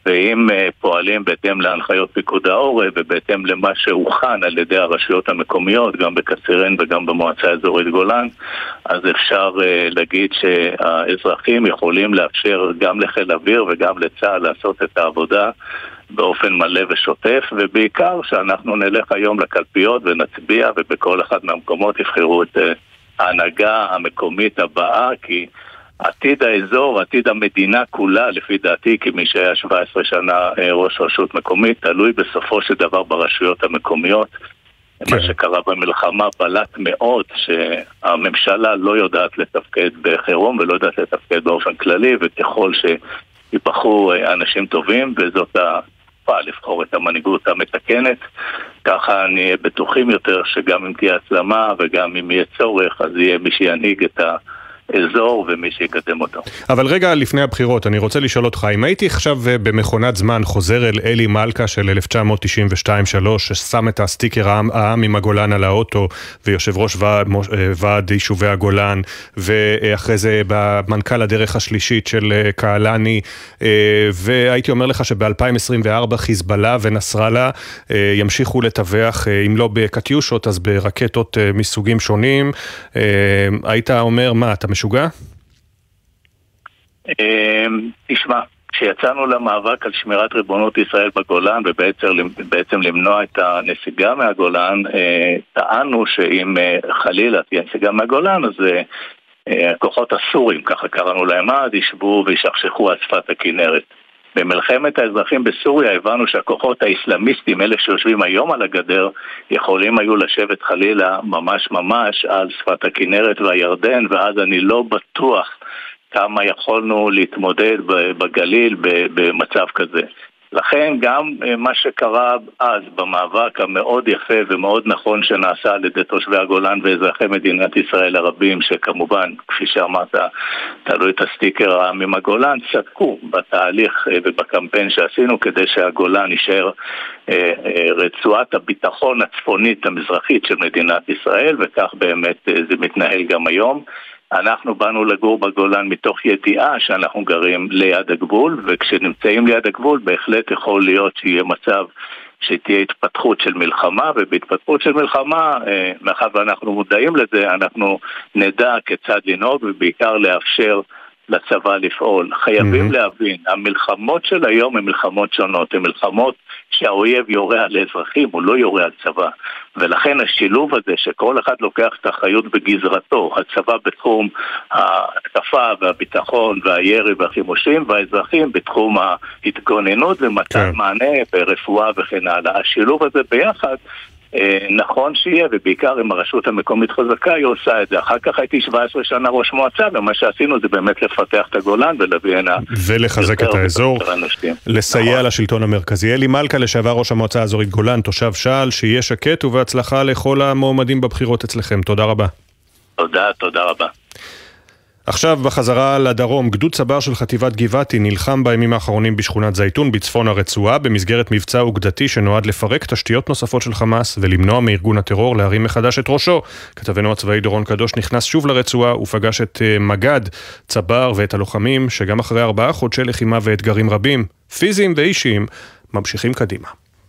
ואם פועלים בהתאם להנחיות פיקוד העורף ובהתאם למה שהוכן על ידי הרשויות המקומיות, גם בקצרין וגם במועצה האזורית גולן, אז אפשר להגיד שהאזרחים יכולים לאפשר גם לחיל אוויר וגם לצה"ל לעשות את העבודה באופן מלא ושוטף, ובעיקר שאנחנו נלך היום לקלפיות ונצביע, ובכל אחד מהמקומות יבחרו את ההנהגה המקומית הבאה, כי עתיד האזור, עתיד המדינה כולה, לפי דעתי, כמי שהיה 17 שנה ראש רשות מקומית, תלוי בסופו של דבר ברשויות המקומיות. מה שקרה במלחמה בלט מאוד שהממשלה לא יודעת לתפקד בחירום ולא יודעת לתפקד באופן כללי, וככל שיבחרו אנשים טובים, וזאת לבחור את המנהיגות המתקנת, ככה נהיה בטוחים יותר שגם אם תהיה הצלמה וגם אם יהיה צורך, אז יהיה מי שינהיג את האזור ומי שיקדם אותו. אבל רגע לפני הבחירות, אני רוצה לשאול אותך, אם הייתי עכשיו במכונת זמן חוזר אל אלי מלכה של 1992-3, ששם את הסטיקר העם עם הגולן על האוטו, ויושב ראש ועד יישובי הגולן, ואחרי זה במנכ"ל הדרך השלישית של קהלני, והייתי אומר לך שב-2024 חיזבאללה ונסראללה ימשיכו לטווח, אם לא בקטיושות, אז ברקטות מסוגים שונים, היית אומר מה, אתה משוגע? תשמע, כשיצאנו למאבק על שמירת ריבונות ישראל בגולן ובעצם למנוע את הנסיגה מהגולן, טענו שאם חלילה תהיה נסיגה מהגולן, אז הכוחות הסורים, ככה קראנו להם אז, ישבו וישכשכו על שפת הכנרת. במלחמת האזרחים בסוריה הבנו שהכוחות האסלאמיסטים, אלה שיושבים היום על הגדר, יכולים היו לשבת חלילה ממש על שפת הכנרת והירדן, ואז אני לא בטוח כמה יכולנו להתמודד בגליל במצב כזה. לכן גם מה שקרה אז במאבק המאוד יפה ומאוד נכון שנעשה על ידי תושבי הגולן ואזרחי מדינת ישראל הרבים, שכמובן, כפי שאמרת, תלו את הסטיקר העם עם הגולן, צדקו בתהליך ובקמפיין שעשינו כדי שהגולן יישאר רצועת הביטחון הצפונית המזרחית של מדינת ישראל, וכך באמת זה מתנהל גם היום. אנחנו באנו לגור בגולן מתוך ידיעה שאנחנו גרים ליד הגבול, וכשנמצאים ליד הגבול בהחלט יכול להיות שיהיה מצב שתהיה התפתחות של מלחמה, ובהתפתחות של מלחמה, מאחר ואנחנו מודעים לזה, אנחנו נדע כיצד לנהוג ובעיקר לאפשר לצבא לפעול. חייבים להבין, המלחמות של היום הן מלחמות שונות, הן מלחמות שהאויב יורה על אזרחים, הוא לא יורה על צבא. ולכן השילוב הזה שכל אחד לוקח את האחריות בגזרתו, הצבא בתחום ההתקפה והביטחון והירי והחימושים, והאזרחים בתחום ההתגוננות ומתן מענה ברפואה וכן הלאה. השילוב הזה ביחד נכון שיהיה, ובעיקר אם הרשות המקומית חזקה היא עושה את זה. אחר כך הייתי 17 שנה ראש מועצה, ומה שעשינו זה באמת לפתח את הגולן ולהביא הנה ולחזק את האזור, לסייע לשלטון המרכזי. אלי מלכה, לשעבר ראש המועצה האזורית גולן, תושב שעל, שיהיה שקט ובהצלחה לכל המועמדים בבחירות אצלכם. תודה רבה. תודה רבה. עכשיו בחזרה לדרום, גדוד צבר של חטיבת גבעתי נלחם בימים האחרונים בשכונת זייתון בצפון הרצועה במסגרת מבצע אוגדתי שנועד לפרק תשתיות נוספות של חמאס ולמנוע מארגון הטרור להרים מחדש את ראשו. כתבנו הצבאי דורון קדוש נכנס שוב לרצועה ופגש את מגד צבר ואת הלוחמים שגם אחרי 4 חודשי לחימה ואתגרים רבים, פיזיים ואישיים, ממשיכים קדימה.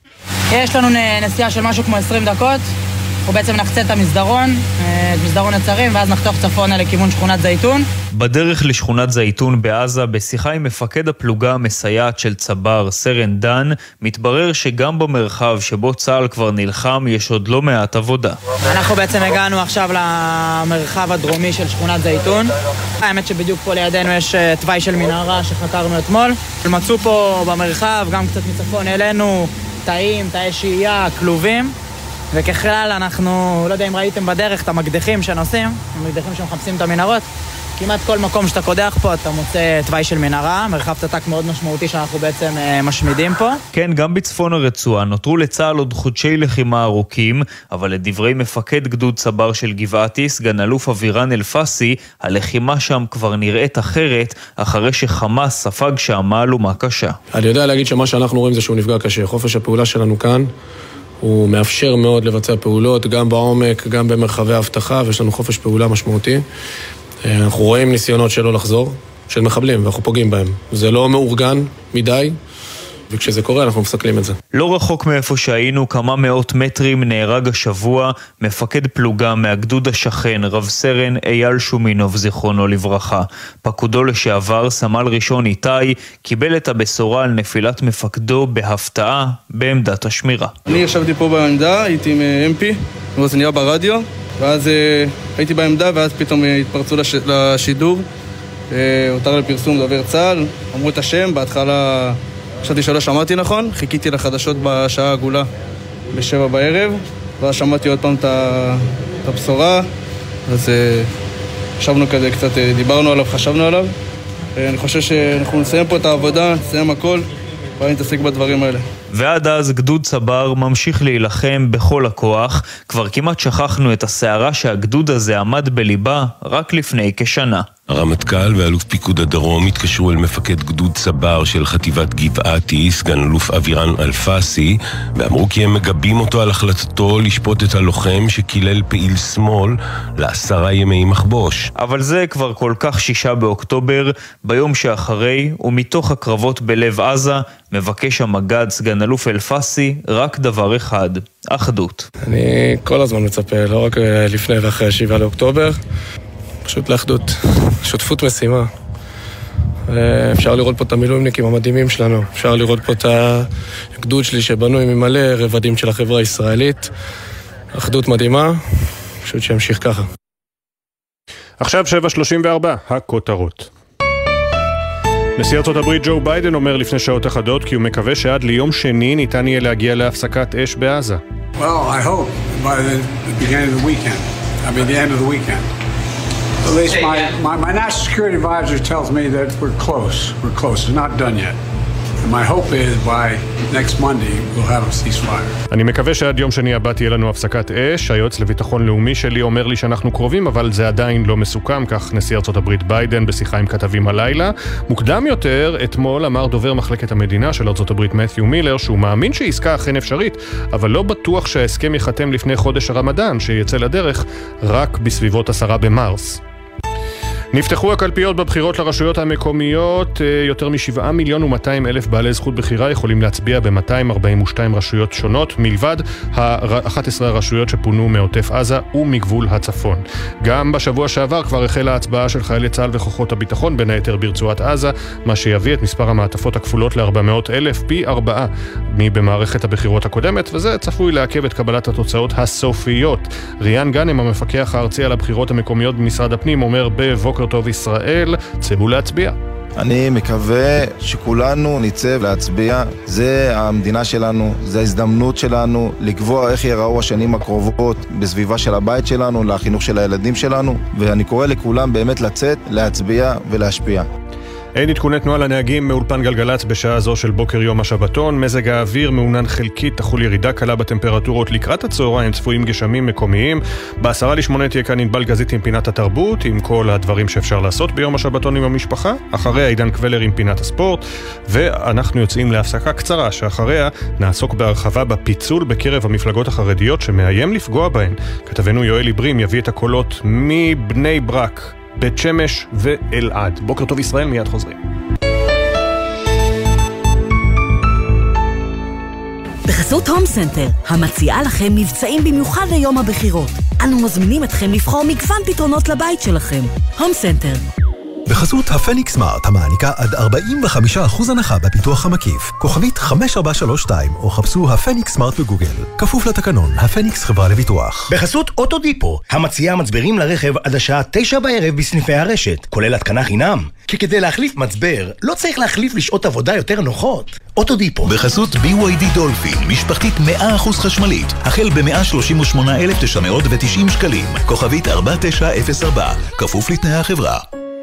יש לנו נסיעה של משהו כמו 20 דקות. אנחנו בעצם נחצה את המסדרון, את מסדרון הצרים, ואז נחתוך צפונה לכיוון שכונת זייתון. בדרך לשכונת זייתון בעזה, בשיחה עם מפקד הפלוגה המסייעת של צבר, סרן דן, מתברר שגם במרחב שבו צה"ל כבר נלחם, יש עוד לא מעט עבודה. אנחנו בעצם הגענו עכשיו למרחב הדרומי של שכונת זייתון. האמת שבדיוק פה לידינו יש תוואי של מנהרה שחקרנו אתמול. מצאו פה במרחב, גם קצת מצפון אלינו, תאים, תאי שהייה, כלובים. וככלל אנחנו, לא יודע אם ראיתם בדרך את המקדחים שנוסעים, המקדחים שמחפשים את המנהרות. כמעט כל מקום שאתה קודח פה אתה מוצא תוואי של מנהרה, מרחב תתק מאוד משמעותי שאנחנו בעצם משמידים פה. כן, גם בצפון הרצועה נותרו לצה"ל עוד חודשי לחימה ארוכים, אבל לדברי מפקד גדוד צבר של גבעתי, סגן אלוף אבירן אלפסי, הלחימה שם כבר נראית אחרת, אחרי שחמאס ספג שם מהלומה קשה. אני יודע להגיד שמה שאנחנו רואים זה שהוא נפגע קשה. חופש הפעולה שלנו כאן הוא מאפשר מאוד לבצע פעולות, גם בעומק, גם במרחבי האבטחה, ויש לנו חופש פעולה משמעותי. אנחנו רואים ניסיונות שלא לחזור, של מחבלים, ואנחנו פוגעים בהם. זה לא מאורגן מדי, וכשזה קורה אנחנו מסכלים את זה. לא רחוק מאיפה שהיינו, כמה מאות מטרים, נהרג השבוע מפקד פלוגה מהגדוד השכן, רב סרן אייל שומינוב, זיכרונו לברכה. פקודו לשעבר, סמל ראשון איתי, קיבל את הבשורה על נפילת מפקדו בהפתעה בעמדת השמירה. אני ישבתי פה בעמדה, הייתי עם MP, וזה נהיה ברדיו, ואז הייתי בעמדה, ואז פתאום התפרצו לשידור. הותר לפרסום דובר צה"ל, אמרו את השם, בהתחלה חשבתי שלא שמעתי נכון, חיכיתי לחדשות בשעה העגולה ב7 בערב, ואז שמעתי עוד פעם את הבשורה, אז חשבנו כזה קצת, דיברנו עליו, חשבנו עליו, אני חושב שאנחנו נסיים פה את העבודה, נסיים הכל, ונתעסק בדברים האלה. ועד אז גדוד צבר ממשיך להילחם בכל הכוח. כבר כמעט שכחנו את הסערה שהגדוד הזה עמד בליבה רק לפני כשנה. הרמטכ"ל ואלוף פיקוד הדרום התקשרו אל מפקד גדוד צבר של חטיבת גבעתי, סגן אלוף אבירן אלפסי, ואמרו כי הם מגבים אותו על החלטתו לשפוט את הלוחם שקילל פעיל שמאל ל10 ימי מחבוש. אבל זה כבר כל כך 6 באוקטובר, ביום שאחרי ומתוך הקרבות בלב עזה, מבקש המג"ד סגן אלוף אלפסי רק דבר אחד, אחדות. אני כל הזמן מצפה, לא רק לפני ואחרי 7 לאוקטובר, פשוט לאחדות, שותפות משימה. אפשר לראות פה את המילואימניקים המדהימים שלנו, אפשר לראות פה את הגדוד שלי שבנוי ממלא רבדים של החברה הישראלית. אחדות מדהימה, פשוט שימשיך ככה. עכשיו 7:34, הכותרות. נשיא ארצות הברית ג'ו ביידן אומר לפני שעות אחדות כי הוא מקווה שעד ליום שני ניתן יהיה להגיע להפסקת אש בעזה. Well, I hope by the beginning of the weekend. I mean the end of the weekend. At least my national security advisor tells me that we're close. We're close. It's not done yet. And my hope is by next Monday we'll have a ceasefire. אני מקווה שעד יום שני הבא תהיה לנו הפסקת אש. היועץ לביטחון לאומי שלי אומר לי שאנחנו קרובים, אבל זה עדיין לא מסוכם, כך נשיא ארצות הברית ביידן בשיחה עם כתבים הלילה. מוקדם יותר, אתמול אמר דובר מחלקת המדינה של ארצות הברית מת'יו מילר שהוא מאמין שעסקה אכן אפשרית, אבל לא בטוח שההסכם ייחתם לפני חודש הרמדאן, שיצא לדרך רק בסביבות 10 במרס. נפתחו הקלפיות בבחירות לרשויות המקומיות, יותר מ7,200,000 בעלי זכות בחירה יכולים להצביע ב-242 רשויות שונות, מלבד 11 הרשויות שפונו מעוטף עזה ומגבול הצפון. גם בשבוע שעבר כבר החלה ההצבעה של חיילי צה"ל וכוחות הביטחון, בין היתר ברצועת עזה, מה שיביא את מספר המעטפות הכפולות ל-400,000, פי 4 מבמערכת הבחירות הקודמת, וזה צפוי לעכב את קבלת התוצאות הסופיות. ריאן גאנם, המפקח הארצי על הבחירות המקומיות במשרד הפנים, אומר בבוקר טוב ישראל, צאו להצביע. אני מקווה שכולנו נצא להצביע. זה המדינה שלנו, זה ההזדמנות שלנו לקבוע איך יראו השנים הקרובות בסביבה של הבית שלנו, לחינוך של הילדים שלנו, ואני קורא לכולם באמת לצאת, להצביע ולהשפיע. אין עדכוני תנועה לנהגים מאולפן גלגלץ בשעה זו של בוקר יום השבתון. מזג האוויר מעונן חלקית, תחול ירידה קלה בטמפרטורות לקראת הצהריים, צפויים גשמים מקומיים. ב7:50 תהיה כאן ענבל גזית עם פינת התרבות, עם כל הדברים שאפשר לעשות ביום השבתון עם המשפחה. אחריה עידן קבלר עם פינת הספורט, ואנחנו יוצאים להפסקה קצרה שאחריה נעסוק בהרחבה בפיצול בקרב המפלגות החרדיות שמאיים לפגוע בהן. כתבנו יואל איברים יביא את הקולות מבני ברק, בית שמש ואלעד. בוקר טוב ישראל, מיד חוזרים. בחסות הום סנטר, המציעה לכם מבצעים במיוחד ליום הבחירות. אנו מזמינים אתכם לבחור מגוון פתרונות לבית שלכם. הום סנטר. בחסות הפניקס סמארט, המעניקה עד 45% הנחה בפיתוח המקיף. כוכבית 5432, או חפשו הפניקס סמארט בגוגל. כפוף לתקנון, הפניקס חברה לביטוח. בחסות אוטודיפו, המציעה מצברים לרכב עד השעה 9 בערב בסניפי הרשת, כולל התקנה חינם. כי כדי להחליף מצבר, לא צריך להחליף לשעות עבודה יותר נוחות. אוטודיפו. בחסות BYD דולפין, משפחתית 100% חשמלית, החל ב-133,990 שקלים. כוכבית 4904, כפוף לתנאי החברה.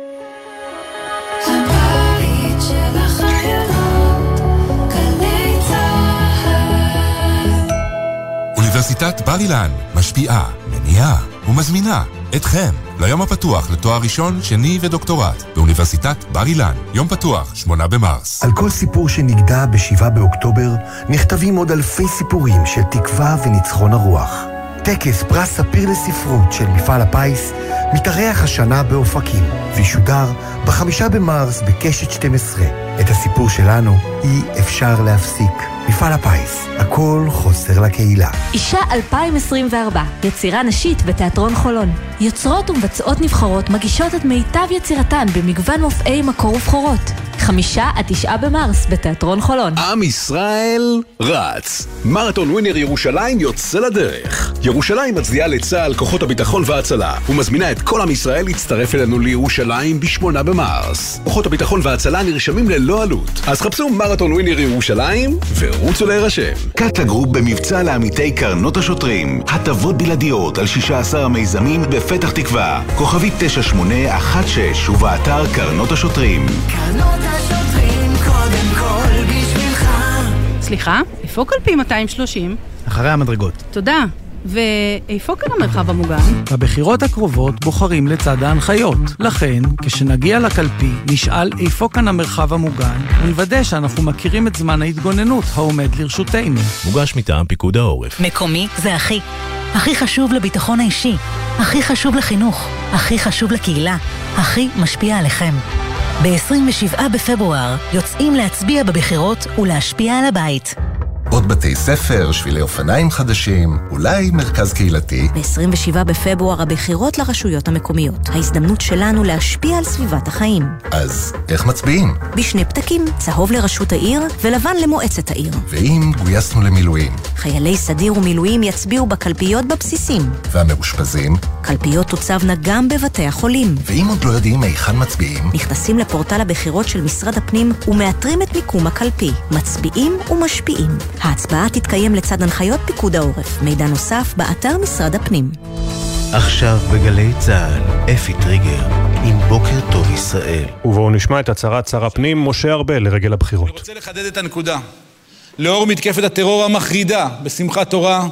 הבית של החיילות, גלי צהל. אוניברסיטת בר אילן משפיעה, מניעה ומזמינה אתכם ליום הפתוח לתואר ראשון, שני ודוקטורט באוניברסיטת בר אילן. יום פתוח, 8 במרס. על כל סיפור שנגדע ב7 באוקטובר נכתבים עוד אלפי סיפורים של תקווה וניצחון הרוח. טקס פרס ספיר לספרות של מפעל הפיס מתארח השנה באופקים וישודר ב5 במרס בקשת 12. את הסיפור שלנו אי אפשר להפסיק. מפעל הפיס, הכל חוסר לקהילה. אישה 2024, יצירה נשית בתיאטרון חולון. יוצרות ומבצעות נבחרות מגישות את מיטב יצירתן במגוון מופעי מקור ובחורות. 5-9 במרס בתיאטרון חולון. עם ישראל רץ. מרתון ווינר ירושלים יוצא לדרך. ירושלים מצדיעה לצה"ל, כוחות הביטחון וההצלה, ומזמינה את כל עם ישראל להצטרף אלינו לירושלים ב8 במרס. כוחות הביטחון וההצלה נרשמים ללא עלות. אז חפשו מרתון ווינר ירושלים ורוצו להירשם. קאטה גרופ במבצע לעמיתי קרנות השוטרים. הטבות בלעדיות על 16 המיזמים בפתח תקווה. כוכבית 9816 ובאתר קרנות השוטרים. קרנות השוטרים קודם כל בשבילך. סליחה, איפה קלפי 230? אחרי המדרגות. תודה. ואיפה כאן המרחב המוגן? בבחירות הקרובות בוחרים לצד ההנחיות. לכן, כשנגיע לקלפי, נשאל איפה כאן המרחב המוגן, ונוודא שאנחנו מכירים את זמן ההתגוננות העומד לרשותנו. מוגש מטעם פיקוד העורף. מקומי זה הכי. הכי חשוב לביטחון האישי. הכי חשוב לחינוך. הכי חשוב לקהילה. הכי משפיע עליכם. ב-27 בפברואר יוצאים להצביע בבחירות ולהשפיע על הבית. עוד בתי ספר, שבילי אופניים חדשים, אולי מרכז קהילתי. ב-27 בפברואר הבחירות לרשויות המקומיות. ההזדמנות שלנו להשפיע על סביבת החיים. אז איך מצביעים? בשני פתקים, צהוב לרשות העיר ולבן למועצת העיר. ואם גויסנו למילואים? חיילי סדיר ומילואים יצביעו בקלפיות בבסיסים. והמאושפזים? קלפיות תוצבנה גם בבתי החולים. ואם עוד לא יודעים היכן מצביעים? נכנסים לפורטל הבחירות של משרד הפנים ומאתרים את מיקום הקלפי. מצביעים ומשפיעים. ההצבעה תתקיים לצד הנחיות פיקוד העורף. מידע נוסף באתר משרד הפנים. עכשיו בגלי צה"ל, אפי טריגר, עם בוקר טוב ישראל. ובואו נשמע את הצהרת שר הפנים משה ארבל לרגל הבחירות. אני רוצה לחדד את הנקודה. לאור מתקפת הטרור המחרידה בשמחת תורה,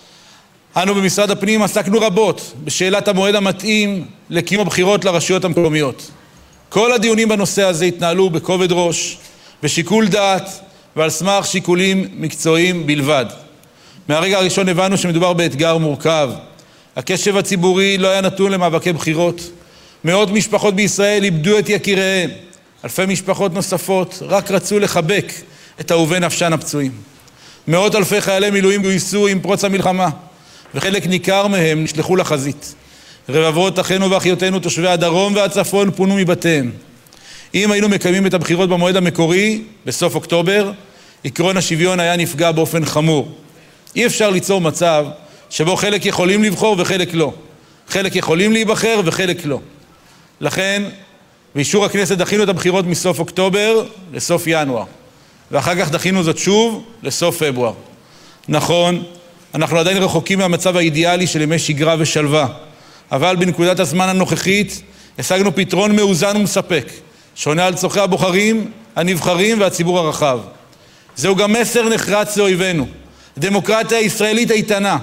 אנו במשרד הפנים עסקנו רבות בשאלת המועד המתאים לקיום הבחירות לרשויות המקומיות. כל הדיונים בנושא הזה התנהלו בכובד ראש, בשיקול דעת, ועל סמך שיקולים מקצועיים בלבד. מהרגע הראשון הבנו שמדובר באתגר מורכב. הקשב הציבורי לא היה נתון למאבקי בחירות. מאות משפחות בישראל איבדו את יקיריהם. אלפי משפחות נוספות רק רצו לחבק את אהובי נפשן הפצועים. מאות אלפי חיילי מילואים גויסו עם פרוץ המלחמה, וחלק ניכר מהם נשלחו לחזית. רבבות אחינו ואחיותינו תושבי הדרום והצפון פונו מבתיהם. אם היינו מקיימים את הבחירות במועד המקורי, בסוף אוקטובר, עקרון השוויון היה נפגע באופן חמור. אי אפשר ליצור מצב שבו חלק יכולים לבחור וחלק לא. חלק יכולים להיבחר וחלק לא. לכן, באישור הכנסת דחינו את הבחירות מסוף אוקטובר לסוף ינואר. ואחר כך דחינו זאת שוב לסוף פברואר. נכון, אנחנו עדיין רחוקים מהמצב האידיאלי של ימי שגרה ושלווה. אבל בנקודת הזמן הנוכחית השגנו פתרון מאוזן ומספק. שעונה על צורכי הבוחרים, הנבחרים והציבור הרחב. זהו גם מסר נחרץ לאויבינו. הדמוקרטיה הישראלית איתנה.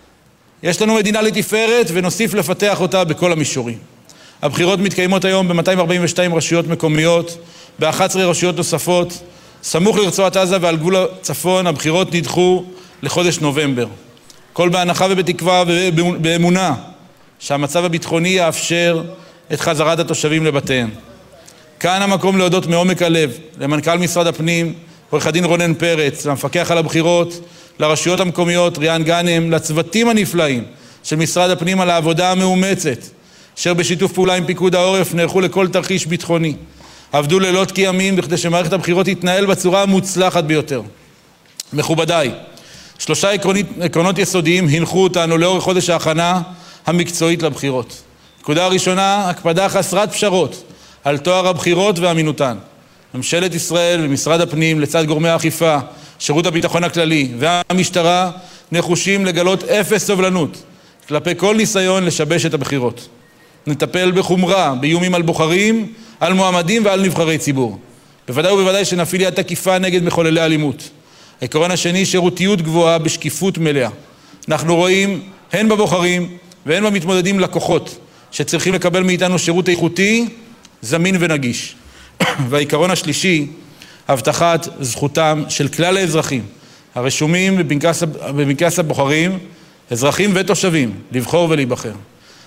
יש לנו מדינה לתפארת ונוסיף לפתח אותה בכל המישורים. הבחירות מתקיימות היום ב-242 רשויות מקומיות, ב-11 רשויות נוספות. סמוך לרצועת עזה ועל גבול הצפון הבחירות נדחו לחודש נובמבר. כל בהנחה ובתקווה ובאמונה שהמצב הביטחוני יאפשר את חזרת התושבים לבתיהם. כאן המקום להודות מעומק הלב למנכ"ל משרד הפנים, עורך הדין רונן פרץ, למפקח על הבחירות, לרשויות המקומיות, ריאן גאנם, לצוותים הנפלאים של משרד הפנים על העבודה המאומצת, אשר בשיתוף פעולה עם פיקוד העורף נערכו לכל תרחיש ביטחוני. עבדו לילות כימים בכדי שמערכת הבחירות תתנהל בצורה המוצלחת ביותר. מכובדיי, 3 עקרונות יסודיים הנחו אותנו לאורך חודש ההכנה המקצועית לבחירות. נקודה הראשונה, הקפדה חסרת פשרות על טוהר הבחירות ואמינותן. ממשלת ישראל ומשרד הפנים לצד גורמי האכיפה, שירות הביטחון הכללי והמשטרה נחושים לגלות אפס סובלנות כלפי כל ניסיון לשבש את הבחירות. נטפל בחומרה באיומים על בוחרים, על מועמדים ועל נבחרי ציבור. בוודאי ובוודאי שנפעיל יד תקיפה נגד מחוללי אלימות. העיקרון השני, שירותיות גבוהה בשקיפות מלאה. אנחנו רואים הן בבוחרים והן במתמודדים לקוחות שצריכים לקבל מאיתנו שירות איכותי, זמין ונגיש. והעיקרון השלישי, הבטחת זכותם של כלל האזרחים הרשומים בפנקס הבוחרים, אזרחים ותושבים, לבחור ולהיבחר.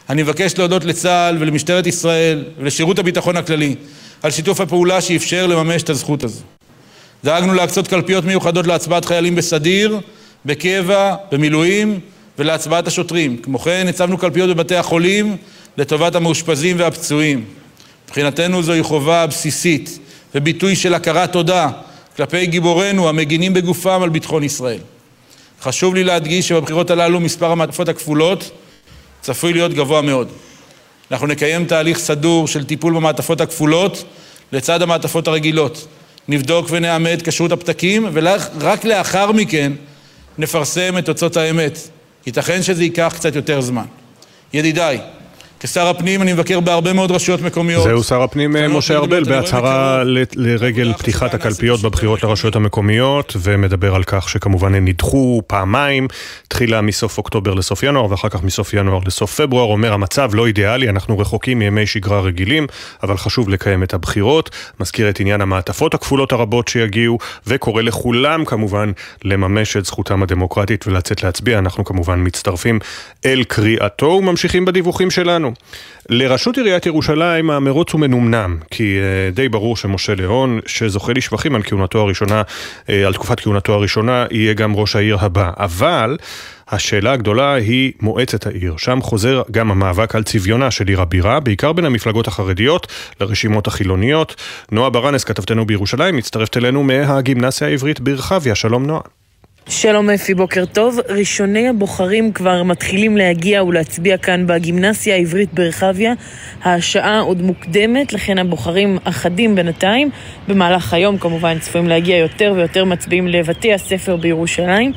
אני מבקש להודות לצה"ל ולמשטרת ישראל ולשירות הביטחון הכללי על שיתוף הפעולה שאפשר לממש את הזכות הזו. דאגנו להקצות קלפיות מיוחדות להצבעת חיילים בסדיר, בקבע, במילואים ולהצבעת השוטרים. כמו כן, הצבנו קלפיות בבתי החולים לטובת המאושפזים והפצועים. מבחינתנו זוהי חובה בסיסית וביטוי של הכרת תודה כלפי גיבורינו המגינים בגופם על ביטחון ישראל. חשוב לי להדגיש שבבחירות הללו מספר המעטפות הכפולות צפוי להיות גבוה מאוד. אנחנו נקיים תהליך סדור של טיפול במעטפות הכפולות לצד המעטפות הרגילות. נבדוק ונאמת כשרות הפתקים, ורק לאחר מכן נפרסם את תוצאות האמת. ייתכן שזה ייקח קצת יותר זמן. ידידיי, כשר הפנים אני מבקר בהרבה מאוד רשויות מקומיות. זהו שר הפנים משה ארבל בהצהרה לרגל פתיחת הקלפיות בבחירות לרשויות המקומיות, ומדבר על כך שכמובן הן נדחו פעמיים, תחילה מסוף אוקטובר לסוף ינואר ואחר כך מסוף ינואר לסוף פברואר. אומר המצב לא אידיאלי, אנחנו רחוקים מימי שגרה רגילים, אבל חשוב לקיים את הבחירות. מזכיר את עניין המעטפות הכפולות הרבות שיגיעו, וקורא לכולם כמובן לממש את זכותם הדמוקרטית ולצאת להצביע. אנחנו כמובן מצטרפים אל קריאתו וממשיכים בדיווחים שלנו. לראשות עיריית ירושלים המרוץ הוא מנומנם, כי די ברור שמשה ליאון, שזוכה לשבחים על כהונתו הראשונה, על תקופת כהונתו הראשונה, יהיה גם ראש העיר הבא. אבל השאלה הגדולה היא מועצת העיר. שם חוזר גם המאבק על צביונה של עיר הבירה, בעיקר בין המפלגות החרדיות לרשימות החילוניות. נועה ברנס, כתבתנו בירושלים, מצטרפת אלינו מהגימנסיה העברית ברחביה. שלום נועה. שלום אפי, בוקר טוב. ראשוני הבוחרים כבר מתחילים להגיע ולהצביע כאן בגימנסיה העברית ברחביה. השעה עוד מוקדמת, לכן הבוחרים אחדים בינתיים. במהלך היום כמובן צפויים להגיע יותר ויותר מצביעים לבתי הספר בירושלים.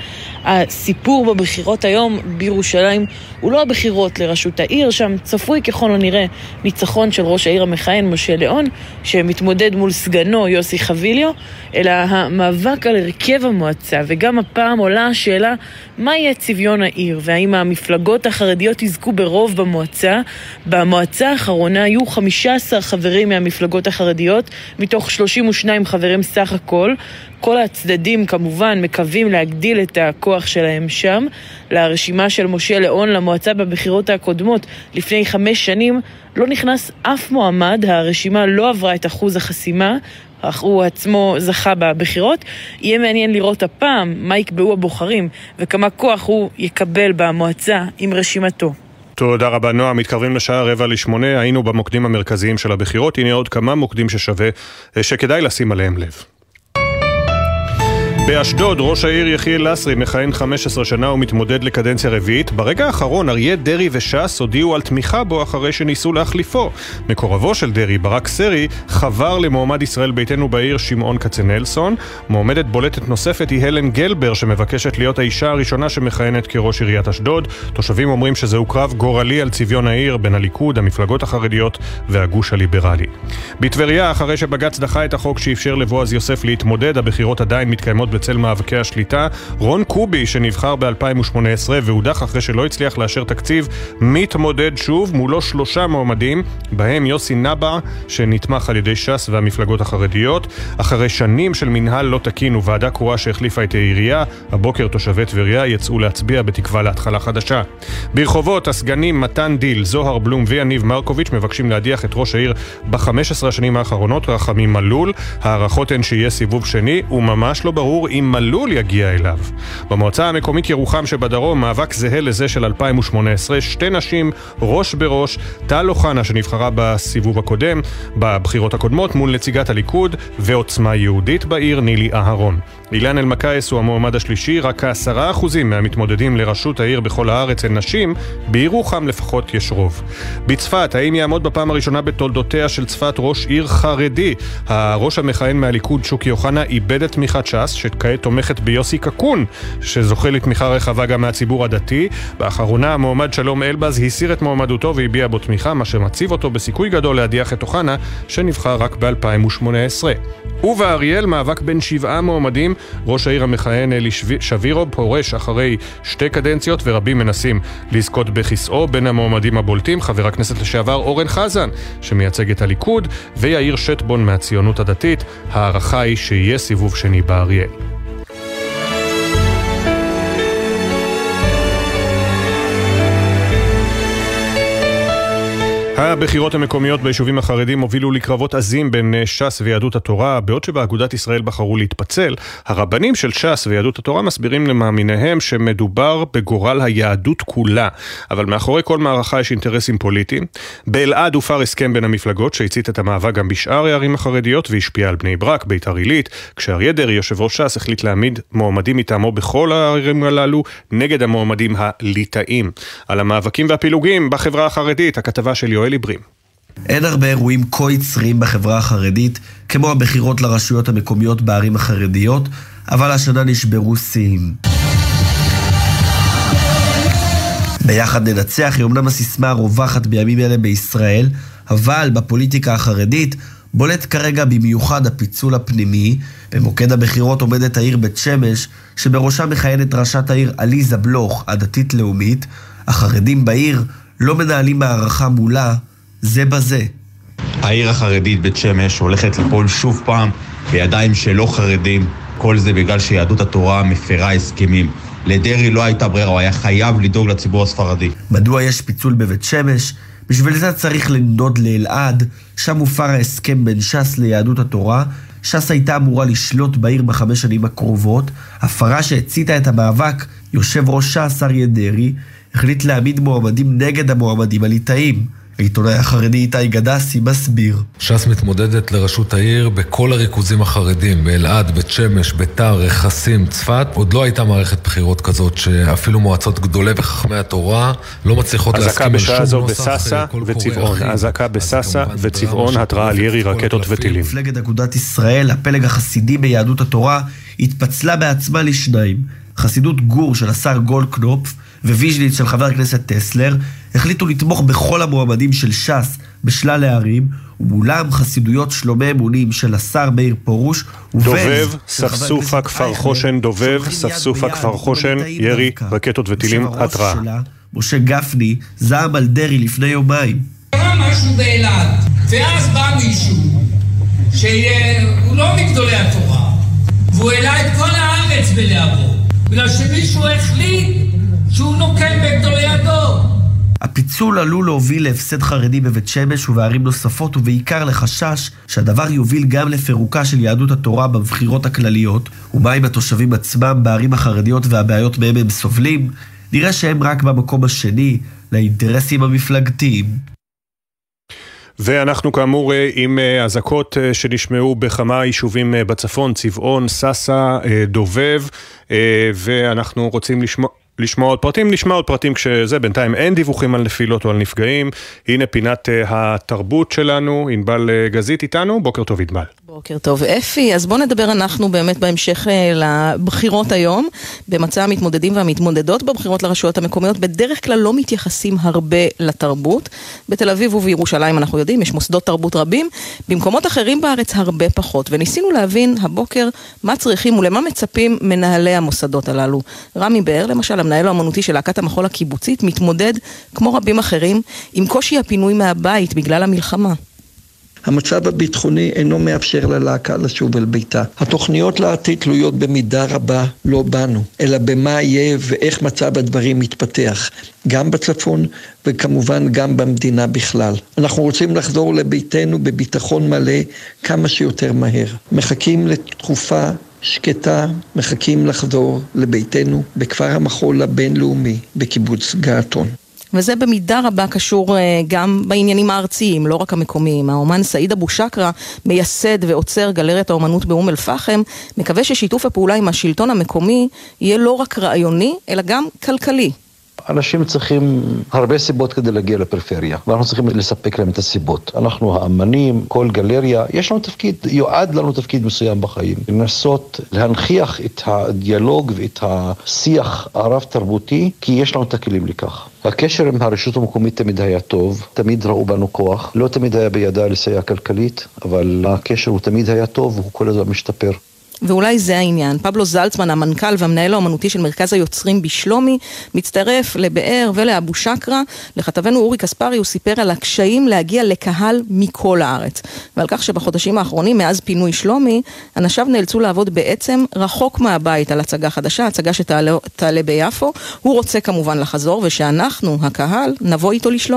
הסיפור בבחירות היום בירושלים הוא לא הבחירות לראשות העיר, שם צפוי ככל הנראה ניצחון של ראש העיר המכהן משה ליאון, שמתמודד מול סגנו יוסי חביליו, אלא המאבק על הרכב המועצה, וגם הפעם עולה השאלה מה יהיה צביון העיר, והאם המפלגות החרדיות יזכו ברוב במועצה. במועצה האחרונה היו 15 חברים מהמפלגות החרדיות, מתוך 32 חברים סך הכל. כל הצדדים כמובן מקווים להגדיל את הכוח שלהם שם. לרשימה של משה ליאון למועצה בבחירות הקודמות לפני 5 שנים לא נכנס אף מועמד, הרשימה לא עברה את אחוז החסימה, אך הוא עצמו זכה בבחירות. יהיה מעניין לראות הפעם מה יקבעו הבוחרים וכמה כוח הוא יקבל במועצה עם רשימתו. תודה רבה נועה, מתקרבים לשעה 7:45, היינו במוקדים המרכזיים של הבחירות, הנה עוד כמה מוקדים שכדאי לשים עליהם לב. באשדוד, ראש העיר יחיאל לסרי מכהן 15 שנה ומתמודד לקדנציה רביעית. ברגע האחרון אריה דרי וש"ס הודיעו על תמיכה בו אחרי שניסו להחליפו. מקורבו של דרי, ברק סרי, חבר למועמד ישראל ביתנו בעיר שמעון כצנלסון. מועמדת בולטת נוספת היא הלן גלבר, שמבקשת להיות האישה הראשונה שמכהנת כראש עיריית אשדוד. תושבים אומרים שזהו קרב גורלי על צביון העיר בין הליכוד, המפלגות החרדיות והגוש הליברלי. בטבריה, אחרי שבג"ץ דחה את החוק שאפשר לבועז יוסף להתמודד, הבחירות עדיין מתקיימות בצל מאבקי השליטה. רון קובי, שנבחר ב-2018 והודח אחרי שלא הצליח לאשר תקציב, מתמודד שוב מולו 3 מועמדים, בהם יוסי נבע, שנתמך על ידי ש"ס והמפלגות החרדיות. אחרי שנים של מנהל לא תקין וועדה קרואה שהחליפה את העירייה, הבוקר תושבי טבריה יצאו להצביע בתקווה להתחלה חדשה. ברחובות, הסגנים מתן דיל, זוהר בלום ויניב מרקוביץ' מבקשים להדיח את ראש העיר ב-15 השנים האחרונות, רחמים מלול. הערכות הן שיהיה סיבוב שני, וממש לא ברור אם מלול יגיע אליו. במועצה המקומית ירוחם שבדרום, מאבק זהה לזה של 2018, 2 נשים ראש בראש, טל אוחנה שנבחרה בסיבוב הקודם, בבחירות הקודמות, מול נציגת הליכוד ועוצמה יהודית בעיר נילי אהרון. אילן אלמקייס הוא המועמד השלישי, רק 10% מהמתמודדים לראשות העיר בכל הארץ הן נשים, בירוחם לפחות יש רוב. בצפת, האם יעמוד בפעם הראשונה בתולדותיה של צפת ראש עיר חרדי? הראש המכהן מהליכוד שוקי אוחנה איבד את תמיכת ש"ס, שכעת תומכת ביוסי קקון, שזוכה לתמיכה רחבה גם מהציבור הדתי. באחרונה המועמד שלום אלבז הסיר את מועמדותו והביע בו תמיכה, מה שמציב אותו בסיכוי גדול להדיח את אוחנה, שנבחר רק ב-2018. ובאריאל, מאבק בין 7 מועמדים, ראש העיר המכהן אלי שבירוב פורש אחרי 2 קדנציות, ורבים מנסים לזכות בכיסאו. בין המועמדים הבולטים חבר הכנסת לשעבר אורן חזן, שמייצג את הליכוד, ויאיר שטבון מהציונות הדתית. הערכה היא שיהיה סיבוב שני באריאל. הבחירות המקומיות ביישובים החרדים הובילו לקרבות עזים בין ש"ס ויהדות התורה, בעוד שבאגודת ישראל בחרו להתפצל. הרבנים של ש"ס ויהדות התורה מסבירים למאמיניהם שמדובר בגורל היהדות כולה, אבל מאחורי כל מערכה יש אינטרסים פוליטיים. באלעד הופר הסכם בין המפלגות שהצית את המאבק גם בשאר הערים החרדיות והשפיע על בני ברק, ביתר עילית, כשאריה דרעי יושב ראש ש"ס החליט להעמיד מועמדים מטעמו בכל הערים הללו נגד המועמדים הליטאים. על המאבקים והפילוגים בחברה החרדית, הכתבה של יואל עיברים. אין הרבה אירועים כה יצריים בחברה החרדית כמו הבחירות לרשויות המקומיות בערים החרדיות, אבל השנה נשברו שיאים. ביחד ננצח היא אומנם הסיסמה הרווחת בימים אלה בישראל, אבל בפוליטיקה החרדית בולט כרגע במיוחד הפיצול הפנימי. במוקד הבחירות עומדת העיר בית שמש, שבראשה מכהנת ראשת העיר עליזה בלוך, הדתית לאומית. החרדים בעיר לא מנהלים מערכה מולה זה בזה. העיר החרדית בית שמש הולכת ליפול שוב פעם בידיים שלא חרדים, כל זה בגלל שיהדות התורה מפרה הסכמים. לדרי לא הייתה ברירה, הוא היה חייב לדאוג לציבור הספרדי. מדוע יש פיצול בבית שמש? בשביל זה צריך לנדוד לאלעד, שם הופר ההסכם בין ש"ס ליהדות התורה. ש"ס הייתה אמורה לשלוט בעיר ב5 שנים הקרובות, הפרה שהציתה את המאבק. יושב ראש ש"ס אריה דרעי החליט להעמיד מועמדים נגד המועמדים הליטאים. העיתונאי החרדי איתי גדסי מסביר. ש"ס מתמודדת לראשות העיר בכל הריכוזים החרדים, באלעד, בית שמש, ביתר, רכסים, צפת. עוד לא הייתה מערכת בחירות כזאת שאפילו מועצות גדולי וחכמי התורה לא מצליחות להסכים על שום נוסח. בססה וצבעון, הזעקה בססה וצבעון, התראה על ירי רקטות וטילים. מפלגת אגודת ישראל, הפלג החסידי ביהדות התורה, התפצלה בעצמה לשניים. חסידות גור של השר גולדקנופ וויז'ניץ של חבר הכנסת טסלר החליטו לתמוך בכל המועמדים של ש"ס בשלל הערים, ומולם חסידויות שלומי אמונים של השר מאיר פרוש דובב, ספסופה כפר חושן, דובב, ספסופה כפר חושן, ירי רקטות וטילים, התראה. משה גפני זעם על דרעי לפני יומיים. קרה משהו באלעד, ואז בא מישהו שהוא לא מגדולי התורה, והוא העלה את כל הארץ בלהבות, בגלל שמישהו החליט שהוא נוקם בגדולי הדור. הפיצול עלול להוביל להפסד חרדי בבית שמש ובערים נוספות, ובעיקר לחשש שהדבר יוביל גם לפירוקה של יהדות התורה בבחירות הכלליות. ומה עם התושבים עצמם בערים החרדיות והבעיות מהם הם סובלים? נראה שהם רק במקום השני לאינטרסים המפלגתיים. ואנחנו כאמור עם אזעקות שנשמעו בכמה יישובים בצפון, צבעון, ססה, דובב, ואנחנו רוצים לשמוע עוד פרטים, נשמע עוד פרטים כשזה, בינתיים אין דיווחים על נפילות או על נפגעים. הנה פינת התרבות שלנו, ענבל גזית איתנו, בוקר טוב ענבל. בוקר טוב אפי, אז בוא נדבר אנחנו באמת בהמשך לבחירות היום. במצע המתמודדים והמתמודדות בבחירות לרשויות המקומיות בדרך כלל לא מתייחסים הרבה לתרבות. בתל אביב ובירושלים אנחנו יודעים, יש מוסדות תרבות רבים, במקומות אחרים בארץ הרבה פחות, וניסינו להבין הבוקר מה צריכים ולמה מצפים מנהלי המוסדות הללו. רמי באר למשל, המנהל האמנותי של להקת המחול הקיבוצית, מתמודד כמו רבים אחרים עם קושי הפינוי מהבית בגלל המלחמה. המצב הביטחוני אינו מאפשר ללהקה לשוב אל ביתה. התוכניות לעתיד תלויות במידה רבה לא בנו, אלא במה יהיה ואיך מצב הדברים מתפתח, גם בצפון וכמובן גם במדינה בכלל. אנחנו רוצים לחזור לביתנו בביטחון מלא כמה שיותר מהר. מחכים לתקופה שקטה, מחכים לחזור לביתנו בכפר המחול הבינלאומי בקיבוץ געתון. וזה במידה רבה קשור גם בעניינים הארציים, לא רק המקומיים. האומן סעיד אבו שקרה, מייסד ועוצר גלריית האומנות באום אל פחם, מקווה ששיתוף הפעולה עם השלטון המקומי יהיה לא רק רעיוני, אלא גם כלכלי. אנשים צריכים הרבה סיבות כדי להגיע לפריפריה, ואנחנו צריכים לספק להם את הסיבות. אנחנו האמנים, כל גלריה, יש לנו תפקיד, יועד לנו תפקיד מסוים בחיים. לנסות להנכיח את הדיאלוג ואת השיח הרב תרבותי, כי יש לנו את הכלים לכך. הקשר עם הרשות המקומית תמיד היה טוב, תמיד ראו בנו כוח, לא תמיד היה בידה לסייע כלכלית, אבל הקשר הוא תמיד היה טוב, והוא כל הזמן משתפר. ואולי זה העניין. פבלו זלצמן, המנכ"ל והמנהל האמנותי של מרכז היוצרים בשלומי, מצטרף לבאר ולאבו שקרה. לכתבנו אורי קספרי הוא סיפר על הקשיים להגיע לקהל מכל הארץ. ועל כך שבחודשים האחרונים, מאז פינוי שלומי, אנשיו נאלצו לעבוד בעצם רחוק מהבית על הצגה חדשה, הצגה שתעלה ביפו. הוא רוצה כמובן לחזור, ושאנחנו, הקהל, נבוא איתו לשלומי.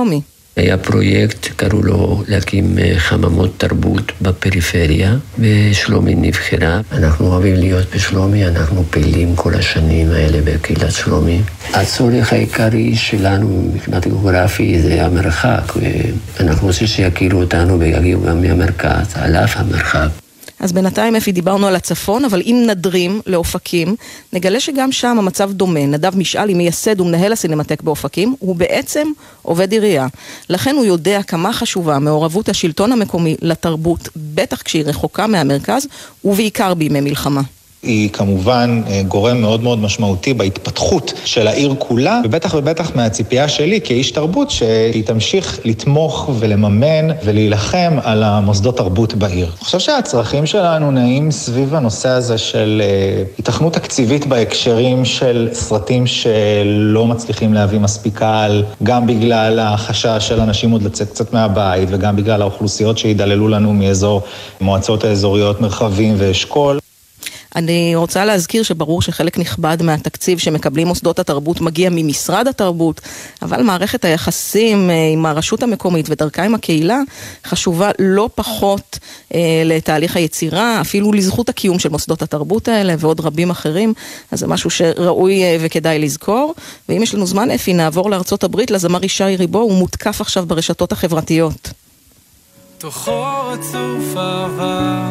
היה פרויקט, קראו לו להקים חממות תרבות בפריפריה, ושלומי נבחרה. אנחנו אוהבים להיות בשלומי, אנחנו פעילים כל השנים האלה בקהילת שלומי. הצורך העיקרי שלנו מבחינת גיאוגרפי זה המרחק, ואנחנו רוצים שיכירו אותנו ויגיעו גם מהמרכז, על אף המרחק. אז בינתיים אפי דיברנו על הצפון, אבל אם נדרים לאופקים, נגלה שגם שם המצב דומה. נדב משאלי, מייסד ומנהל הסינמטק באופקים, הוא בעצם עובד עירייה. לכן הוא יודע כמה חשובה מעורבות השלטון המקומי לתרבות, בטח כשהיא רחוקה מהמרכז, ובעיקר בימי מלחמה. היא כמובן גורם מאוד מאוד משמעותי בהתפתחות של העיר כולה, ובטח מהציפייה שלי כאיש תרבות שהיא תמשיך לתמוך ולממן ולהילחם על המוסדות תרבות בעיר. אני חושב שהצרכים שלנו נעים סביב הנושא הזה של התכנות תקציבית בהקשרים של סרטים שלא מצליחים להביא מספיק קהל, גם בגלל החשש של אנשים עוד לצאת קצת מהבית, וגם בגלל האוכלוסיות שהידללו לנו מאזור מועצות האזוריות, מרחבים ואשכול. אני רוצה להזכיר שברור שחלק נכבד מהתקציב שמקבלים מוסדות התרבות מגיע ממשרד התרבות, אבל מערכת היחסים עם הרשות המקומית ודרכה עם הקהילה חשובה לא פחות לתהליך היצירה, אפילו לזכות הקיום של מוסדות התרבות האלה ועוד רבים אחרים, אז זה משהו שראוי וכדאי לזכור. ואם יש לנו זמן אפי, נעבור לארצות הברית, לזמר ישי ריבו, הוא מותקף עכשיו ברשתות החברתיות. תוכו רצוף אהבה,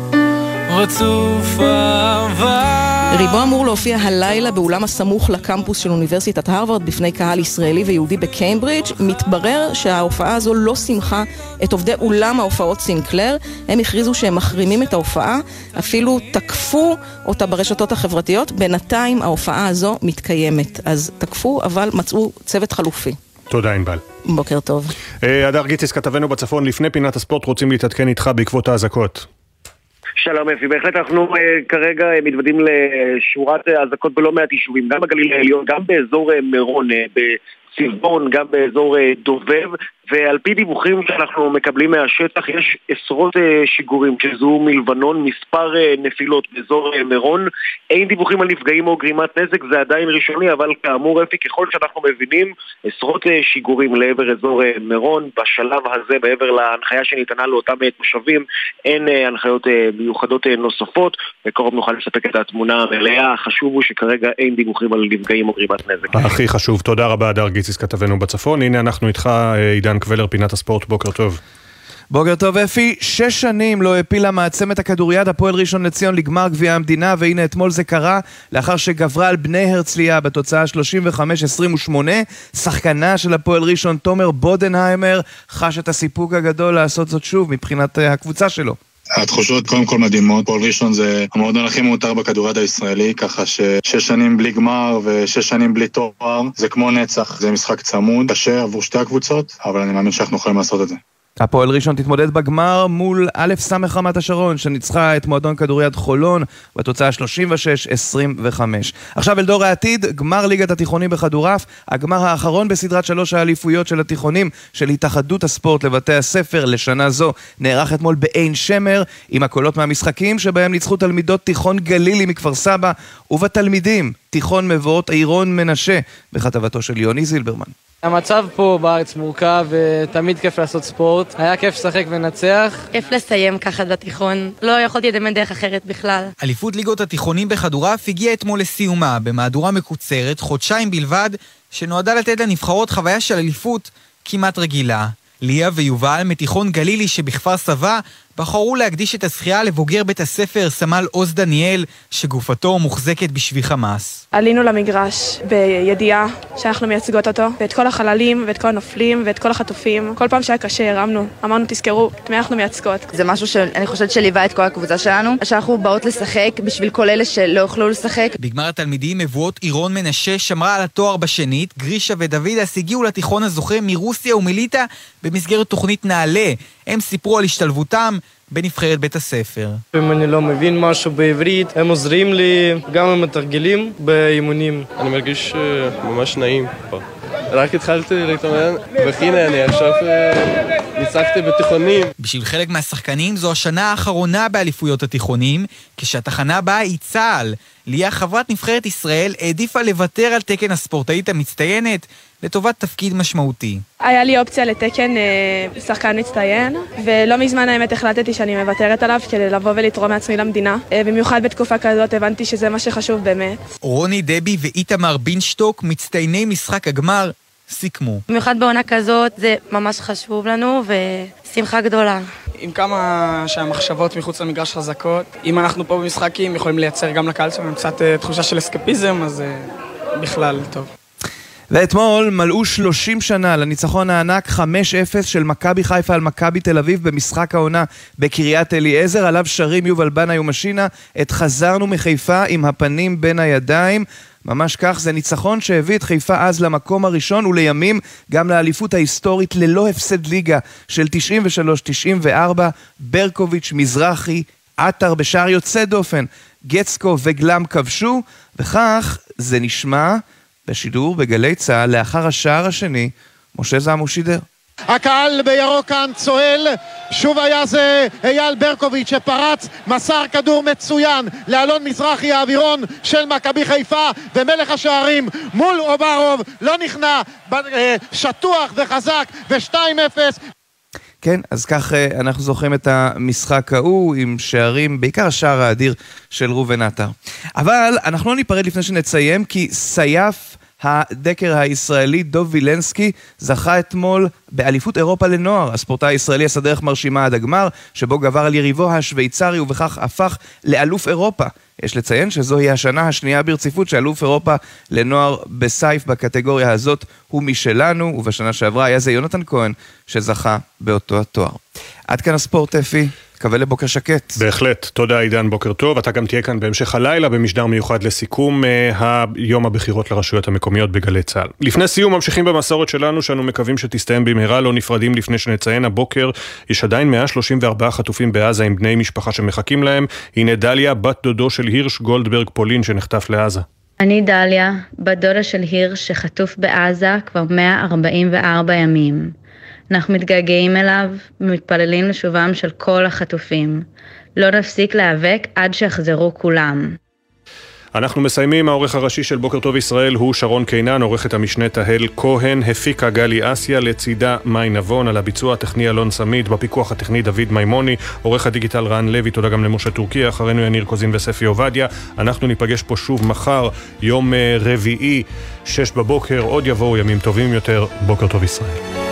רצוף אהבה. ריבו אמור להופיע הלילה באולם הסמוך לקמפוס של אוניברסיטת הרווארד בפני קהל ישראלי ויהודי בקיימברידג'. מתברר שההופעה הזו לא שמחה את עובדי אולם ההופעות סינקלר. הם הכריזו שהם מחרימים את ההופעה, אפילו תקפו אותה ברשתות החברתיות. בינתיים ההופעה הזו מתקיימת, אז תקפו אבל מצאו צוות חלופי. תודה ענבל. בוקר טוב. הדר גיציס, כתבנו בצפון, לפני פינת הספורט רוצים להתעדכן איתך בעקבות האזעקות. שלום אפי, בהחלט אנחנו כרגע מתוודעים לשורת אזעקות בלא מעט יישובים, גם בגליל העליון, גם באזור מירון, בצפון, גם באזור דובב, ועל פי דיווחים שאנחנו מקבלים מהשטח יש עשרות שיגורים שזו מלבנון, מספר נפילות באזור מירון. אין דיווחים על נפגעים או גרימת נזק, זה עדיין ראשוני, אבל כאמור אפי, ככל שאנחנו מבינים, עשרות שיגורים לעבר אזור מירון. בשלב הזה, בעבר להנחיה שניתנה לאותם תושבים, אין הנחיות מיוחדות נוספות, בקרוב נוכל לספק את התמונה המלאה. חשוב הוא שכרגע אין דיווחים על נפגעים או גרימת נזק. הכי חשוב, תודה רבה הדר גיציס, כתבנו בצפון. הנה אנחנו איתך, עידן קבלר, פינת הספורט, בוקר טוב. בוקר טוב אפי, 6 שנים לא הפילה מעצמת הכדוריד הפועל ראשון לציון לגמר גביע המדינה, והנה אתמול זה קרה לאחר שגברה על בני הרצליה בתוצאה 35-28. שחקנה של הפועל ראשון תומר בודנהיימר חש את הסיפוק הגדול לעשות זאת שוב מבחינת הקבוצה שלו. התחושות קודם כל מדהימות. הפועל ראשון זה המועדון הכי מאותר בכדוריד הישראלי, ככה ש6 שנים בלי גמר ו6 שנים בלי תואר זה כמו נצח. זה משחק צמוד, קשה עבור שתי הקבוצות, אבל אני מאמין שאנחנו יכולים לעשות את זה. הפועל ראשון תתמודד בגמר מול א' סמך רמת השרון, שניצחה את מועדון כדוריד חולון בתוצאה 36-25. עכשיו אל דור העתיד, גמר ליגת התיכונים בכדורעף, הגמר האחרון בסדרת 3 האליפויות של התיכונים של התאחדות הספורט לבתי הספר לשנה זו, נערך אתמול בעין שמר, עם הקולות מהמשחקים שבהם ניצחו תלמידות תיכון גלילי מכפר סבא, ובתלמידים תיכון מבואות עירון מנשה, בכתבתו של יוני זילברמן. המצב פה בארץ מורכב ותמיד כיף לעשות ספורט. היה כיף לשחק ונצח. כיף לסיים ככה בתיכון. לא יכולתי לדמיין דרך אחרת בכלל. אליפות ליגות התיכונים בכדורעף הגיעה אתמול לסיומה במהדורה מקוצרת, חודשיים בלבד, שנועדה לתת לנבחרות חוויה של אליפות כמעט רגילה. ליה ויובל מתיכון גלילי שבכפר סבא בחרו להקדיש את הזכייה לבוגר בית הספר סמל עוז דניאל, שגופתו מוחזקת בשבי חמאס. עלינו למגרש בידיעה שאנחנו מייצגות אותו, ואת כל החללים ואת כל הנופלים ואת כל החטופים. כל פעם שהיה קשה הרמנו, אמרנו תזכרו, את מי אנחנו מייצגות. זה משהו שאני חושבת שליווה את כל הקבוצה שלנו, שאנחנו באות לשחק בשביל כל אלה שלא יוכלו לשחק. בגמר התלמידים מבואות עירון מנשה שמרה על התואר בשנית. גרישה ודוידס הגיעו לתיכון הזוכה מרוסיה ומליטה במסגרת תוכנית נעלה. הם סיפרו על השתלבותם בנבחרת בית הספר. אם אני לא מבין משהו בעברית, הם עוזרים לי, גם הם מתרגלים באימונים. אני מרגיש ממש נעים פה. רק התחלתי להתאמן, והנה אני עכשיו ניצחתי בתיכונים. בשביל חלק מהשחקנים זו השנה האחרונה באליפויות התיכונים, כשהתחנה הבאה היא צה"ל. ליה, חברת נבחרת ישראל, העדיפה לוותר על תקן הספורטאית המצטיינת לטובת תפקיד משמעותי. היה לי אופציה לתקן שחקן מצטיין, ולא מזמן האמת החלטתי שאני מוותרת עליו כדי לבוא ולתרום מעצמי למדינה. במיוחד בתקופה כזאת הבנתי שזה מה שחשוב באמת. רוני דבי ואיתמר בינשטוק, מצטייני משחק הגמר, סיכמו. במיוחד בעונה כזאת זה ממש חשוב לנו ושמחה גדולה. עם כמה שהמחשבות מחוץ למגרש חזקות, אם אנחנו פה במשחקים יכולים לייצר גם לקהל שלנו קצת תחושה של אסקפיזם, אז בכלל טוב. ואתמול מלאו 30 שנה לניצחון הענק 5-0 של מכבי חיפה על מכבי תל אביב במשחק העונה בקריית אליעזר, עליו שרים יובל בנאי ומשינה את חזרנו מחיפה עם הפנים בין הידיים. ממש כך, זה ניצחון שהביא את חיפה אז למקום הראשון ולימים גם לאליפות ההיסטורית ללא הפסד ליגה של 93-94, ברקוביץ', מזרחי, עטר בשער יוצא דופן, גצקו וגלם כבשו, וכך זה נשמע בשידור בגלי צהל לאחר השער השני. משה זמו שידר. הקהל בירוק כאן צועל, שוב היה זה אייל ברקוביץ' שפרץ, מסר כדור מצוין לאלון מזרחי, האווירון של מכבי חיפה, ומלך השערים מול אוברוב לא נכנע, שטוח וחזק, ו2-0. כן, אז כך אנחנו זוכרים את המשחק ההוא עם שערים, בעיקר השער האדיר של רובן עטר. אבל אנחנו לא ניפרד לפני שנציין, כי סייף הדקר הישראלי דוב וילנסקי זכה אתמול באליפות אירופה לנוער. הספורטאי הישראלי עשה דרך מרשימה עד הגמר, שבו גבר על יריבו השוויצרי ובכך הפך לאלוף אירופה. יש לציין שזוהי השנה השנייה ברציפות שאלוף אירופה לנוער בסייף בקטגוריה הזאת הוא משלנו, ובשנה שעברה היה זה יונתן כהן שזכה באותו התואר. עד כאן הספורט, אפי. קווה לבוקר שקט. בהחלט, תודה עידן, בוקר טוב. אתה גם תהיה כאן בהמשך הלילה במשדר מיוחד לסיכום היום הבחירות לרשויות המקומיות בגלי צהל. לפני סיום ממשיכים במסורת שלנו שאנו מקווים שתסתיים במהרה, לא נפרדים לפני שנציין. הבוקר יש עדיין 134 חטופים בעזה עם בני משפחה שמחכים להם. הנה דליה, בת דודו של הירש גולדברג פולין שנחטף לעזה. אני דליה, בת דודה של הירש שחטוף בעזה כבר 144 ימים. אנחנו מתגעגעים אליו ומתפללים לשובם של כל החטופים. לא נפסיק להיאבק עד שיחזרו כולם. אנחנו מסיימים. העורך הראשי של בוקר טוב ישראל הוא שרון קינן, עורכת המשנה תהל כהן, הפיקה גלי אסיה, לצידה מי נבון, על הביצוע הטכני אלון סמית, בפיקוח הטכני דוד מימוני, עורך הדיגיטל רן לוי, תודה גם למשה טורקי, אחרינו יניר קוזין וספי עובדיה. אנחנו ניפגש פה שוב מחר, יום רביעי, 6 בבוקר, עוד יבואו ימים טובים יותר. בוקר טוב ישראל.